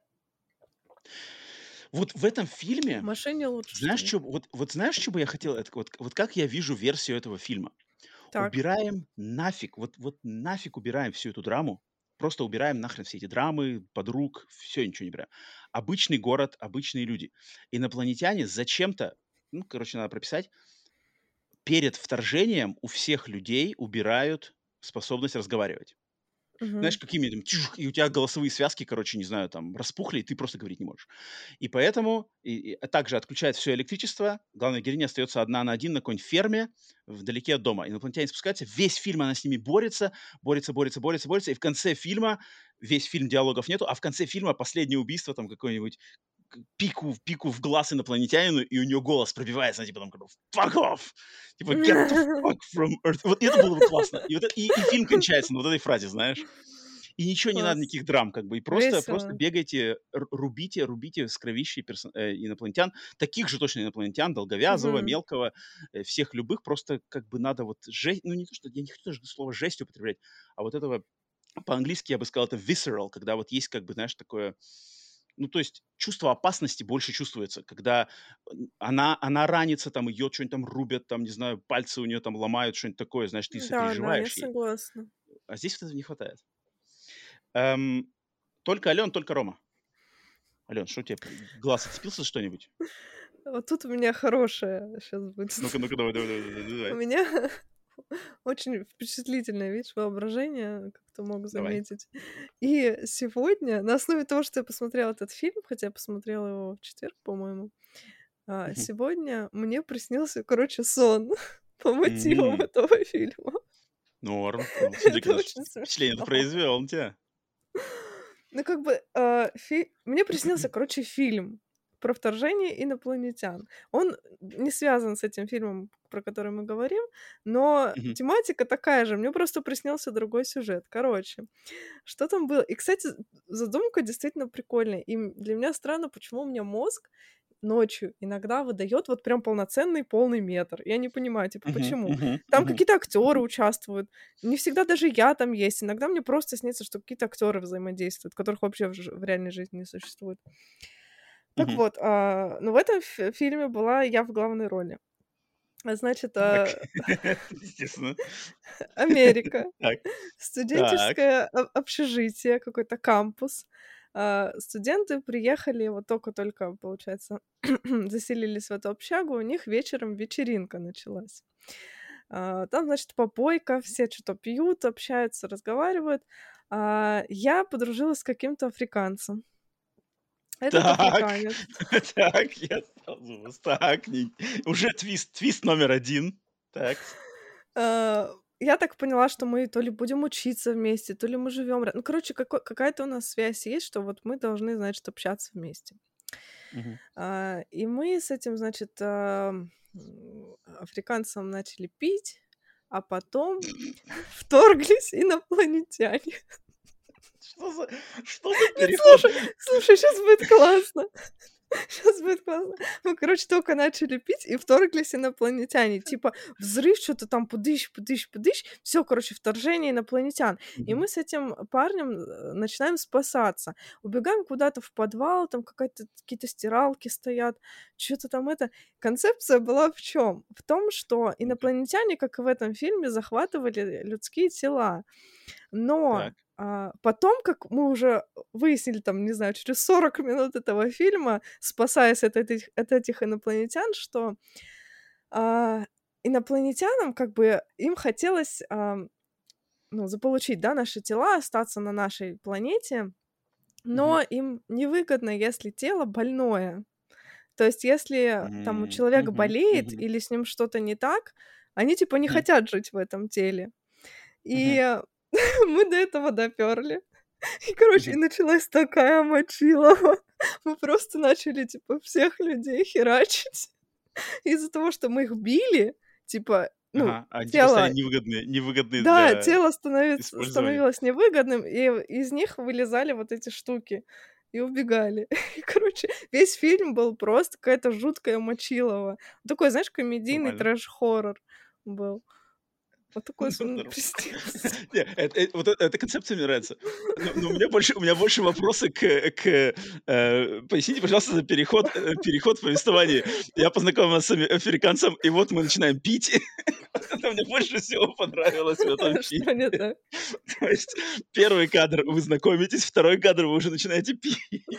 Вот в этом В фильме, машине лучше, что знаешь, ли? чё вот знаешь, чё бы я хотел? Это вот как я вижу версию этого фильма. Так. Убираем нафиг, вот нафиг убираем всю эту драму. Просто убираем нахрен все эти драмы, подруг, все, ничего не убираем. Обычный город, обычные люди. Инопланетяне зачем-то, ну, короче, надо прописать, перед вторжением у всех людей убирают способность разговаривать. Мгм. Знаешь, какими там тюх, и у тебя голосовые связки, короче, не знаю, там распухли, и ты просто говорить не можешь. И поэтому также отключает все электричество. Главная героиня остается одна на один на какой-нибудь ферме вдалеке от дома. Инопланетяне спускаются, весь фильм она с ними борется, борется, борется, борется, борется, и в конце фильма, весь фильм диалогов нету, а в конце фильма последнее убийство там какое-нибудь пику в глаз инопланетянину, и у нее голос пробивается, она типа там говорит, fuck off! Типа get the fuck from Earth. Вот это было бы классно. И фильм кончается на вот этой фразе, знаешь. И ничего не надо, Класс. никаких драм, как бы. И просто Весело. бегайте, рубите с кровищей инопланетян. Таких же точно инопланетян, долговязого, Мгм. мелкого, всех любых. Просто как бы надо вот жесть, ну не то, что, я не хочу даже слово жесть употреблять, а вот этого, по-английски я бы сказал, это visceral, когда вот есть как бы, знаешь, такое, ну, то есть чувство опасности больше чувствуется, когда она ранится, там ее что-нибудь там рубят, там, не знаю, пальцы у нее там ломают, что-нибудь такое, знаешь, ты Да, я сопереживаешь ей. согласна. А здесь вот этого не хватает. Эм, только Ален, только Рома. Ален, что у тебя, глаз отцепился за что-нибудь? Вот тут у меня хорошее сейчас будет. Ну-ка, ну-ка, давай, давай, давай, давай, У давай. меня очень впечатлительное, видишь, воображение, как ты мог Давай. заметить. И сегодня, на основе того, что я посмотрела этот фильм, хотя я посмотрела его в четверг, по-моему, Мгм. сегодня мне приснился, короче, сон по мотивам М, этого фильма. Норм. Ну, смотри, Это когда очень впечатление это смешно. произвел на тебя. Ну, как бы, мне приснился, короче, фильм про вторжение инопланетян. Он не связан с этим фильмом, про который мы говорим, но Мгм, тематика такая же. Мне просто приснился другой сюжет. Короче, что там было? И, кстати, задумка действительно прикольная. И для меня странно, почему у меня мозг ночью иногда выдает вот прям полноценный полный метр. Я не понимаю, типа, мгм, почему. мгм, Там мгм. какие-то актеры участвуют. Не всегда даже я там есть. Иногда мне просто снится, что какие-то актеры взаимодействуют, которых вообще в реальной жизни не существует. Так Мгм. вот, ну, в этом фильме была я в главной роли. Значит, Так, естественно. Америка, Так, так. студенческое общежитие, какой-то кампус. Студенты приехали, вот только-только, получается, заселились в эту общагу, у них вечером вечеринка началась. Там, значит, попойка, все что-то пьют, общаются, разговаривают. Я подружилась с каким-то африканцем. Этот Так, африканец. так, я сразу вас так, уже твист номер один. Так. Я так поняла, что мы то ли будем учиться вместе, то ли мы живем. Ну, короче, какая-то у нас связь есть, что вот мы должны, значит, общаться вместе. Мгм. И мы с этим, значит, африканцем начали пить, а потом вторглись инопланетяне. Что за, что за Нет, переход? слушай, сейчас будет классно. Сейчас будет классно. Мы, короче, только начали пить, и вторглись инопланетяне. Типа взрыв, что-то там пудыщ, пудыщ, пудыщ. Все, короче, вторжение инопланетян. И Мгм. мы с этим парнем начинаем спасаться. Убегаем куда-то в подвал, там какие-то стиралки стоят, что-то там это. Концепция была в чем? В том, что Ну-ка. инопланетяне, как и в этом фильме, захватывали людские тела. Но Так. потом, как мы уже выяснили, там, не знаю, через 40 минут этого фильма, спасаясь от этих инопланетян, что а, инопланетянам, как бы, им хотелось, ну, заполучить, да, наши тела, остаться на нашей планете, Мгм. но им невыгодно, если тело больное. То есть, если там у человека Мгм. болеет Мгм. или с ним что-то не так, они типа не Мгм. хотят жить в этом теле. Мгм. И мы до этого допёрли. И, короче, и Мгм. началась такая мочилова. Мы просто начали, типа, всех людей херачить из-за того, что мы их били. Типа, ну, Ага, они типа стали тело невыгодные да, для тело использования. становилось невыгодным, и из них вылезали вот эти штуки и убегали. И, короче, весь фильм был просто какая-то жуткая мочилова. Такой, знаешь, комедийный Нормально. трэш-хоррор был. Вот такой Ну, норм пиздец. Не, вот эта концепция мне нравится. Но у меня больше вопросы поясните, пожалуйста, за переход в повествовании. Я познакомился с африканцем, и вот мы начинаем пить. Это мне больше всего понравилось в этом Что не фильме. так? То есть первый кадр вы знакомитесь, второй кадр вы уже начинаете пить.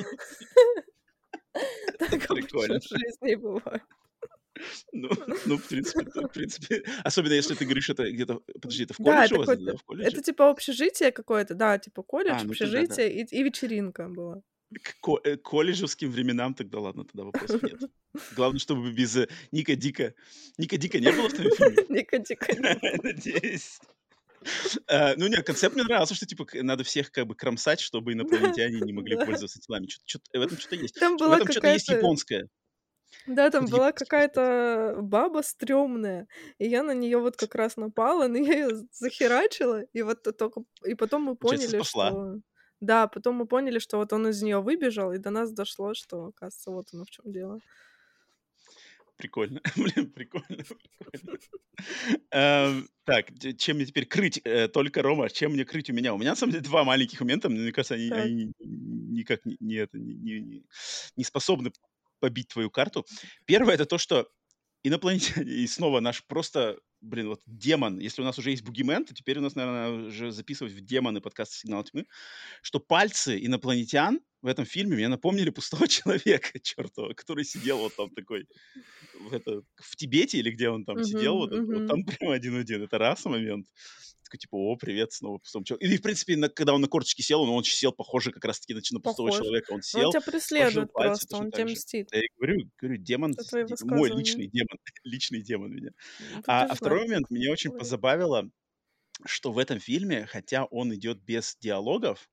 Это Так обычно прикольно. в жизни бывает. Ну ну, в принципе, особенно если ты говоришь, это где-то подожди, это в Да, колледже это у вас, какое-то да, в колледже? это типа общежитие какое-то, да, типа колледж, Ну тогда да. общежитие и вечеринка была. К колледжевским временам тогда ладно, тогда вопросов нет. Главное, чтобы без, Ника Дика. Ника Дика не было в твоем фильме? Никотика не было. Надеюсь. Ну нет, концепт мне нравился, что типа надо всех как бы кромсать, чтобы Да, инопланетяне не могли да. пользоваться телами. В этом что то есть. Там В была этом что то есть какая-то японское. да, там Какой-то была японский подход. какая-то баба стрёмная, и я на неё вот как раз напала, но я её захерачила, и вот только и потом мы Получается, поняли, спасла. что да, потом мы поняли, что вот он из неё выбежал, и до нас дошло, что, оказывается, вот оно в чём дело. Прикольно. Блин, прикольно, прикольно. Так, чем мне теперь крыть? Только Рома, чем мне крыть у меня? У меня, на самом деле, 2 маленьких момента. Мне кажется, Так. они никак не способны побить твою карту. Первое — это то, что инопланетяне, и снова наш просто, блин, вот демон. Если у нас уже есть бугимен, то теперь у нас, наверное, уже записывать в демоны подкаста «Сигнал тьмы», что пальцы инопланетян в этом фильме мне напомнили пустого человека чертова, который сидел вот там такой в Тибете или где он там Мгм, сидел, вот мгм. там прям один в один. Это раз момент. Такой типа: "О, привет, снова пустому человеку". Или, в принципе, когда он на корточки сел, он сел похоже как раз таки на пустого Похож. человека. Он Но он сел, тебя сложил преследует пальцы просто, точно он так те же. мстит Я и говорю, демон, за твои мой высказывания. личный демон, личный демон меня. А Будешь знать, второй момент какой меня очень человек. позабавило, что в этом фильме, хотя он идет без диалогов,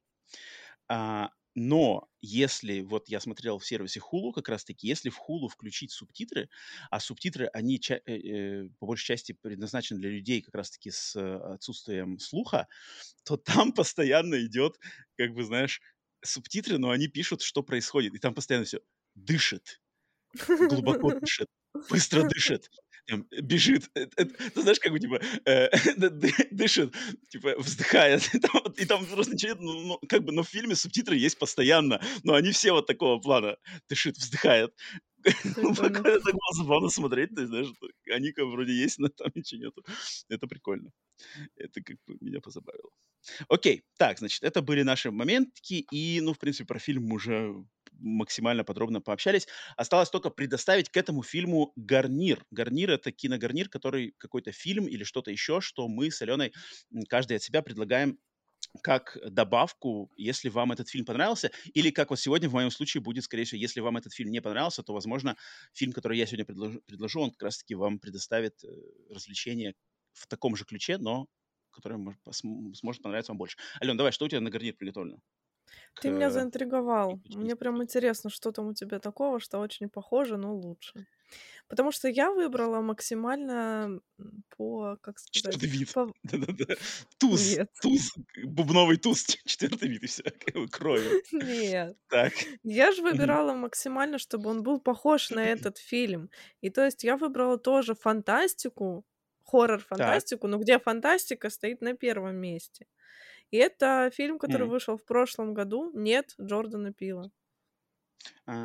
но если вот я смотрел в сервисе Hulu как раз таки, если в Hulu включить субтитры, а субтитры, они по большей части предназначены для людей как раз таки с отсутствием слуха, то там постоянно идет, как бы, знаешь, субтитры, но они пишут, что происходит. И там постоянно все дышит, глубоко дышит, быстро дышит. там бежит, ты знаешь, как бы, типа, дышит, типа, вздыхает, и там просто ничего нет, ну, как бы, но в фильме субтитры есть постоянно, но они все вот такого плана: дышит, вздыхает. Прикольно. Это было забавно смотреть, ты знаешь, они как вроде есть, но там ничего нету. Это прикольно. Это как бы меня позабавило. Окей, так, значит, это были наши моментики, и, ну, в принципе, про фильм мы уже максимально подробно пообщались. Осталось только предоставить к этому фильму гарнир. Гарнир — это киногарнир, который какой-то фильм или что-то еще, что мы с Аленой каждый от себя предлагаем как добавку, если вам этот фильм понравился, или как вот сегодня в моем случае будет, скорее всего, если вам этот фильм не понравился, то, возможно, фильм, который я сегодня предложу, он как раз-таки вам предоставит развлечение в таком же ключе, но которое сможет понравиться вам больше. Ален, давай, что у тебя на гарнир приготовлено Ты меня к заинтриговал. приключениям Мне прям Спиртли? интересно, что там у тебя такого, что очень похоже, но лучше. Потому что я выбрала максимально, по, как сказать, Четвертый вид. по Да-да-да. Туз, нет, туз, бубновый туз, четвертый вид и все, крови. нет. Так. Я же Мгм. выбирала максимально, чтобы он был похож на этот фильм. И то есть я выбрала тоже фантастику, Так. хоррор-фантастику, но где фантастика стоит на первом месте. И это фильм, который М. вышел в прошлом году "Нет" Джордана Пила. А.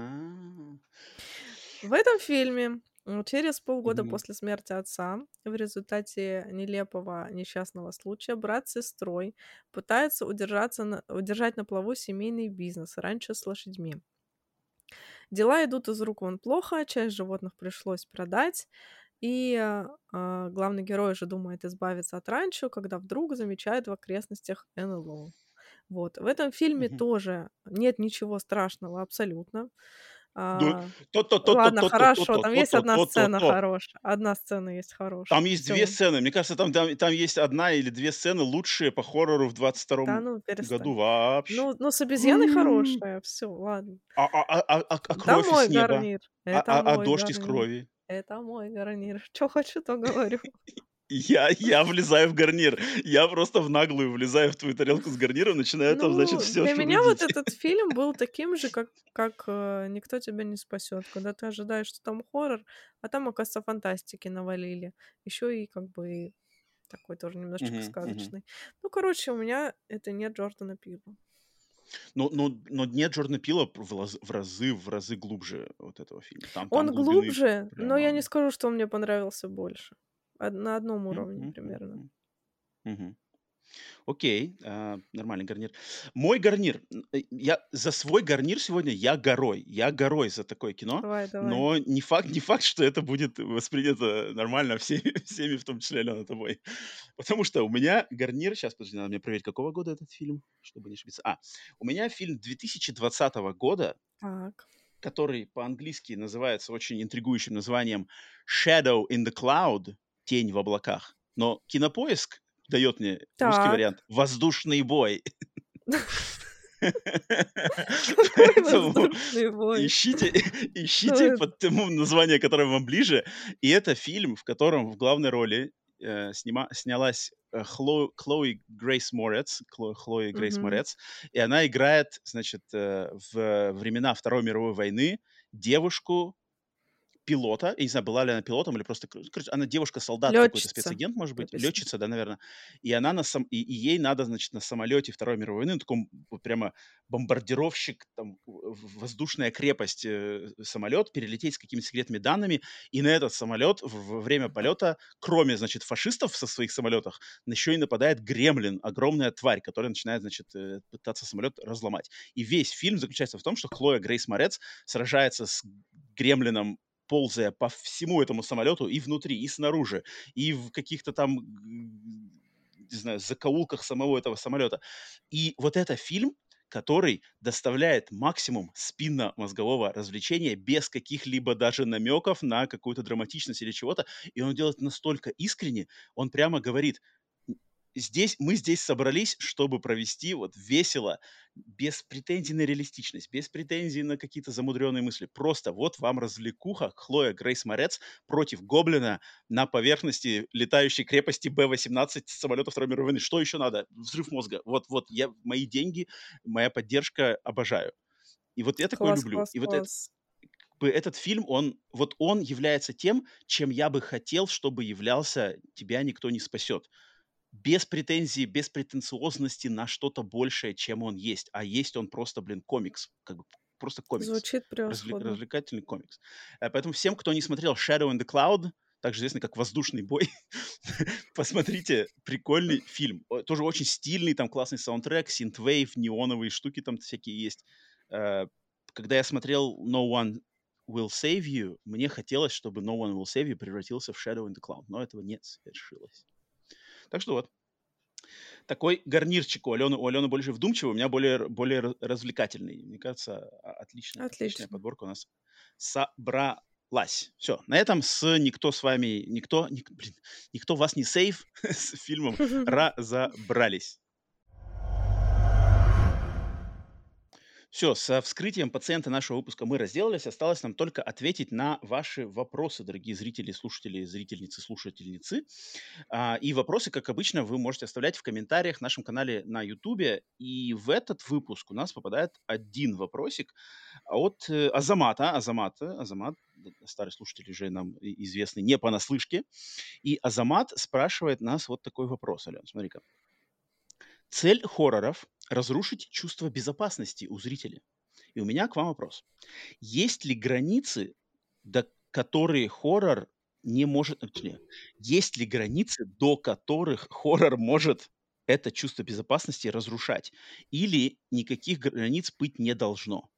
В этом фильме, через полгода Мгм. после смерти отца, в результате нелепого несчастного случая, брат с сестрой пытаются удержать на плаву семейный бизнес, раньше с лошадьми. Дела идут из рук вон плохо, часть животных пришлось продать, и главный герой уже думает избавиться от ранчо, когда вдруг замечает в окрестностях НЛО. Вот. В этом фильме Мгм. тоже нет ничего страшного абсолютно. Ну, А, ладно, хорошо, там есть одна сцена то-то-то-то-то-то-то-то-то. хорошая. Одна сцена есть хорошая. Там есть 2 Все. сцены. Мне кажется, там есть одна или 2 сцены лучшие по хоррору в двадцать Да втором ну, перестань. году вообще. Ну, с обезьяной хорошая. Все, ладно. Кровь Это из мой неба? гарнир. Это мой Дождь из гарнир. крови? Это мой гарнир. Что хочу, то говорю. Я влезаю в гарнир. Я просто в наглую влезаю в твою тарелку с гарниром, начинаю там, значит, Ну, все для меня вот шурудить. этот фильм был таким же, как "Никто тебя не спасет", когда ты ожидаешь, что там хоррор, а там, оказывается, фантастики навалили. Еще и как бы и такой тоже немножечко Мгм, мгм. сказочный. Ну, короче, у меня это не Джордана Пила. Но нет Джордана Пила в разы глубже вот этого фильма. Там Он глубины глубже, но я прямо. не скажу, что он мне понравился больше. На одном М, уровне м, м, примерно. м. Мгм. Окей, нормальный гарнир. Мой гарнир. Я за свой гарнир сегодня я горой за такое кино, Давай, давай. но не факт, что это будет воспринято нормально всеми, всеми, в том числе, Алена, тобой. Потому что у меня гарнир, сейчас, подожди, надо мне проверить, какого года этот фильм, чтобы не ошибиться. У меня фильм 2020 года, Так. который по-английски называется очень интригующим названием "Shadow in the Cloud", "Тень в облаках", но Кинопоиск дает мне русский Так. вариант "Воздушный бой". Какой Поэтому воздушный бой? ищите Что ищите это? по тому названию, которое вам ближе. И это фильм, в котором в главной роли, снялась, Хлои Грейс Мгм. Морец, и она играет, значит, в времена Второй мировой войны девушку, пилота. Я не знаю, была ли она пилотом или просто, короче, она девушка-солдат, какой-то Лётчица спецагент, может быть, написано. летчица, да, наверное. И она и ей надо, значит, на самолете Второй мировой войны, на таком вот прямо бомбардировщик, там, воздушная крепость, самолет, перелететь с какими-то секретными данными. И на этот самолет во время полета, кроме, значит, фашистов со своих самолетах, еще и нападает гремлин, огромная тварь, которая начинает, значит, пытаться самолет разломать. И весь фильм заключается в том, что Хлоя Грейс Морец сражается с гремлином, ползая по всему этому самолету и внутри, и снаружи, и в каких-то там, не знаю, закоулках самого этого самолета. И вот это фильм, который доставляет максимум спинномозгового развлечения без каких-либо даже намеков на какую-то драматичность или чего-то. И он делает настолько искренне, он прямо говорит: мы здесь собрались, чтобы провести вот весело, без претензий на реалистичность, без претензий на какие-то замудренные мысли. Просто вот вам развлекуха, Хлоя Грейс Морец против гоблина на поверхности летающей крепости Б-18 самолета Второй мировой войны. Что еще надо? Взрыв мозга. Вот, мои деньги, моя поддержка, обожаю. И вот я такое Класс, люблю. класс, И вот это, класс. бы этот фильм, он является тем, чем я бы хотел, чтобы являлся «Тебя никто не спасет». Без претензий, без претенциозности на что-то большее, чем он есть. А есть он просто, блин, комикс. Как бы просто комикс. Звучит превосходно. Развлекательный комикс. Поэтому всем, кто не смотрел Shadow in the Cloud, также известный как «Воздушный бой», посмотрите, прикольный фильм. Тоже очень стильный, там классный саундтрек, синтвейв, неоновые штуки там всякие есть. Э, Когда я смотрел No One Will Save You, мне хотелось, чтобы No One Will Save You превратился в Shadow in the Cloud, но этого не свершилось. Так что вот, такой гарнирчик у Алены больше вдумчивый, у меня более развлекательный. Мне кажется, отличная Отлично. подборка у нас собралась. Все, на этом никто с вами, никто вас не сейв с фильмом разобрались. Все, со вскрытием пациента нашего выпуска мы разделались. Осталось нам только ответить на ваши вопросы, дорогие зрители, слушатели, зрительницы, слушательницы. И вопросы, как обычно, вы можете оставлять в комментариях в нашем канале на Ютубе. И в этот выпуск у нас попадает один вопросик от Азамата. Азамат, старый слушатель уже нам известный не понаслышке. И Азамат спрашивает нас вот такой вопрос, Ален, смотри-ка. Цель хорроров — разрушить чувство безопасности у зрителя. И у меня к вам вопрос. Есть ли границы, до которые хоррор не может... Точнее, есть ли границы, до которых хоррор может это чувство безопасности разрушать? Или никаких границ быть не должно?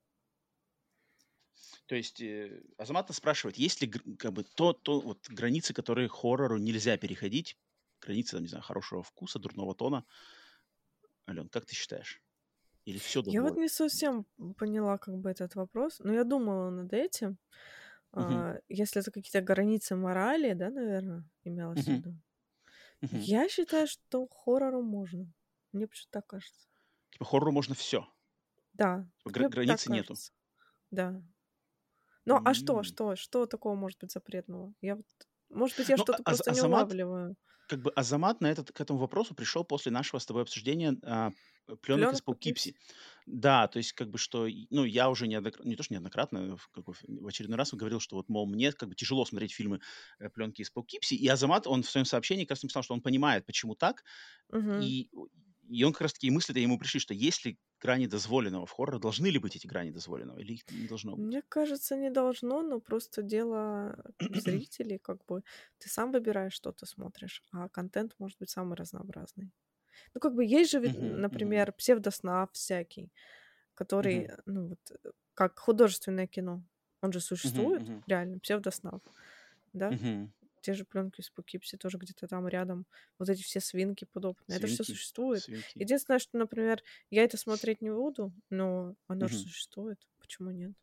То есть Азамата спрашивает, есть ли как бы вот границы, которые хоррору нельзя переходить, границы, там, не знаю, хорошего вкуса, дурного тона. Ален, как ты считаешь? Или все Я вот дозволено? не совсем поняла как бы этот вопрос, но я думала над этим. Мгм. Если это какие-то границы морали, да, наверное, имелось в Мгм. виду. Мгм. Я считаю, что хоррору можно. Мне почему-то так кажется. Типа хоррору можно все. Да, мне так Границы нету. кажется. Да. Ну, а что, М. что такого может быть запретного? Я вот, может быть, я Ну, что-то просто не Азамат, улавливаю. как бы Азамат к этому вопросу пришел после нашего с тобой обсуждения пленок из Пленок Poughkeepsie? Poughkeepsie. Да, то есть как бы что, ну, я уже не то что неоднократно, в очередной раз говорил, что вот, мол, мне как бы тяжело смотреть фильмы пленки из Poughkeepsie, и Азамат, он в своем сообщении, кажется, написал, что он понимает, почему так, Мгм. и он как раз таки, мысли-то ему пришли, что есть ли грани дозволенного в хорроре, должны ли быть эти грани дозволенного, или их не должно быть. Мне кажется, не должно, но просто дело зрителей, как бы. Ты сам выбираешь, что ты смотришь, а контент может быть самый разнообразный. Ну, как бы есть же, ведь, Мгм, мгм, например, псевдоснав всякий, который, мгм, ну, вот, как художественное кино. Он же мгм, существует, мгм, реально, псевдоснав, да? мгм. Те же пленки из Poughkeepsie тоже где-то там рядом. Вот эти все свинки подобные. Это все Свинки, существует. свинки. Единственное, что, например, я это смотреть не буду, но оно же Мгм. существует. Почему нет?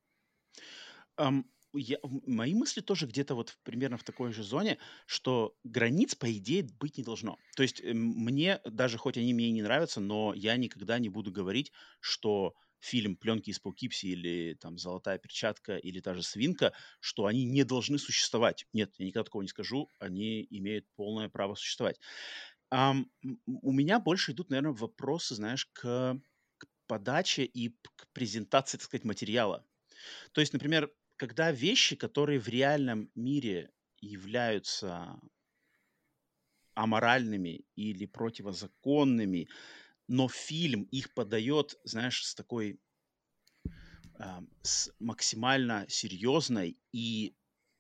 Мои мысли тоже где-то вот примерно в такой же зоне, что границ, по идее, быть не должно. То есть мне, даже хоть они мне и не нравятся, но я никогда не буду говорить, что фильм «Пленки из Poughkeepsie» или там «Золотая перчатка» или даже «Свинка», что они не должны существовать. Нет, я никогда такого не скажу. Они имеют полное право существовать. У меня больше идут, наверное, вопросы, знаешь, к подаче и к презентации, так сказать, материала. То есть, например, когда вещи, которые в реальном мире являются аморальными или противозаконными, но фильм их подает, знаешь, с максимально серьезной и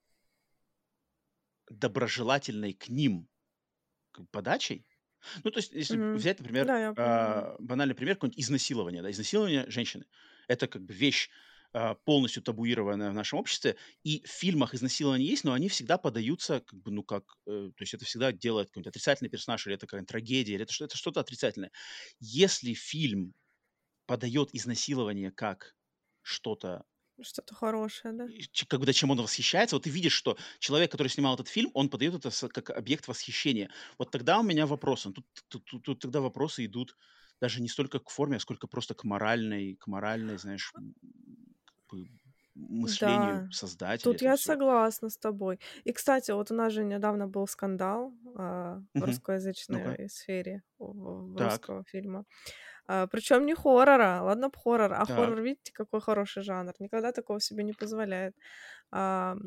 доброжелательной к ним подачей. Ну, то есть, если Мгм. взять, например, Да, я понимаю. банальный пример, какое-нибудь изнасилование, да, изнасилование женщины. Это как бы вещь, полностью табуированная в нашем обществе. И в фильмах изнасилования есть, но они всегда подаются как бы, ну, то есть это всегда делает какой-нибудь отрицательный персонаж, или это какая-нибудь трагедия, или это что-то отрицательное. Если фильм подает изнасилование как что-то Что-то хорошее, да? когда чем он восхищается, вот ты видишь, что человек, который снимал этот фильм, он подает это как объект восхищения. Вот тогда у меня вопросы. Тут тогда вопросы идут даже не столько к форме, а сколько просто к моральной, знаешь, как бы мышлению Да, создателя тут этого я всего. согласна с тобой. И, кстати, вот у нас же недавно был скандал в Мгм. Ну-ка. русскоязычной сфере Так. русского фильма. Причем не хоррора, ладно б хоррор, а Так. хоррор, видите, какой хороший жанр. Никогда такого себе не позволяет. Ам,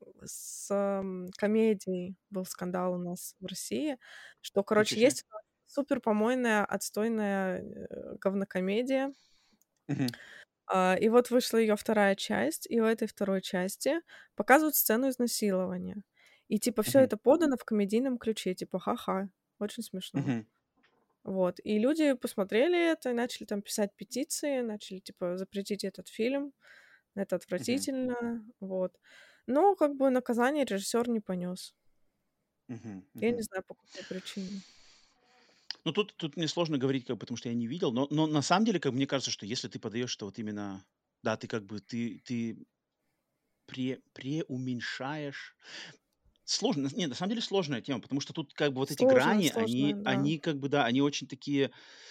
комедией был скандал у нас в России, что, Ничего короче, себе. есть супер помойная, отстойная, говнокомедия. Мгм. И вот вышла ее вторая часть, и в этой второй части показывают сцену изнасилования. И типа все Мгм. это подано в комедийном ключе, типа ха-ха, очень смешно. Мгм. Вот. И люди посмотрели это и начали там писать петиции, начали типа запретить этот фильм, это Мгм. отвратительно, вот. Но как бы наказание режиссер не понес. Мгм. Я не Мгм. знаю, по какой причине. Ну, тут мне сложно говорить, как бы, потому что я не видел, но на самом деле, как мне кажется, что если ты подаешь, что вот именно, да, ты как бы, ты преуменьшаешь. Сложно, не, на самом деле сложная тема, потому что тут как бы вот эти Сложная, грани, сложная, да. они как бы, да, они очень такие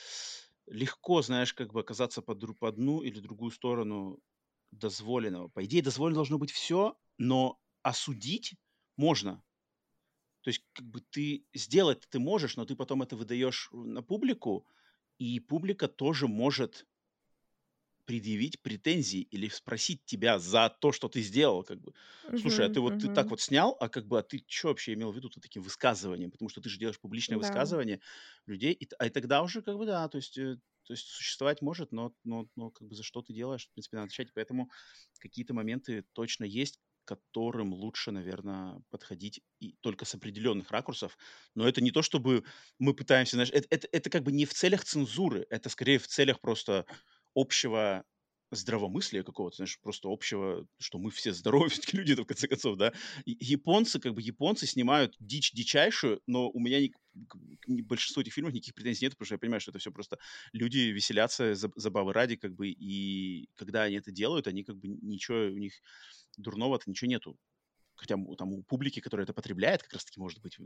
легко, знаешь, как бы оказаться по одну или другую сторону дозволенного. По идее, дозволено должно быть все, но осудить можно. То есть как бы ты сделать ты можешь, но ты потом это выдаешь на публику, и публика тоже может предъявить претензии или спросить тебя за то, что ты сделал, как бы. Слушай, а Мгм, ты так мгм. вот снял, а как бы, а ты что вообще имел в виду тут таким высказыванием? Потому что ты же делаешь публичное Да. высказывание людей, и тогда уже как бы да, то есть существовать может, но как бы за что ты делаешь, в принципе, надо отвечать. Поэтому какие-то моменты точно есть, к которым лучше, наверное, подходить и только с определенных ракурсов. Но это не то, чтобы мы пытаемся, знаешь, это как бы не в целях цензуры, это скорее в целях просто общего здравомыслия какого-то, знаешь, просто общего, что мы все здоровые все-таки люди, в конце концов, да. Японцы, как бы, японцы снимают дичь дичайшую, но у меня большинство этих фильмов никаких претензий нет, потому что я понимаю, что это все просто люди веселятся забавы ради, как бы, и когда они это делают, они как бы ничего у них дурного-то ничего нету. Хотя там у публики, которая это потребляет, как раз-таки может быть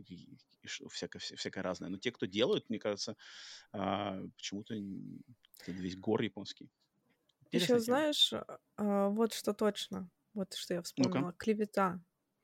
всякое разное. Но те, кто делают, мне кажется, почему-то это весь гор японский. Еще Интересная тема. знаешь, вот что точно, вот что я Ну-ка. вспомнила: клевета.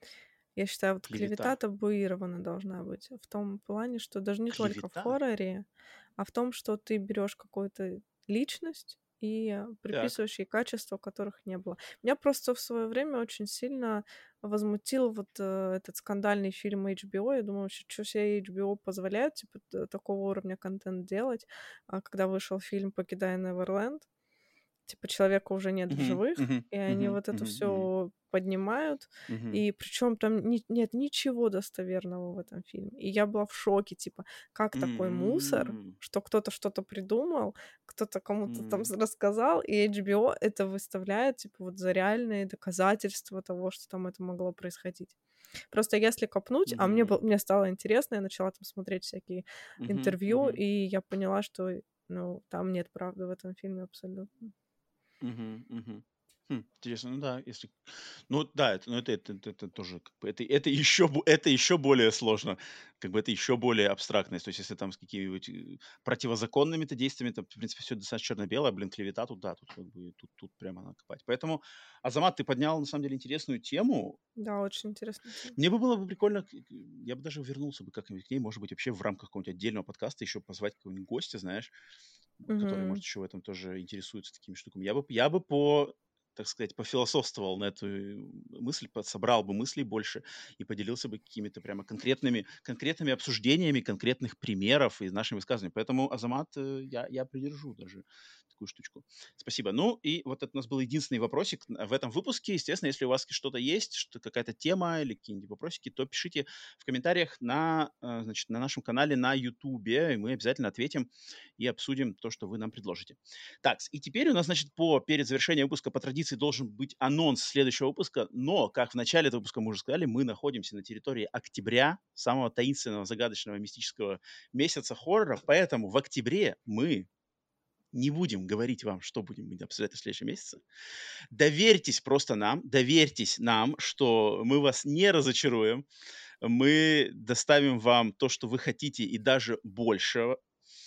Я считаю, вот Клевета. клевета табуирована должна быть. В том плане, что даже не только в Клевета? хорроре, а в том, что ты берешь какую-то личность и Так. приписываешь ей качества, которых не было. Меня просто в свое время очень сильно возмутил вот этот скандальный фильм HBO. Я думаю, вообще, что себе HBO позволяют, типа, такого уровня контент делать. Когда вышел фильм «Покидая Неверленд», типа человека уже нет в Мгм, живых, мгм, и они мгм, вот это мгм, мгм, все поднимают, мгм. и причем там нет ничего достоверного в этом фильме. И я была в шоке, типа, как такой мусор, М, что кто-то что-то придумал, кто-то кому-то там м, рассказал, и HBO это выставляет, типа, вот за реальные доказательства того, что там это могло происходить. Просто если копнуть, мгм, мне стало интересно, я начала там смотреть всякие мгм, интервью, мгм. и я поняла, что, ну, там нет правды в этом фильме абсолютно. Мгм, мгм. Интересно, ну да, если ну да, это тоже как бы это еще более сложно, как бы это еще более абстрактно. То есть если там с какими-нибудь, противозаконными-то действиями, то, в принципе, все достаточно черно-белое, блин, клевета тут, да, тут как бы тут прямо надо копать. Поэтому, Азамат, ты поднял на самом деле интересную тему. Да, очень интересная тема. Мне бы было бы прикольно, я бы даже вернулся бы как-нибудь к ней, может быть, вообще в рамках какого-нибудь отдельного подкаста еще позвать какого-нибудь гостя, знаешь, который, Мгм. может, еще в этом тоже интересуется такими штуками. Я бы по, так сказать, пофилософствовал на эту мысль, собрал бы мыслей больше и поделился бы какими-то прямо конкретными обсуждениями конкретных примеров из наших высказываний. Поэтому, Азамат, я придержу даже такую штучку. Спасибо. Ну, и вот это у нас был единственный вопросик в этом выпуске. Естественно, если у вас что-то есть, какая-то тема или какие-нибудь вопросики, то пишите в комментариях значит, на нашем канале на Ютубе, и мы обязательно ответим и обсудим то, что вы нам предложите. Так, и теперь у нас, значит, перед завершением выпуска по традиции должен быть анонс следующего выпуска, но, как в начале этого выпуска мы уже сказали, мы находимся на территории октября, самого таинственного, загадочного, мистического месяца хоррора, поэтому в октябре мы не будем говорить вам, что будем обсуждать в следующем месяце. Доверьтесь просто нам, доверьтесь нам, что мы вас не разочаруем. Мы доставим вам то, что вы хотите, и даже больше.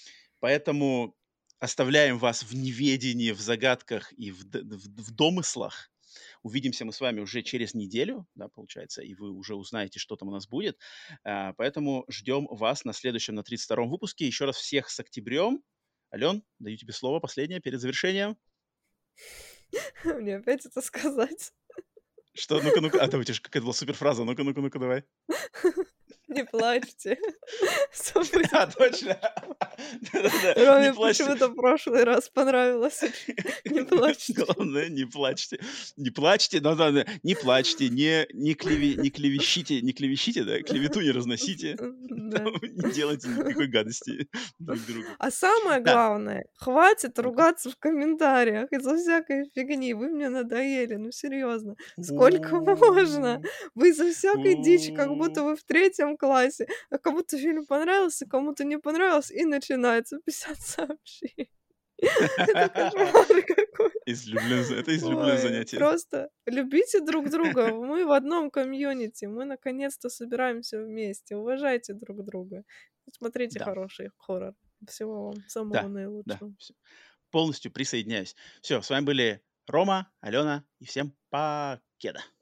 Поэтому оставляем вас в неведении, в загадках и в домыслах. Увидимся мы с вами уже через неделю, да, получается, и вы уже узнаете, что там у нас будет. Поэтому ждем вас на следующем, на 32-м выпуске. Еще раз всех с октябрем. Ален, даю тебе слово последнее перед завершением. Мне опять это сказать? Что? Ну-ка, ну-ка. А, да, у тебя же какая-то была суперфраза. Ну-ка, ну-ка, ну-ка, давай. Не плачьте. Всё будет А, хорошо. точно. Да-да-да. Не Роме плачьте. почему-то в прошлый раз понравилось очень. Не плачьте. Главное, не плачьте. Не плачьте, да-да-да. Не плачьте, не клевещите, да, клевету не разносите. Да. Там не делайте никакой гадости друг другу. А самое Да, главное, хватит ну-ка. ругаться в комментариях из-за всякой фигни. Вы мне надоели, ну серьезно. Сколько можно? У, Вы из-за всякой дичи, как будто у. вы в 3 классе, а кому-то фильм понравился, кому-то не понравился, и начинается 50 сообщений. Это кошмар какой. Это излюбленное Ой, занятие. просто любите друг друга. Мы в одном комьюнити. Мы наконец-то собираемся вместе. Уважайте друг друга. Смотрите Да, хороший хоррор. Всего вам самого да, да, наилучшего. всё. Полностью присоединяюсь. Все, с вами были Рома, Алена, и всем покеда.